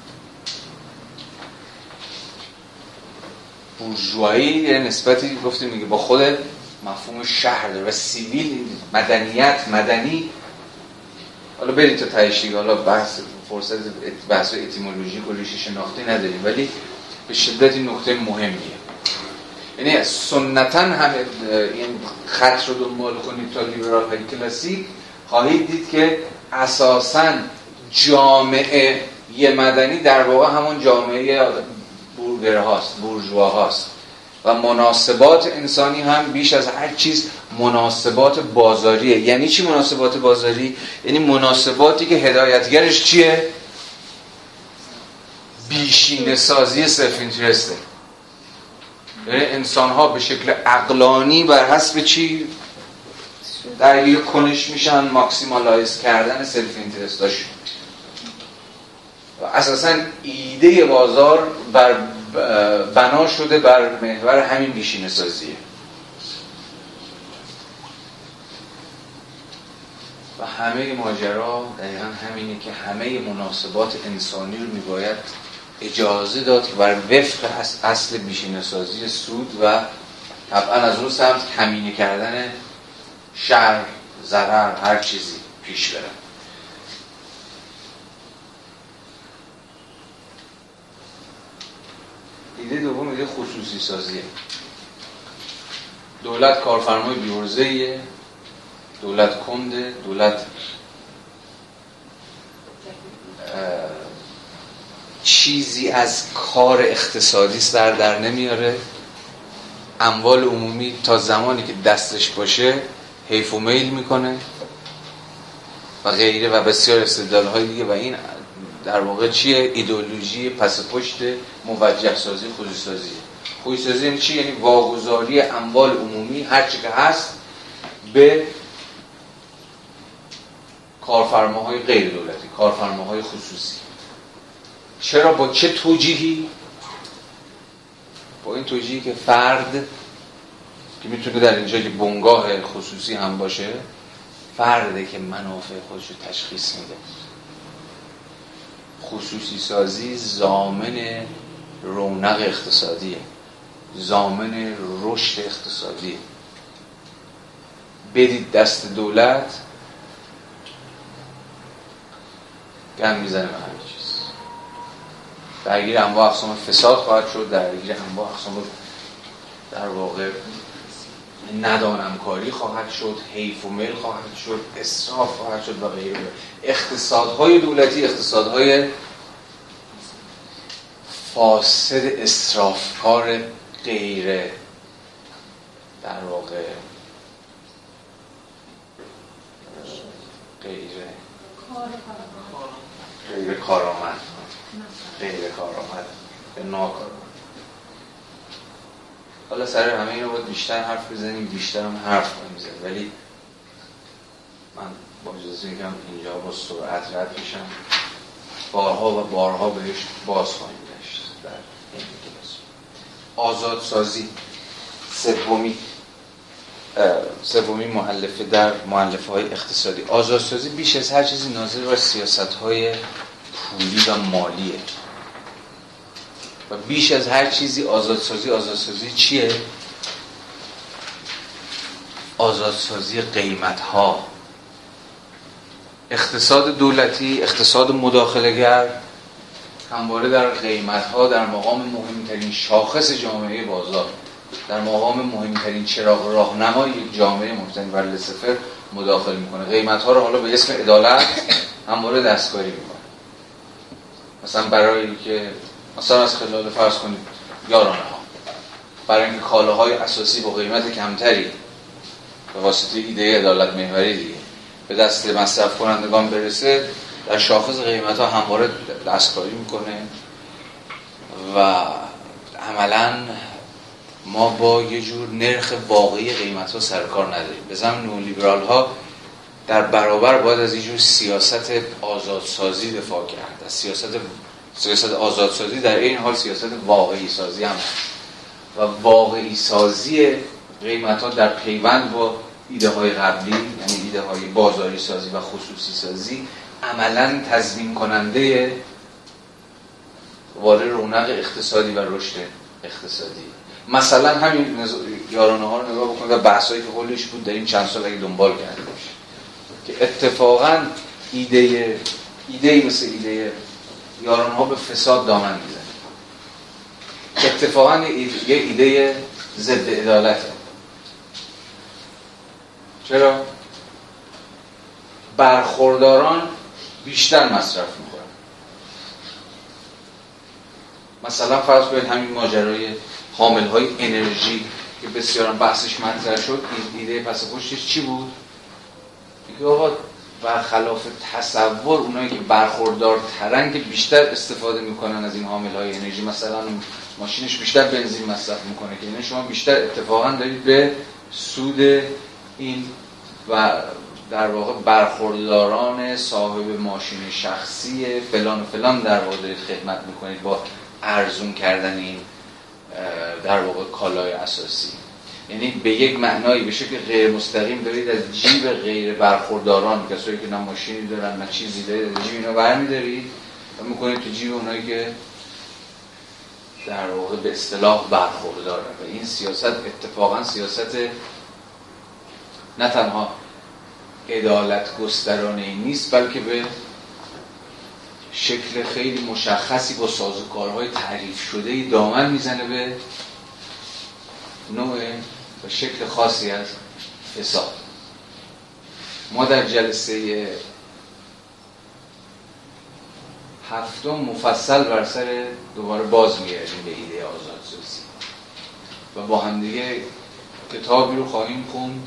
بورژوایی یه نسبتی گفتیم میگه با خود مفهوم شهر داره و سیویل مدنیت مدنی. حالا برید تا تهش دیگه، حالا فرصت بحث اتیمولوژیک و ریشه شناختی نداریم، ولی به شدت این نکته مهمیه. یعنی سنتاً هم این خط رو دنبال کنید تا لیبرال های کلاسیک خواهید دید که اساساً جامعه یه مدنی در واقع همون جامعه بورگر هاست، بورژوا هاست و مناسبات انسانی هم بیش از هر چیز مناسبات بازاریه. یعنی چی مناسبات بازاری؟ یعنی مناسباتی که هدایتگرش چیه؟ بیشینه سازی سلف اینترسته. یعنی انسان ها به شکل عقلانی بر حسب چی؟ در یک کنش میشن ماکسیمالایز کردن سلف اینترستاشون. و اساساً ایده بازار بنا شده بر محور همین بیشینه سازیه. و همه ماجرا دقیقاً همینه که همه مناسبات انسانی رو میباید اجازه داد که بر وفق اصل بیشینه سازی سود و طبعاً از اون سمت کمینه کردن شر، ضرر، هر چیزی پیش بره. ایده دوم ایده خصوصی سازیه. دولت کارفرمای بی‌عرضه‌ایه، دولت کنده، دولت چیزی از کار اقتصادی سر در نمیاره. اموال عمومی تا زمانی که دستش باشه حیف و میل میکنه و غیره و بسیار استدلال‌های دیگه. و این در واقع چیه؟ ایدئولوژی پس پشت موجه سازی خصوصی سازی. خصوصی سازی یعنی چی؟ یعنی واگذاری اموال عمومی هر چی که هست به کارفرماهای غیر دولتی، کارفرماهای خصوصی. چرا؟ با چه توجیهی؟ با این توجیهی که فرد که میتونه در اینجا که بنگاه خصوصی هم باشه، فرده که منافع خودش رو تشخیص میده. خصوصی سازی ضامن رونق اقتصادیه، ضامن رشد اقتصادیه. بدید دست دولت گم میزنه به همه چیز. درگیر انواع اقسام فساد خواهد شد، درگیر انواع اقسام در واقع ندانمکاری خواهد شد، حیف و میل خواهد شد، اسراف خواهد شد و غیره. اقتصادهای دولتی اقتصادهای فاسد، اسرافکار، غیره در واقع غیر کارآمد، غیر کارآمد به ناکارآمد. حالا سر همه اینو باید بیشتر حرف بزنیم، بیشتر هم حرف کنیم زد، ولی من با اجازه میگم اینجا با سرعت رد میشم. بارها و بارها بهش باز خواهیم گشت در این کلاس. آزادسازی سومی مؤلفه در مؤلفه‌های اقتصادی. آزادسازی بیش از هر چیزی ناظر بر سیاست‌های پولی و مالیه و بیش از هر چیزی آزادسازی چیه؟ آزادسازی قیمت‌ها. اقتصاد دولتی، اقتصاد مداخله‌گر همواره در قیمت‌ها در مقام مهمترین شاخص جامعه بازار. در مقام مهمترین چراغ راهنمای یک جامعه مبتنی بر لسفر مداخله میکنه. قیمت‌ها رو حالا به اسم عدالت همواره دستکاری میکنه. مثلا برای که مثلا از خلال فرض کنید یارانه ها، برای اینکه کالاهای اساسی با قیمت کمتری به واسطه ایده عدالت محوری دیگه به دست مصرف کنندگان برسه، در شاخص قیمت‌ها همواره دستکاری میکنه و عملاً ما با یه جور نرخ واقعی قیمت‌ها سرکار نداریم. به زعم نئولیبرال‌ها در برابر باید از یه جور سیاست آزادسازی دفاع کرد. از سیاست آزادسازی در این حال سیاست واقعی سازی هم و واقعی سازی قیمت‌ها در پیوند با ایده های قبلی، یعنی ایده های بازاری سازی و خصوصی سازی، عملاً تضمین کننده وارد رونق اقتصادی و رشد اقتصادی. مثلا همین یارانه ها رو نگاه بکنید و بحثایی که قولش بود در این چند سال اگه دنبال کرده باشه که اتفاقاً ایده مثل ایده یارانه ها به فساد دامن میزنه، اتفاقاً یه ایده ضد عدالته. چرا؟ برخورداران بیشتر مصرف میکنن. مثلا فرض کنید همین ماجرای حامل‌های انرژی که بسیار بحثش مطرح شد، ایده پس پشتش چی بود؟ میگه آقا برخلاف تصور اونایی که برخوردارترن که بیشتر استفاده میکنن از این حامل‌های انرژی، مثلا ماشینش بیشتر بنزین مصرف میکنه که یعنی شما بیشتر اتفاقا دارید به سود این و در واقع برخورداران صاحب ماشین شخصی فلان و فلان در واقع دارید خدمت میکنید با ارزون کردن این در واقع کالای اساسی. یعنی به یک معنایی به شکل غیر مستقیم دارید از جیب غیر برخورداران، کسایی که نه ماشینی دارن نه چیزی دارید، از جیب اینا برمی‌دارید و میکنید تو جیب اونایی که در واقع به اصطلاح برخوردارن. و این سیاست اتفاقا سیاست نه تنها عدالت گسترانه نیست، بلکه به شکل خیلی مشخصی با سازوکارهای تعریف شده دامن میزنه به نوع و شکل خاصی از فساد. ما در جلسه هفتم مفصل بر سر دوباره باز میگردیم به ایده آزادسازی و با هم دیگه کتابی رو خواهیم خوند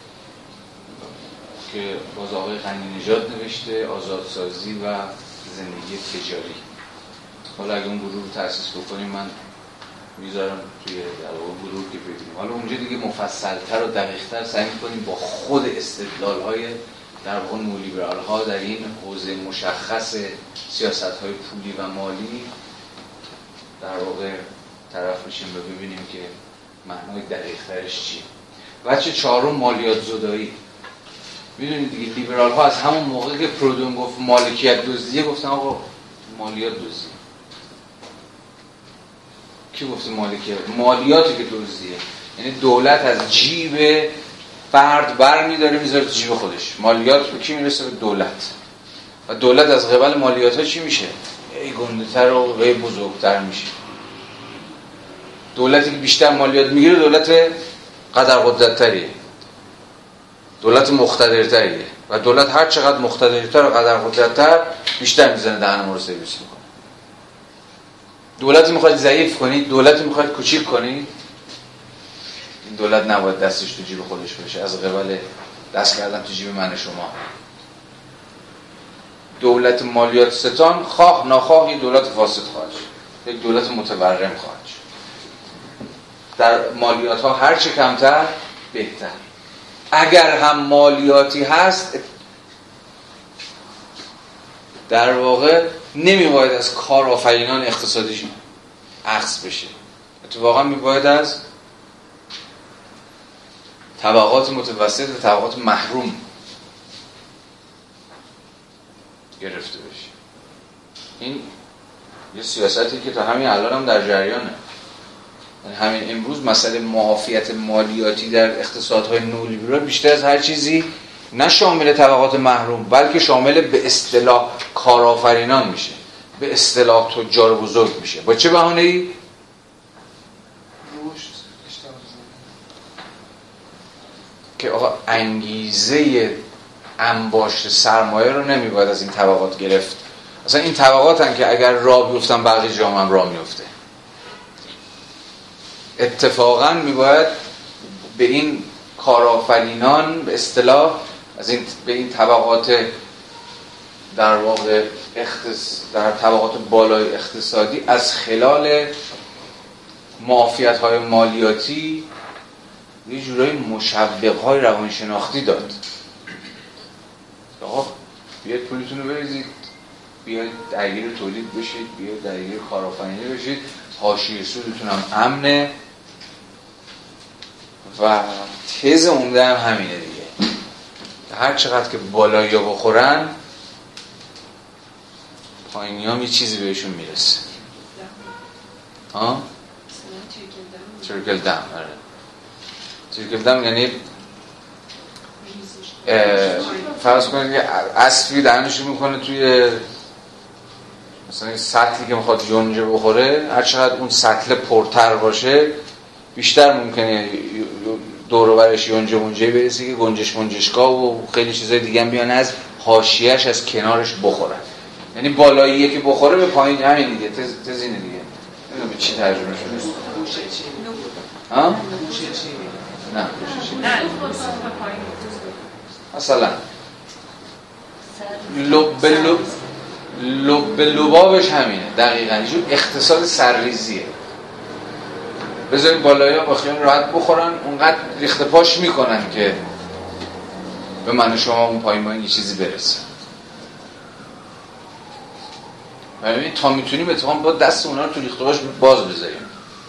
که باز آقای غنی نژاد نوشته، آزادسازی و زندگی تجاری. حالا اگه اون گروه رو تأسیس بکنیم من میذارم توی در واقع گروه که ببینیم. حالا اونجا دیگه مفصل‌تر و دقیق‌تر سعی می‌کنیم با خود استدلال‌های در واقع نئولیبرال‌ها در این حوزه مشخص سیاست‌های پولی و مالی در واقع طرف بشیم و ببینیم که معنای دقیق‌ترش چیه. بچه چهارم مالیات زدایی. میدونید دیگه لیبرال‌ها از همون موقع که پرودون گفت مالکیت دزدیه گفتن آقا مالیات دزدیه. کی گفته مالکیت؟ مالیاتی که دزدیه، یعنی دولت از جیب فرد برمی‌داره میذاره تو جیب خودش. مالیات به کی میرسه؟ به دولت. و دولت از قبل مالیات‌ها چی میشه؟ ای گنده‌تر و ای بزرگتر میشه. دولتی که بیشتر مالیات میگیره دولت قدرقدرت‌تریه، دولت مقتدرتریه و دولت هر چقدر مقتدرتر و قدرقدرتر بیشتر میزنه دهن ما رو سرویس میکنه. دولتی میخواید ضعیف کنید، دولتی میخواید کوچیک کنید، این دولت نباید دستش تو جیب خودش باشه، از قبل دست کردن تو جیب من شما. دولت مالیات ستان خواه ناخواه یک دولت فاسد خواهد شد، یک دولت متورم خواهد شد. در مالیات ها هر چه کمتر بهتر. اگر هم مالیاتی هست در واقع نمیباید از کارآفرینان اقتصادی اخذ بشه، اتفاقا میباید از طبقات متوسط و طبقات محروم گرفته بشه. این یه سیاستی که تا همین الان هم در جریانه. همین امروز مسئله معافیت مالیاتی در اقتصادهای نئولیبرال بیشتر از هر چیزی نه شامل طبقات محروم بلکه شامل به اصطلاح کارآفرینان میشه، به اصطلاح تجار بزرگ میشه. با چه بهانه‌ای؟ رشد، اشتغال که آقا انگیزه انباشت سرمایه رو نمیباید از این طبقات گرفت. اصلا این طبقات هم که اگر راه بیفتن بقیه جامعه هم راه میفته. اتفاقا میباید به این کارآفرینان به اصطلاح به این طبقات در واقع در طبقات بالای اقتصادی از خلال معافیت‌های مالیاتی یه جورایی مشوق‌های روانشناختی داد. آقا بیاید پولتون رو بریزید، بیاید درگیر تولید بشید، بیاید درگیر کارآفرینی بشید، حاشیه سودتون هم امنه و تز عمده هم همینه دیگه. هر چقدر که بالایی ها بخورن پایینی هم یه چیزی بهشون میرسه. تریکل دم. تریکل دم یعنی فرض کنید که اسبی دهنشو میکنه توی مثلا سطلی که میخواد یونجه بخوره، هر چقدر اون سطل پرتر باشه بیشتر ممکنه دور و برش یونجه مونجه برسه که گنجش منجشگاه و خیلی چیزای دیگه هم بیان از حاشیه‌اش از کنارش بخورن. یعنی بالاییه که بخوره به پایین همین دیگه تز اینه دیگه. نمیدونم به چی ترجمه شده. ها؟ نه مثلا لب لبابش همینه دقیقاً. اینجور اقتصاد سرریزیه. بذاریم بالایی ها با خیال راحت بخورن، اونقدر ریخت پاش میکنن که به من و شما اون پایین یه چیزی برسه. ببین تا میتونیم اتفاقا با دست اونا رو تو ریخت پاش باز بذاریم.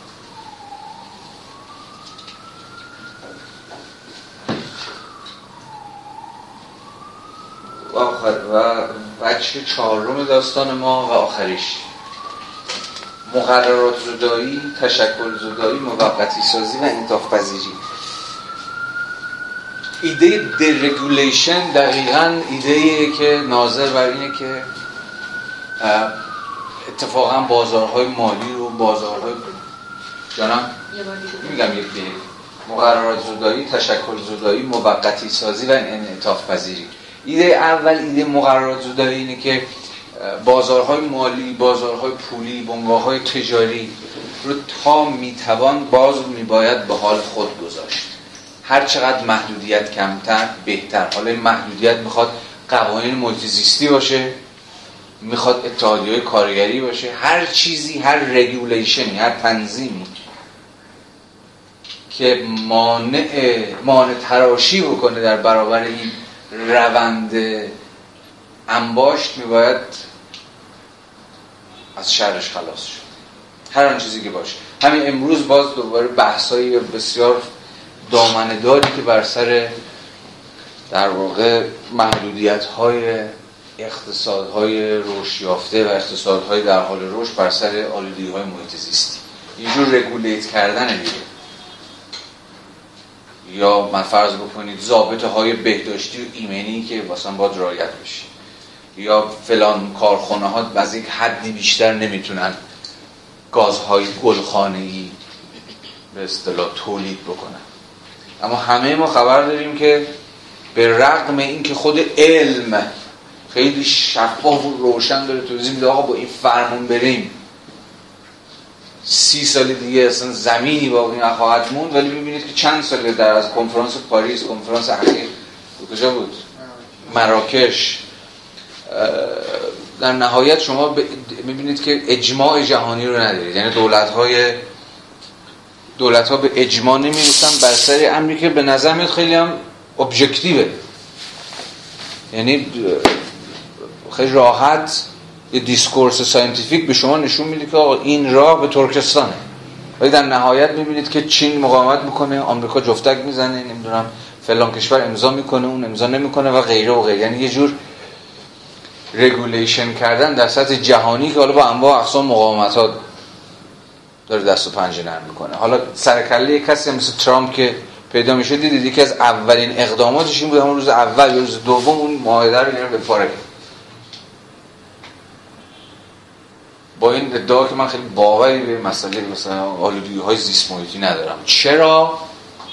و بچه چهارم داستان ما و آخریش مقررات زدایی، تشکل زدایی، موقتی سازی و انعطاف پذیری. ایده دیرگولیشن دقیقاً ایده‌ایه که ناظر بر اینه که اتفاقاً بازارهای مالی رو بازارهای جانم میگم یک دیگه مقررات زدایی، تشکل زدایی، موقتی سازی و انعطاف پذیری. ایده اول ایده مقررات زدایی اینه که بازارهای مالی، بازارهای پولی، بنگاه‌های تجاری رو تا میتوان باز میباید به حال خود گذاشت. هر چقدر محدودیت کمتر بهتر. حالا این محدودیت میخواد قوانین محیط زیستی باشه، میخواد اتحادیه‌های کارگری باشه، هر چیزی، هر رگولیشنی، هر تنظیمی که مانع تراشی بکنه در برابر این روند انباشت میباید از شرش خلاص شد. هر آن چیزی که باشه. همین امروز باز دوباره بحثایی بسیار دامنه‌داری که بر سر در واقع محدودیت‌های اقتصادهای رشد یافته و اقتصادهای در حال رشد بر سر آلودگی‌های محیط زیستی. اینجور رگولیت کردن دیگه. یا من فرض بکنید ضابطه‌های بهداشتی و ایمنی که واسه باید رعایت بشه. یا فلان کارخانه‌ها از یک حدی بیشتر نمیتونن گازهای گلخانه‌ای به اصطلاح تولید بکنن. اما همه ما خبر داریم که به رغم اینکه خود علم خیلی شفاف و روشن داره توضیح میده آقا با این فرمون بریم 30 سال دیگه اصلا زمینی باقی نخواهد موند، ولی میبینید که چند سال در از کنفرانس پاریس، کنفرانس اخیر کجا بود؟ مراکش، در نهایت شما میبینید که اجماع جهانی رو ندارید. یعنی دولت‌ها به اجماع نمیرسن بر سر امری که به نظر میاد خیلی هم ابجکتیوه. یعنی خیلی راحت یه دیسکورس ساینتیفیک به شما نشون میده که این راه به ترکستانه، ولی در نهایت میبینید که چین مقاومت میکنه، آمریکا جفتک میزنه، نمیدونم فلان کشور امضا میکنه، اون امضا نمیکنه و غیره و غیره. یعنی یه جور رگولیشن کردن در سطح جهانی که حالا با انواع اقسام مقاومت‌ها داره دست و پنجه نرم میکنه. حالا سرکله کسی مثل ترامپ که پیدا میشه، دیدید یکی از اولین اقداماتش این بود همون روز اول یا روز دوم اون معاهده رو اینا به پاره. با این ادعا که من خیلی باوری به مسئله مثلا آلودگی‌های زیست محیطی ندارم. چرا؟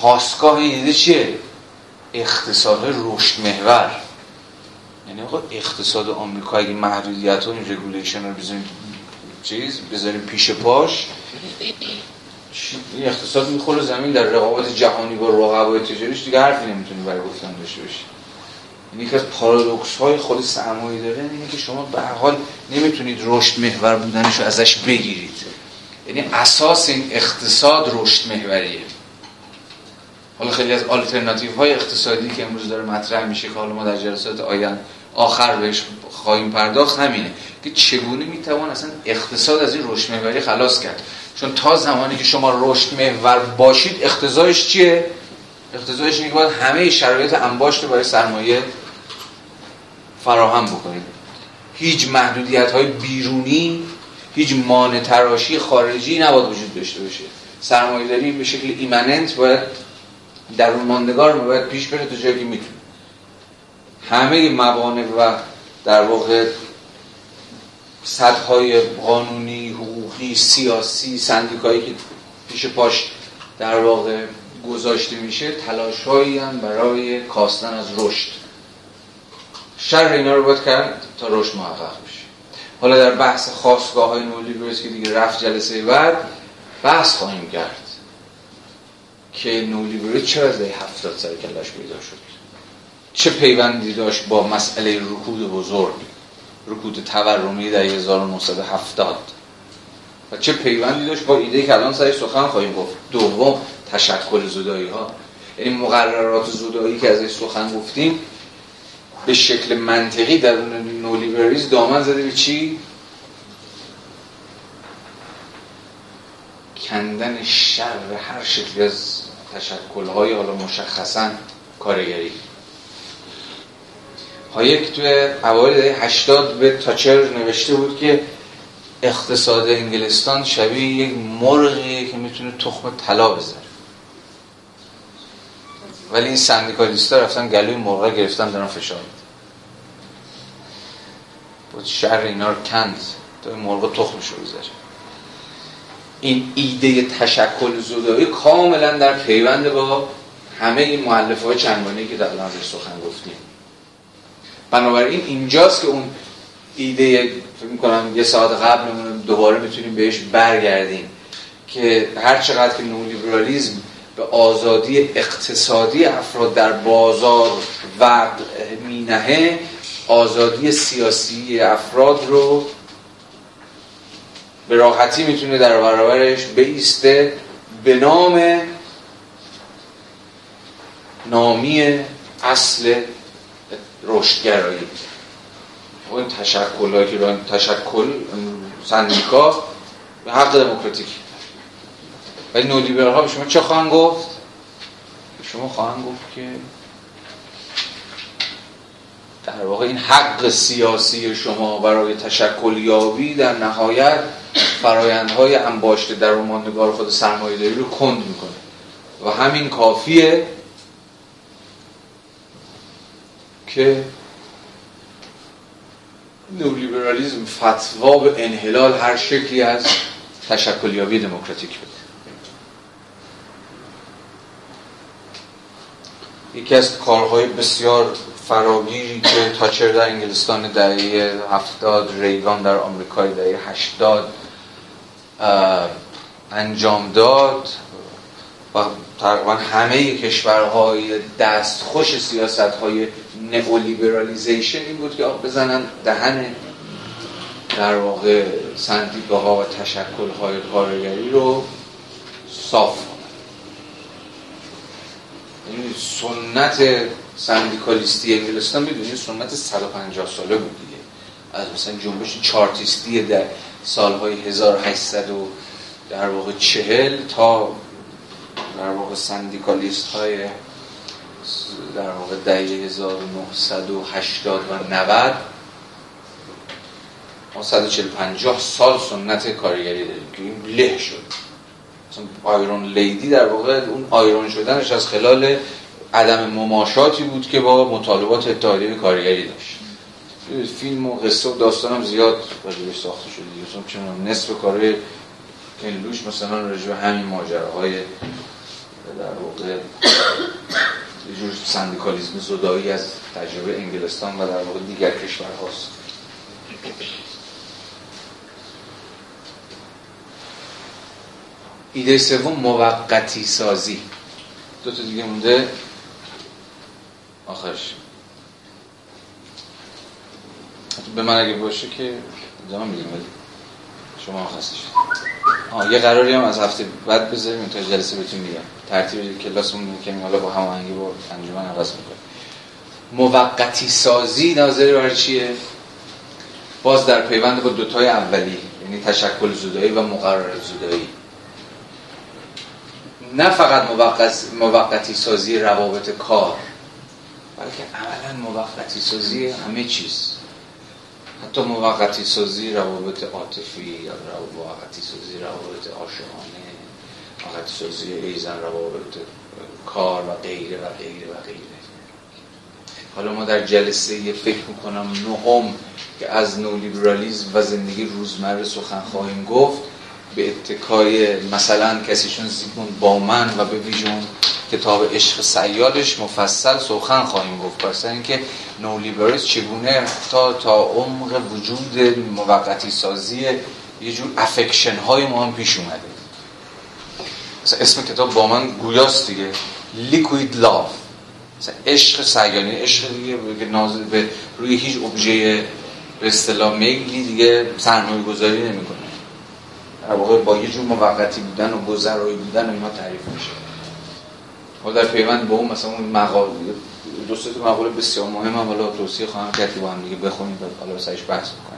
خاستگاه این ایده چیه؟ اقتصادهای رشد محور. یعنی آقا اقتصاد آمریکا اگه محدودیت ها این رگولیشن رو بذاریم پیش پاش، این اقتصاد میخوره زمین در رقابت جهانی با رقبای تجاریش، دیگه حرفی نمیتونی برای گفتن داشته باشی. این یکی از پارادوکس های خود سرمایه داره اینه که شما به هر حال نمیتونید رشد محور بودنش رو ازش بگیرید. یعنی اساس این اقتصاد رشد محوریه. حالا خیلی از آلترناتیو های اقتصادی که امروز داره مطرح میشه که حالا ما در جلسات آخر بهش خواهیم پرداخت همینه که چگونه میتوان اصلا اقتصاد از این رشد محوری خلاص کرد. چون تا زمانی که شما رشد محور باشید اقتضایش چیه؟ اقتضایش اینه که باید همه شرایط انباشت رو برای سرمایه فراهم بکنید. هیچ محدودیت‌های بیرونی، هیچ مانع تراشی خارجی نباید وجود داشته باشه. سرمایه‌داری به شکل ایمننت باید درون ماندگار باید پیش بره تا جایی که میتونه. همه موانع و در واقع سطح‌های قانونی، حقوقی، سیاسی، سندیکایی که پیش پاش در واقع گذاشته میشه تلاش‌هایی هم برای کاستن از رشد. شر اینا رو باید کرد تا رشد محقق بشه. حالا در بحث خاستگاه‌های نولیبرالیسم که دیگه رفت جلسه بعد بحث خواهیم کرد که نولیبرالیسم چرا از دهه 70 سر کله‌اش پیدا شد، چه پیوندی داشت با مسئله رکود بزرگ، رکود تورمی در 1970 و چه پیوندی داشت با ایده‌ای که الان سرش سخن خواهیم گفت. دوم، تشکل زدایی‌ها، یعنی مقررات زدایی که ازش سخن گفتیم به شکل منطقی در نولیبرالیسم دامن زده به چی؟ کندن شر هر شکلی از تشکل‌های حالا مشخصاً کارگری. هایک توی اوایل دهه 80 به تاچر نوشته بود که اقتصاد انگلستان شبیه یک مرغیه که میتونه تخم طلا بذاره. ولی این سندیکالیست‌ها رفتن گلوی مرغا گرفتن دارن فشار میدن. بود شر اینا رو کند تا مرغ تخمش رو بذاره. این ایده تشکل زدایی کاملا در پیوند با همه این مؤلفه‌های چندگانه‌ای که در الان ازش سخن گفتیم. بنابراین اینجاست که اون ایده فکر می‌کنم یه ساعت قبلمون دوباره میتونیم بهش برگردیم که هر چقدر که نولیبرالیسم به آزادی اقتصادی افراد در بازار وقع مینهه، آزادی سیاسی افراد رو به راحتی میتونه در برابرش بایسته به نام نامی اصل رشدگرایی. اون تشکل‌هایی که تشکل سندیکا به حق دموکراتیک، ولی نولیبرال ها به شما چه خواهند گفت؟ به شما خواهند گفت که در واقع این حق سیاسی شما برای تشکل یابی در نهایت فرایندهای انباشته در ماندگار خود سرمایه‌داری رو کند میکنه و همین کافیه که نولیبرالیسم فتوا به انحلال هر شکلی از تشکل یابی دموکراتیک بده. یکی از کارهای بسیار فراگیری که تاچر در انگلستان دهه 70، ریگان در آمریکای دهه 80 انجام داد و تقریبا همه کشورهای دستخوش سیاست‌های نئولیبرالیزیشن این بود که بزنن دهن در واقع سندیکاها و تشکل‌های کارگری رو صاف کنن. یعنی سنت سندیکالیستی انگلستان میدونید سنت 150 ساله بود دیگه، از مثلا جنبش چارتیستی در سالهای 1800 و در واقع 40 تا در واقع سندیکالیست های در واقع دهه 1980 و 90 ما 140-50 سال سنت کارگری داریم که این له شد. مثلا آیرون لیدی در واقع اون آیرون شدنش از خلال عدم مماشاتی بود که با مطالبات اتحادیه کارگری داشت. فیلم و قصه و داستان هم زیاد راجبش ساخته شده دیگه، چون نصف کارهای کنلوش مثلا راجب همین ماجراهای در واقع یه جور سندیکالیسم زدایی از تجربه انگلستان و در واقع دیگر کشورهاست. ایده سوم موقتی سازی. دو تا دیگه مونده آخرش. به من اگه باشه که ادامه میدیم ولی شما خستش. یه قراری هم از هفته بعد بذاریم تا جلسه بتونیم میگم. ترتیب کلاسمون که حالا با هماهنگی با انجمن عوض می‌کنه. موقتی سازی ناظر بر چیه؟ باز در پیوند با دوتای اولی، یعنی تشکل زدایی و مقرر زدایی. نه فقط موقتی سازی روابط کار، بلکه عملاً موقتی سازی همه چیز. حتی موقتی سازی روابط عاطفی یا موقتی سازی روابط عاشقانه، موقتی سازی ایزن روابط کار و غیره و غیره و غیره. حالا ما در جلسه فکر میکنم نهم که از نولیبرالیسم و زندگی روزمره سخن خواهیم گفت، به اتکای مثلا کسیشون زیگموند باومن و به ویژون کتاب عشق سیالش مفصل سخن خواهیم گفت واسه اینکه نولیبرالیسم چگونه تا عمق وجود موقتی سازی یه جور افکشن های ما هم پیش اومده. مثلا اسم کتاب باومن گویاست دیگه، لیکوید لاو، مثلا عشق سیالی، عشق دیگه به روی هیچ ابژه به اصطلاح میلی دیگه سرمایه گذاری نمیکنه، در واقع با یه جور موقتی بودن و گذرایی بودن و اینا تعریف میشه. حالا در پیوند با اون مثلا اون مقاله دو سه تا مقاله بسیار مهم هم حالا توصیه خواهم کرد که با هم دیگه بخونیم و حالا سرش بحث بکنیم.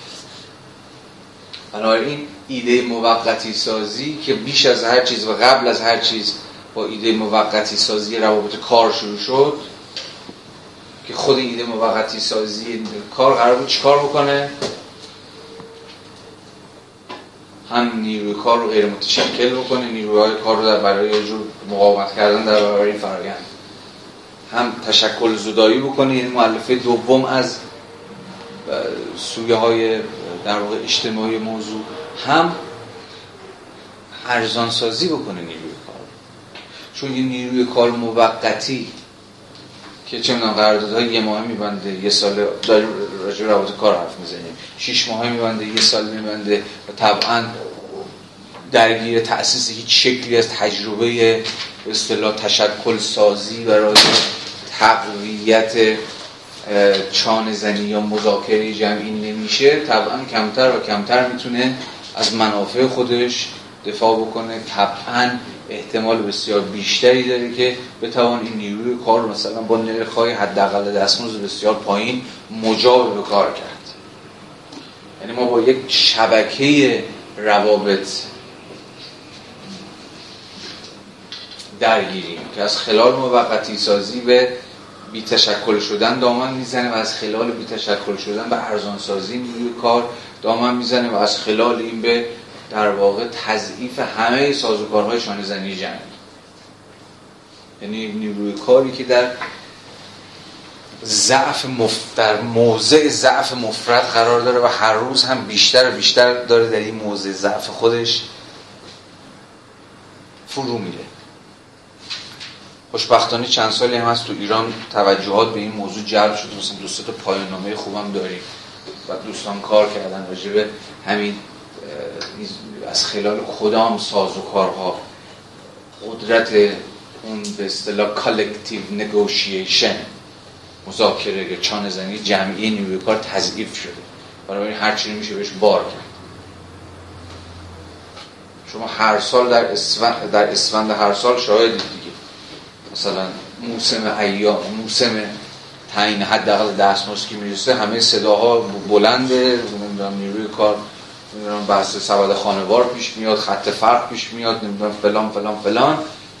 بنابراین ایده موقتی سازی که بیش از هر چیز و قبل از هر چیز با ایده موقتی سازی روابط کار شروع شد، که خود ایده موقتی سازی کار قرار بود چیکار بکنه؟ هم نیروی کار رو غیر متشکل بکنه، نیروهای کار رو در برای یه جور مقاومت کردن در برابر این فرآیند، هم تشکل زدایی بکنه، یعنی مؤلفه دوم از سویه های در واقع اجتماعی موضوع، هم ارزان سازی بکنه نیروی کار. چون یه نیروی کار موقتی که چه میدونم قراردادهای یه ماه میبنده، یه سال داریم راجع به روابط کار حرف میزنیم، 6 ماه میبنده، یه سال میبنده و طبعا درگیر تأسیس هیچ شکلی از تجربه به اصطلاح تشکل سازی برای تقویت چانه زنی یا مذاکره جمعی نمیشه، طبعا کمتر و کمتر میتونه از منافع خودش دفاع بکنه. طبعا احتمال بسیار بیشتری داره که بتوان این نیروی کار رو مثلا با نرخ‌های حداقل دستمزد بسیار پایین مجاب به کار کرد. یعنی ما با یک شبکه روابط درگیریم که از خلال موقتی سازی به بی تشکل شدن دامن میزنه و از خلال بی تشکل شدن به ارزان سازی نیروی کار دامن میزنه و از خلال این به در واقع تضعیف همه سازوکارهای شانه زنی جمعی. یعنی نیروی کاری که در در موضع ضعف مفرط قرار داره و هر روز هم بیشتر و بیشتر داره در این موضع ضعف خودش فرو میره. خوشبختانه چند سالی هم هست تو ایران توجهات به این موضوع جلب شده، مثلا دو سه تا پایان‌نامه خوبم داریم و دوستان کار کردن راجع به همین از خلال کدام سازوکارها قدرت اون به اصطلاح کالکتیو نگوشیشن، مذاکره چانه زنی جمعی نیروی کار تضعیف شده. برای هر چیزی میشه بهش بار کرد. شما هر سال در اسفند هر سال شاهدید دیگه، مثلا موسم تعیین حداقل دستمزد که میرسه همه صداها بلنده، نمیدونم نیروی کار نمیدونم بحث سبد خانوار پیش میاد، خط فرق پیش میاد، نمیدونم فلان فلان فلان،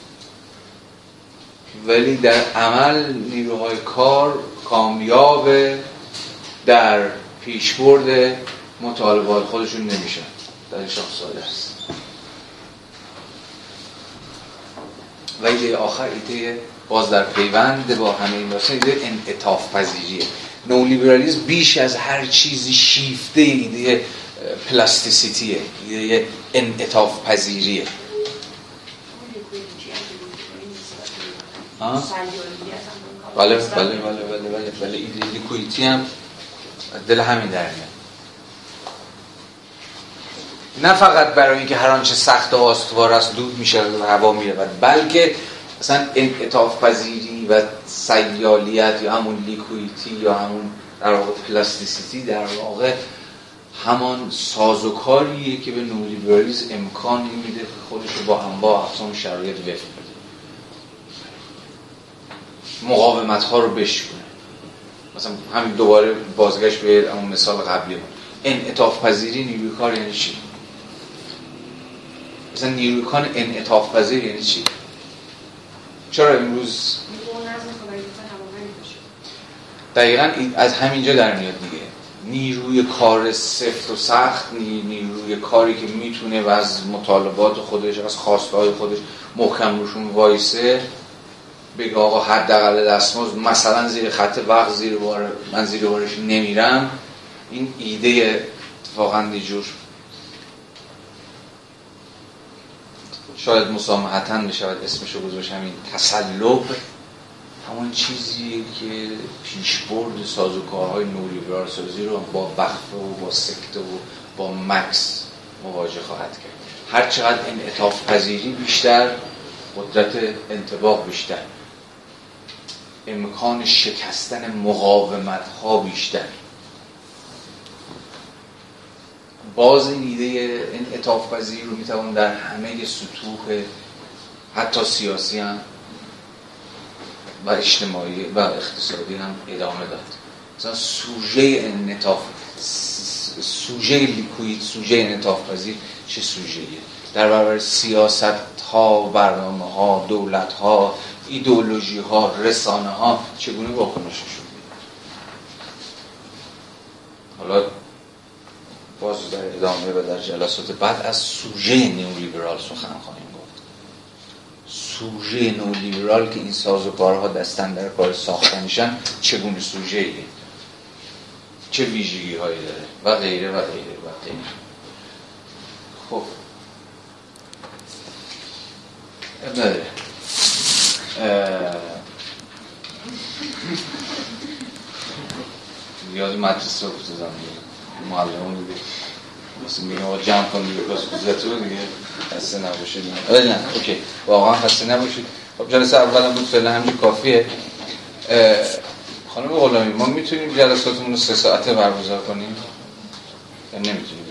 ولی در عمل نیروهای کار کامیاب در پیشبرد مطالبات خودشون نمیشن. در این شخص ساده است. و ایده آخر ایده باز در پیوند با همه این داستان ایده انعطاف پذیریه. نولیبرالیسم بیش از هر چیزی شیفته ایده پلاستیسیتیه، ایده انعطاف پذیریه. بله بله بله بله بله بله ایده لیکویدیتی هم دل همین در میاد. نه فقط برای اینکه هر آنچه سخت و استوار است دود میشه و هوا میرود، بلکه مثلا انعطاف پذیری و سیالیت یا همون لیکویدیتی یا همون در واقع پلاستیسیتی در واقع همان سازوکاریه که به نولیبرالیسم امکان میده که خودش رو با انواع اقسام شرایط وفق بده، مقاومت ها رو بشکنه. مثلا همین دوباره بازگشت به همون مثال قبلی، انعطاف پذیری نیروی کار یعنی چی؟ مثلا نیروی کار انعطاف پذیر یعنی چی؟ چرا امروز دقیقاً از همینجا در میاد دیگه. نیروی کار سفت و سخت، نیروی کاری که میتونه و از مطالبات خودش، از خواستهای خودش محکم روشون وایسه، بگه آقا حداقل دستمزد مثلا زیر خط وقت من زیر بارش نمیرم. این ایده اتفاقاً یه جور شاید مسامحتاً بشود اسمشو گذاشتم، این تسلب همون چیزیه که پیشبرد سازوکارهای نولیبرال سازی رو با وقفه و با سکته و با مکس مواجه خواهد کرد. هر چقدر انعطاف پذیری بیشتر، قدرت انطباق بیشتر، امکان شکستن مقاومت ها بیشتر. باز این ایده انعطاف پذیری رو میتوان در همه سطوح حتی سیاسی هم و اجتماعی و اقتصادی هم ادامه داد. مثلا سوژه انعطاف، سوژه لیکوید، سوژه انعطاف پذیر چه سوژه‌ایه؟ در برابر سیاست ها، برنامه ها، دولت ها، ایدئولوژی ها، رسانه ها چگونه واکنششون میده؟ حالا باز در ادامه و در جلسات بعد از سوژه نیولیبرال سخن خواهیم گفت. سوژه نولیبرال که این سازوکارها دستن در کار ساختنشن چگونه سوژه‌ایه، چه ویژگی هایی داره و غیره و غیره و غیره. خب نداره یاد مدرسه رو بزنم معلمون دیگه مثلا میگم آقا جمع کن دیگه کاس کوزتو دیگه خسته نباشید. نه اوکی واقعا خسته نباشید. خب جلسه اولم بود، فعلا همین کافیه. خانم غلامی ما میتونیم جلساتمون رو 3 ساعته برگزار کنیم یا نمیتونیم؟